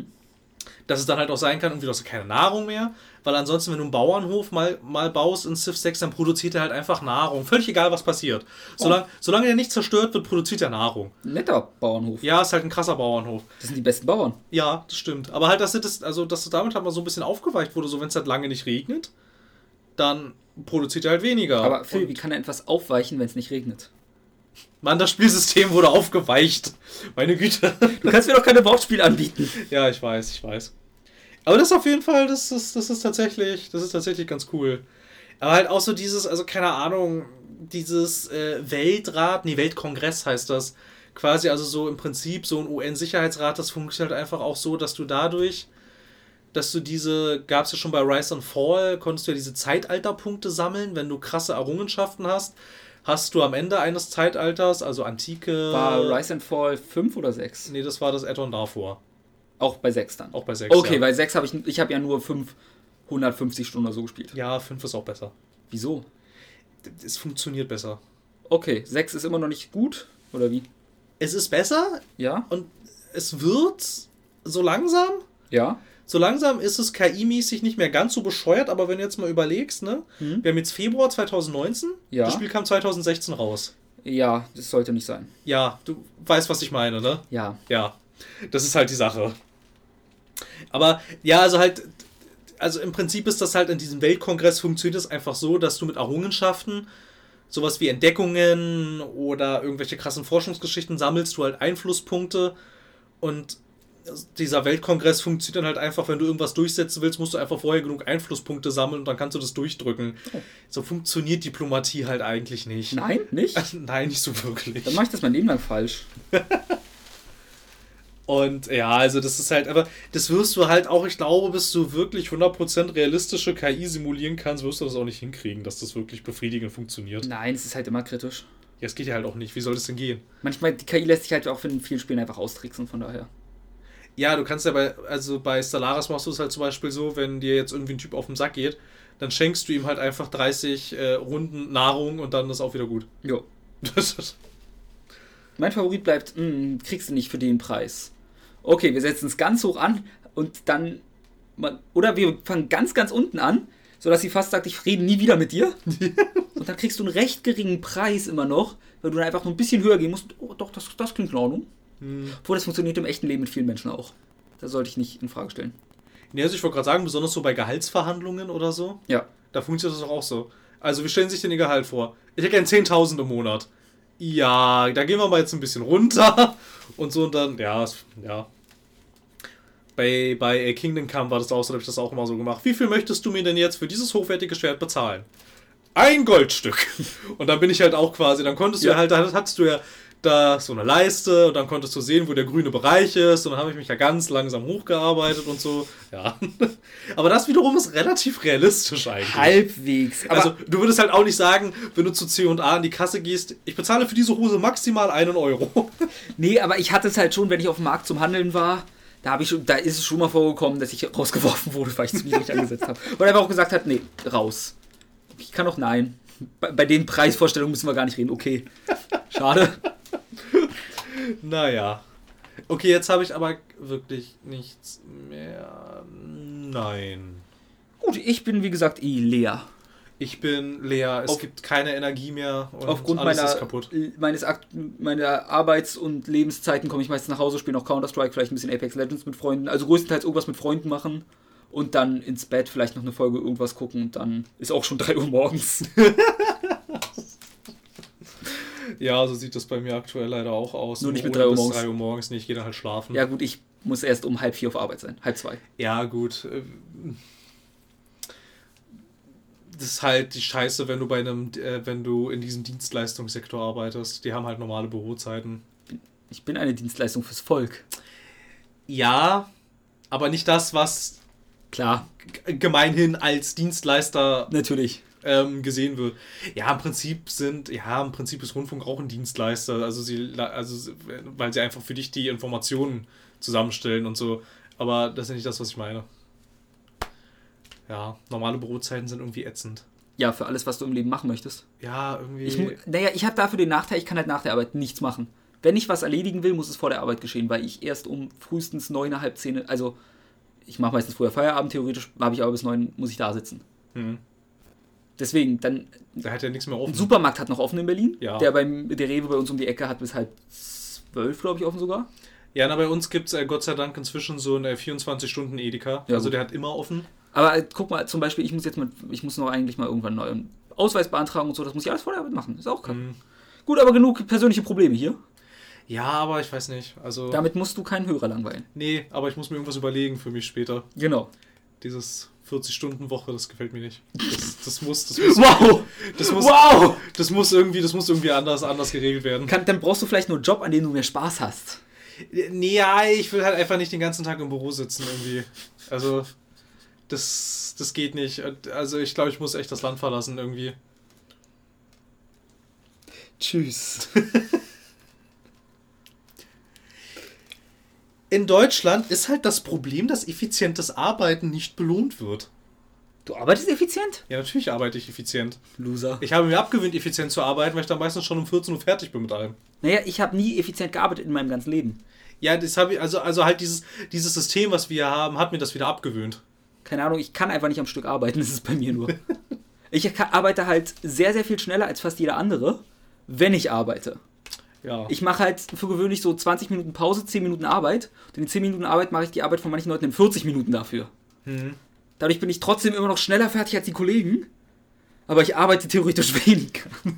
Dass es dann halt auch sein kann, irgendwie, du hast keine Nahrung mehr, weil ansonsten, wenn du einen Bauernhof mal baust in Civ 6, dann produziert er halt einfach Nahrung. Völlig egal, was passiert. Solange er nicht zerstört wird, produziert er Nahrung. Ein netter Bauernhof. Ja, ist halt ein krasser Bauernhof. Das sind die besten Bauern. Ja, das stimmt. Aber halt, dass damit halt mal so ein bisschen aufgeweicht wurde, so wenn es halt lange nicht regnet, dann produziert er halt weniger. Aber Phil, wie kann er etwas aufweichen, wenn es nicht regnet? Mann, das Spielsystem wurde aufgeweicht. Meine Güte. Du kannst mir doch keine Wortspiele anbieten. Ja, ich weiß. Aber das auf jeden Fall, das ist tatsächlich ganz cool. Aber halt auch so dieses, also keine Ahnung, dieses Weltkongress heißt das. Quasi also so im Prinzip so ein UN-Sicherheitsrat, das funktioniert halt einfach auch so, dass du dadurch, dass du gab es ja schon bei Rise and Fall, konntest du ja diese Zeitalterpunkte sammeln, wenn du krasse Errungenschaften hast du am Ende eines Zeitalters, also Antike... War Rise and Fall 5 oder 6? Nee, das war das Add-on davor. Auch bei 6 dann? Auch bei 6, okay, ja. Bei 6 habe ich habe ja nur 550 Stunden oder so gespielt. Ja, 5 ist auch besser. Wieso? Es funktioniert besser. Okay, 6 ist immer noch nicht gut, oder wie? Es ist besser. Ja. Und es wird so langsam... Ja. So langsam ist es KI-mäßig nicht mehr ganz so bescheuert, aber wenn du jetzt mal überlegst, ne? Wir haben jetzt Februar 2019, ja. Das Spiel kam 2016 raus. Ja, das sollte nicht sein. Ja, du weißt, was ich meine, ne? Ja. Ja, das ist halt die Sache. Aber, ja, also im Prinzip ist das halt in diesem Weltkongress funktioniert es einfach so, dass du mit Errungenschaften, sowas wie Entdeckungen oder irgendwelche krassen Forschungsgeschichten sammelst, du halt Einflusspunkte und dieser Weltkongress funktioniert dann halt einfach, wenn du irgendwas durchsetzen willst, musst du einfach vorher genug Einflusspunkte sammeln und dann kannst du das durchdrücken. Oh. So funktioniert Diplomatie halt eigentlich nicht. Nein, nicht? Nein, nicht so wirklich. Dann mache ich das mein Leben lang falsch. Und ja, also das ist halt, aber das wirst du halt auch, ich glaube, bis du wirklich 100% realistische KI simulieren kannst, wirst du das auch nicht hinkriegen, dass das wirklich befriedigend funktioniert. Nein, es ist halt immer kritisch. Ja, es geht ja halt auch nicht. Wie soll das denn gehen? Manchmal, die KI lässt sich halt auch in vielen Spielen einfach austricksen, von daher. Ja, du kannst ja bei Stellaris machst du es halt zum Beispiel so, wenn dir jetzt irgendwie ein Typ auf den Sack geht, dann schenkst du ihm halt einfach 30 Runden Nahrung und dann ist auch wieder gut. Jo. Mein Favorit bleibt, kriegst du nicht für den Preis. Okay, wir setzen es ganz hoch an und dann, oder wir fangen ganz, ganz unten an, sodass sie fast sagt, ich rede nie wieder mit dir. Und dann kriegst du einen recht geringen Preis immer noch, weil du dann einfach nur ein bisschen höher gehen musst. Oh, doch, das klingt in Ordnung. Obwohl, das funktioniert im echten Leben mit vielen Menschen auch. Das sollte ich nicht in Frage stellen. Nee, also ich wollte gerade sagen, besonders so bei Gehaltsverhandlungen oder so. Ja. Da funktioniert das doch auch so. Also, wie stellen Sie sich denn Ihr Gehalt vor? Ich hätte gerne 10.000 im Monat. Ja, da gehen wir mal jetzt ein bisschen runter. Und so und dann, ja. Bei Kingdom Come war das auch so, da habe ich das auch immer so gemacht. Wie viel möchtest du mir denn jetzt für dieses hochwertige Schwert bezahlen? 1 Goldstück. Und dann bin ich halt auch quasi, dann konntest du ja halt, da hattest du ja da so eine Leiste und dann konntest du sehen, wo der grüne Bereich ist und dann habe ich mich ja ganz langsam hochgearbeitet und so. Ja. Aber das wiederum ist relativ realistisch eigentlich. Halbwegs. Aber also du würdest halt auch nicht sagen, wenn du zu C&A an die Kasse gehst, ich bezahle für diese Hose maximal 1 Euro. Nee, aber ich hatte es halt schon, wenn ich auf dem Markt zum Handeln war, da ist es schon mal vorgekommen, dass ich rausgeworfen wurde, weil ich zu niedrig angesetzt habe. Und einfach auch gesagt hat, nee, raus. Ich kann auch nein. Bei den Preisvorstellungen müssen wir gar nicht reden. Okay. Schade. Naja. Okay, jetzt habe ich aber wirklich nichts mehr. Nein. Gut, ich bin wie gesagt leer. Ich bin leer. Es gibt keine Energie mehr und aufgrund alles ist kaputt. meiner Arbeits- und Lebenszeiten komme ich meistens nach Hause, spiele noch Counter-Strike, vielleicht ein bisschen Apex Legends mit Freunden. Also größtenteils irgendwas mit Freunden machen. Und dann ins Bett, vielleicht noch eine Folge irgendwas gucken und dann ist auch schon 3 Uhr morgens. Ja, so sieht das bei mir aktuell leider auch aus. Nur nicht mit 3 Uhr morgens. 3 Uhr morgens nicht, ich gehe dann halt schlafen. Ja gut, ich muss erst um 3:30 auf Arbeit sein. 2:30. Ja gut. Das ist halt die Scheiße, wenn du in diesem Dienstleistungssektor arbeitest. Die haben halt normale Bürozeiten. Ich bin eine Dienstleistung fürs Volk. Ja, aber nicht das, was klar gemeinhin als Dienstleister natürlich gesehen wird. Ja, im Prinzip ist Rundfunk auch ein Dienstleister, weil sie einfach für dich die Informationen zusammenstellen und so. Aber das ist nicht das, was ich meine. Ja, normale Bürozeiten sind irgendwie ätzend. Ja, für alles, was du im Leben machen möchtest. Ja, irgendwie. Ich habe dafür den Nachteil, ich kann halt nach der Arbeit nichts machen. Wenn ich was erledigen will, muss es vor der Arbeit geschehen, weil ich erst um frühestens 9, halb 10, also ich mache meistens früher Feierabend, theoretisch habe ich aber bis 9, muss ich da sitzen. Deswegen, dann... Der hat ja nichts mehr offen. Ein Supermarkt hat noch offen in Berlin. Ja. Der Rewe bei uns um die Ecke hat bis 11:30, glaube ich, offen sogar. Ja, bei uns gibt es Gott sei Dank inzwischen so eine 24-Stunden-Edeka. Ja, also der hat immer offen. Aber guck mal, zum Beispiel, ich muss noch eigentlich mal irgendwann einen neuen Ausweis beantragen und so, das muss ich alles vor der Arbeit machen. Ist auch kacke. Gut, aber genug persönliche Probleme hier. Ja, aber ich weiß nicht. Also damit musst du keinen Hörer langweilen. Nee, aber ich muss mir irgendwas überlegen für mich später. Genau. Dieses 40-Stunden-Woche, das gefällt mir nicht. Das muss wow! Das muss irgendwie anders geregelt werden. Dann brauchst du vielleicht nur einen Job, an dem du mehr Spaß hast. Nee, ja, ich will halt einfach nicht den ganzen Tag im Büro sitzen irgendwie. Also, das geht nicht. Also, ich glaube, ich muss echt das Land verlassen irgendwie. Tschüss. In Deutschland ist halt das Problem, dass effizientes Arbeiten nicht belohnt wird. Du arbeitest effizient? Ja, natürlich arbeite ich effizient. Loser. Ich habe mir abgewöhnt, effizient zu arbeiten, weil ich dann meistens schon um 14 Uhr fertig bin mit allem. Naja, ich habe nie effizient gearbeitet in meinem ganzen Leben. Ja, das habe ich, also halt dieses System, was wir haben, hat mir das wieder abgewöhnt. Keine Ahnung, ich kann einfach nicht am Stück arbeiten, das ist bei mir nur. Ich arbeite halt sehr, sehr viel schneller als fast jeder andere, wenn ich arbeite. Ja. Ich mache halt für gewöhnlich so 20 Minuten Pause, 10 Minuten Arbeit. Und in 10 Minuten Arbeit mache ich die Arbeit von manchen Leuten in 40 Minuten dafür. Dadurch bin ich trotzdem immer noch schneller fertig als die Kollegen. Aber ich arbeite theoretisch weniger.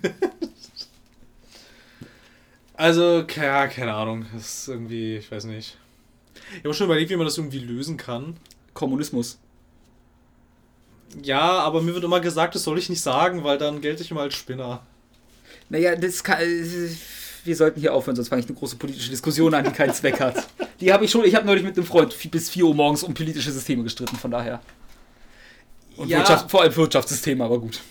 Also, ja, keine Ahnung. Das ist irgendwie, ich weiß nicht. Ich habe schon überlegt, wie man das irgendwie lösen kann. Kommunismus. Ja, aber mir wird immer gesagt, das soll ich nicht sagen, weil dann gelte ich immer als Spinner. Naja, wir sollten hier aufhören, sonst fange ich eine große politische Diskussion an, die keinen Zweck hat. Ich habe neulich mit einem Freund bis 4 Uhr morgens um politische Systeme gestritten, von daher. Und ja. Vor allem Wirtschaftssysteme, aber gut.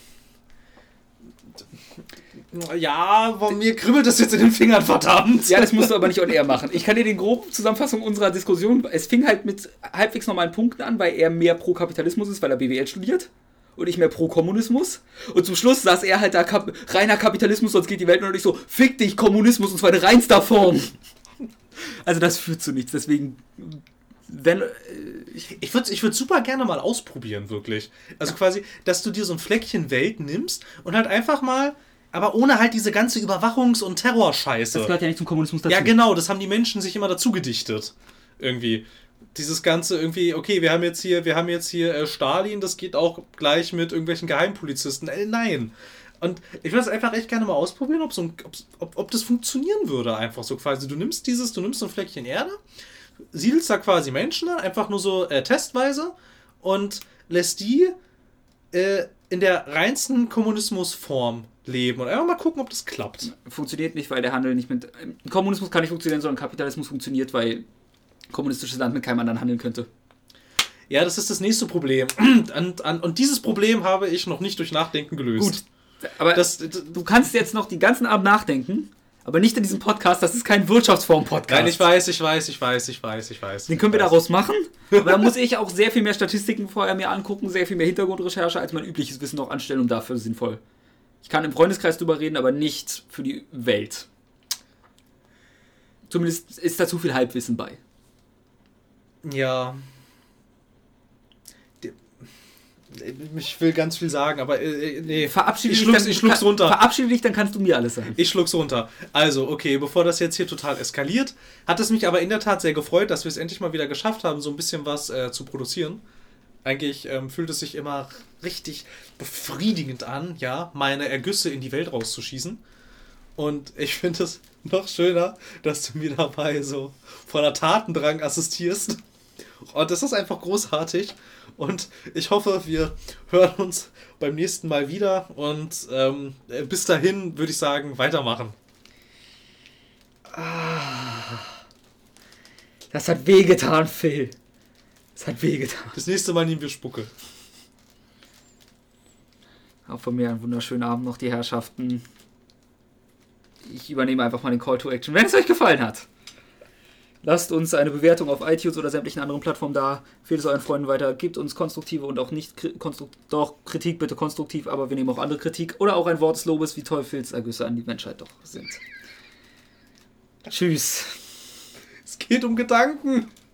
Ja, bei mir kribbelt das jetzt in den Fingern, verdammt. Ja, das musst du aber nicht on air machen. Ich kann dir den groben Zusammenfassung unserer Diskussion, es fing halt mit halbwegs normalen Punkten an, weil er mehr pro Kapitalismus ist, weil er BWL studiert. Und ich mehr pro Kommunismus. Und zum Schluss saß er halt da, reiner Kapitalismus, sonst geht die Welt nur nicht so, fick dich, Kommunismus, und zwar in reinster Form. Also das führt zu nichts, deswegen, Ich würde super gerne mal ausprobieren, wirklich. Also quasi, dass du dir so ein Fleckchen Welt nimmst und halt einfach mal, aber ohne halt diese ganze Überwachungs- und Terrorscheiße. Das gehört ja nicht zum Kommunismus dazu. Ja genau, das haben die Menschen sich immer dazu gedichtet. Irgendwie. Dieses Ganze irgendwie, okay, wir haben jetzt hier Stalin, das geht auch gleich mit irgendwelchen Geheimpolizisten. Nein. Und ich würde es einfach echt gerne mal ausprobieren, ob das funktionieren würde, einfach so quasi. Du nimmst so ein Fleckchen Erde, siedelst da quasi Menschen an, einfach nur so testweise und lässt die in der reinsten Kommunismusform leben und einfach mal gucken, ob das klappt. Funktioniert nicht, weil der Handel nicht mit... Kommunismus kann nicht funktionieren, sondern Kapitalismus funktioniert, weil kommunistisches Land mit keinem anderen handeln könnte. Ja, das ist das nächste Problem. Und dieses Problem habe ich noch nicht durch Nachdenken gelöst. Gut, aber du kannst jetzt noch den ganzen Abend nachdenken, aber nicht in diesem Podcast, das ist kein Wirtschaftsform-Podcast. Nein, ich weiß. Den können wir daraus machen, aber da muss ich auch sehr viel mehr Statistiken vorher mir angucken, sehr viel mehr Hintergrundrecherche, als mein übliches Wissen noch anstellen und dafür sinnvoll. Ich kann im Freundeskreis drüber reden, aber nicht für die Welt. Zumindest ist da zu viel Halbwissen bei. Ja. Ich will ganz viel sagen, aber nee. Ich schluck's runter. Verabschiede dich, dann kannst du mir alles sagen. Ich schluck's runter. Also, okay, bevor das jetzt hier total eskaliert, hat es mich aber in der Tat sehr gefreut, dass wir es endlich mal wieder geschafft haben, so ein bisschen was zu produzieren. Eigentlich fühlt es sich immer richtig befriedigend an, ja, meine Ergüsse in die Welt rauszuschießen. Und ich finde es noch schöner, dass du mir dabei so voller Tatendrang assistierst. Und das ist einfach großartig. Und ich hoffe, wir hören uns beim nächsten Mal wieder. Und bis dahin würde ich sagen, weitermachen. Das hat wehgetan, Phil. Das hat wehgetan. Das nächste Mal nehmen wir Spucke. Auch von mir einen wunderschönen Abend noch, die Herrschaften. Ich übernehme einfach mal den Call to Action, wenn es euch gefallen hat. Lasst uns eine Bewertung auf iTunes oder sämtlichen anderen Plattformen da. Empfehlt es euren Freunden weiter. Gebt uns konstruktive und auch nicht Kritik, bitte konstruktiv, aber wir nehmen auch andere Kritik. Oder auch ein Wort des Lobes, wie toll Phils Ergüsse an die Menschheit doch sind. Tschüss. Es geht um Gedanken.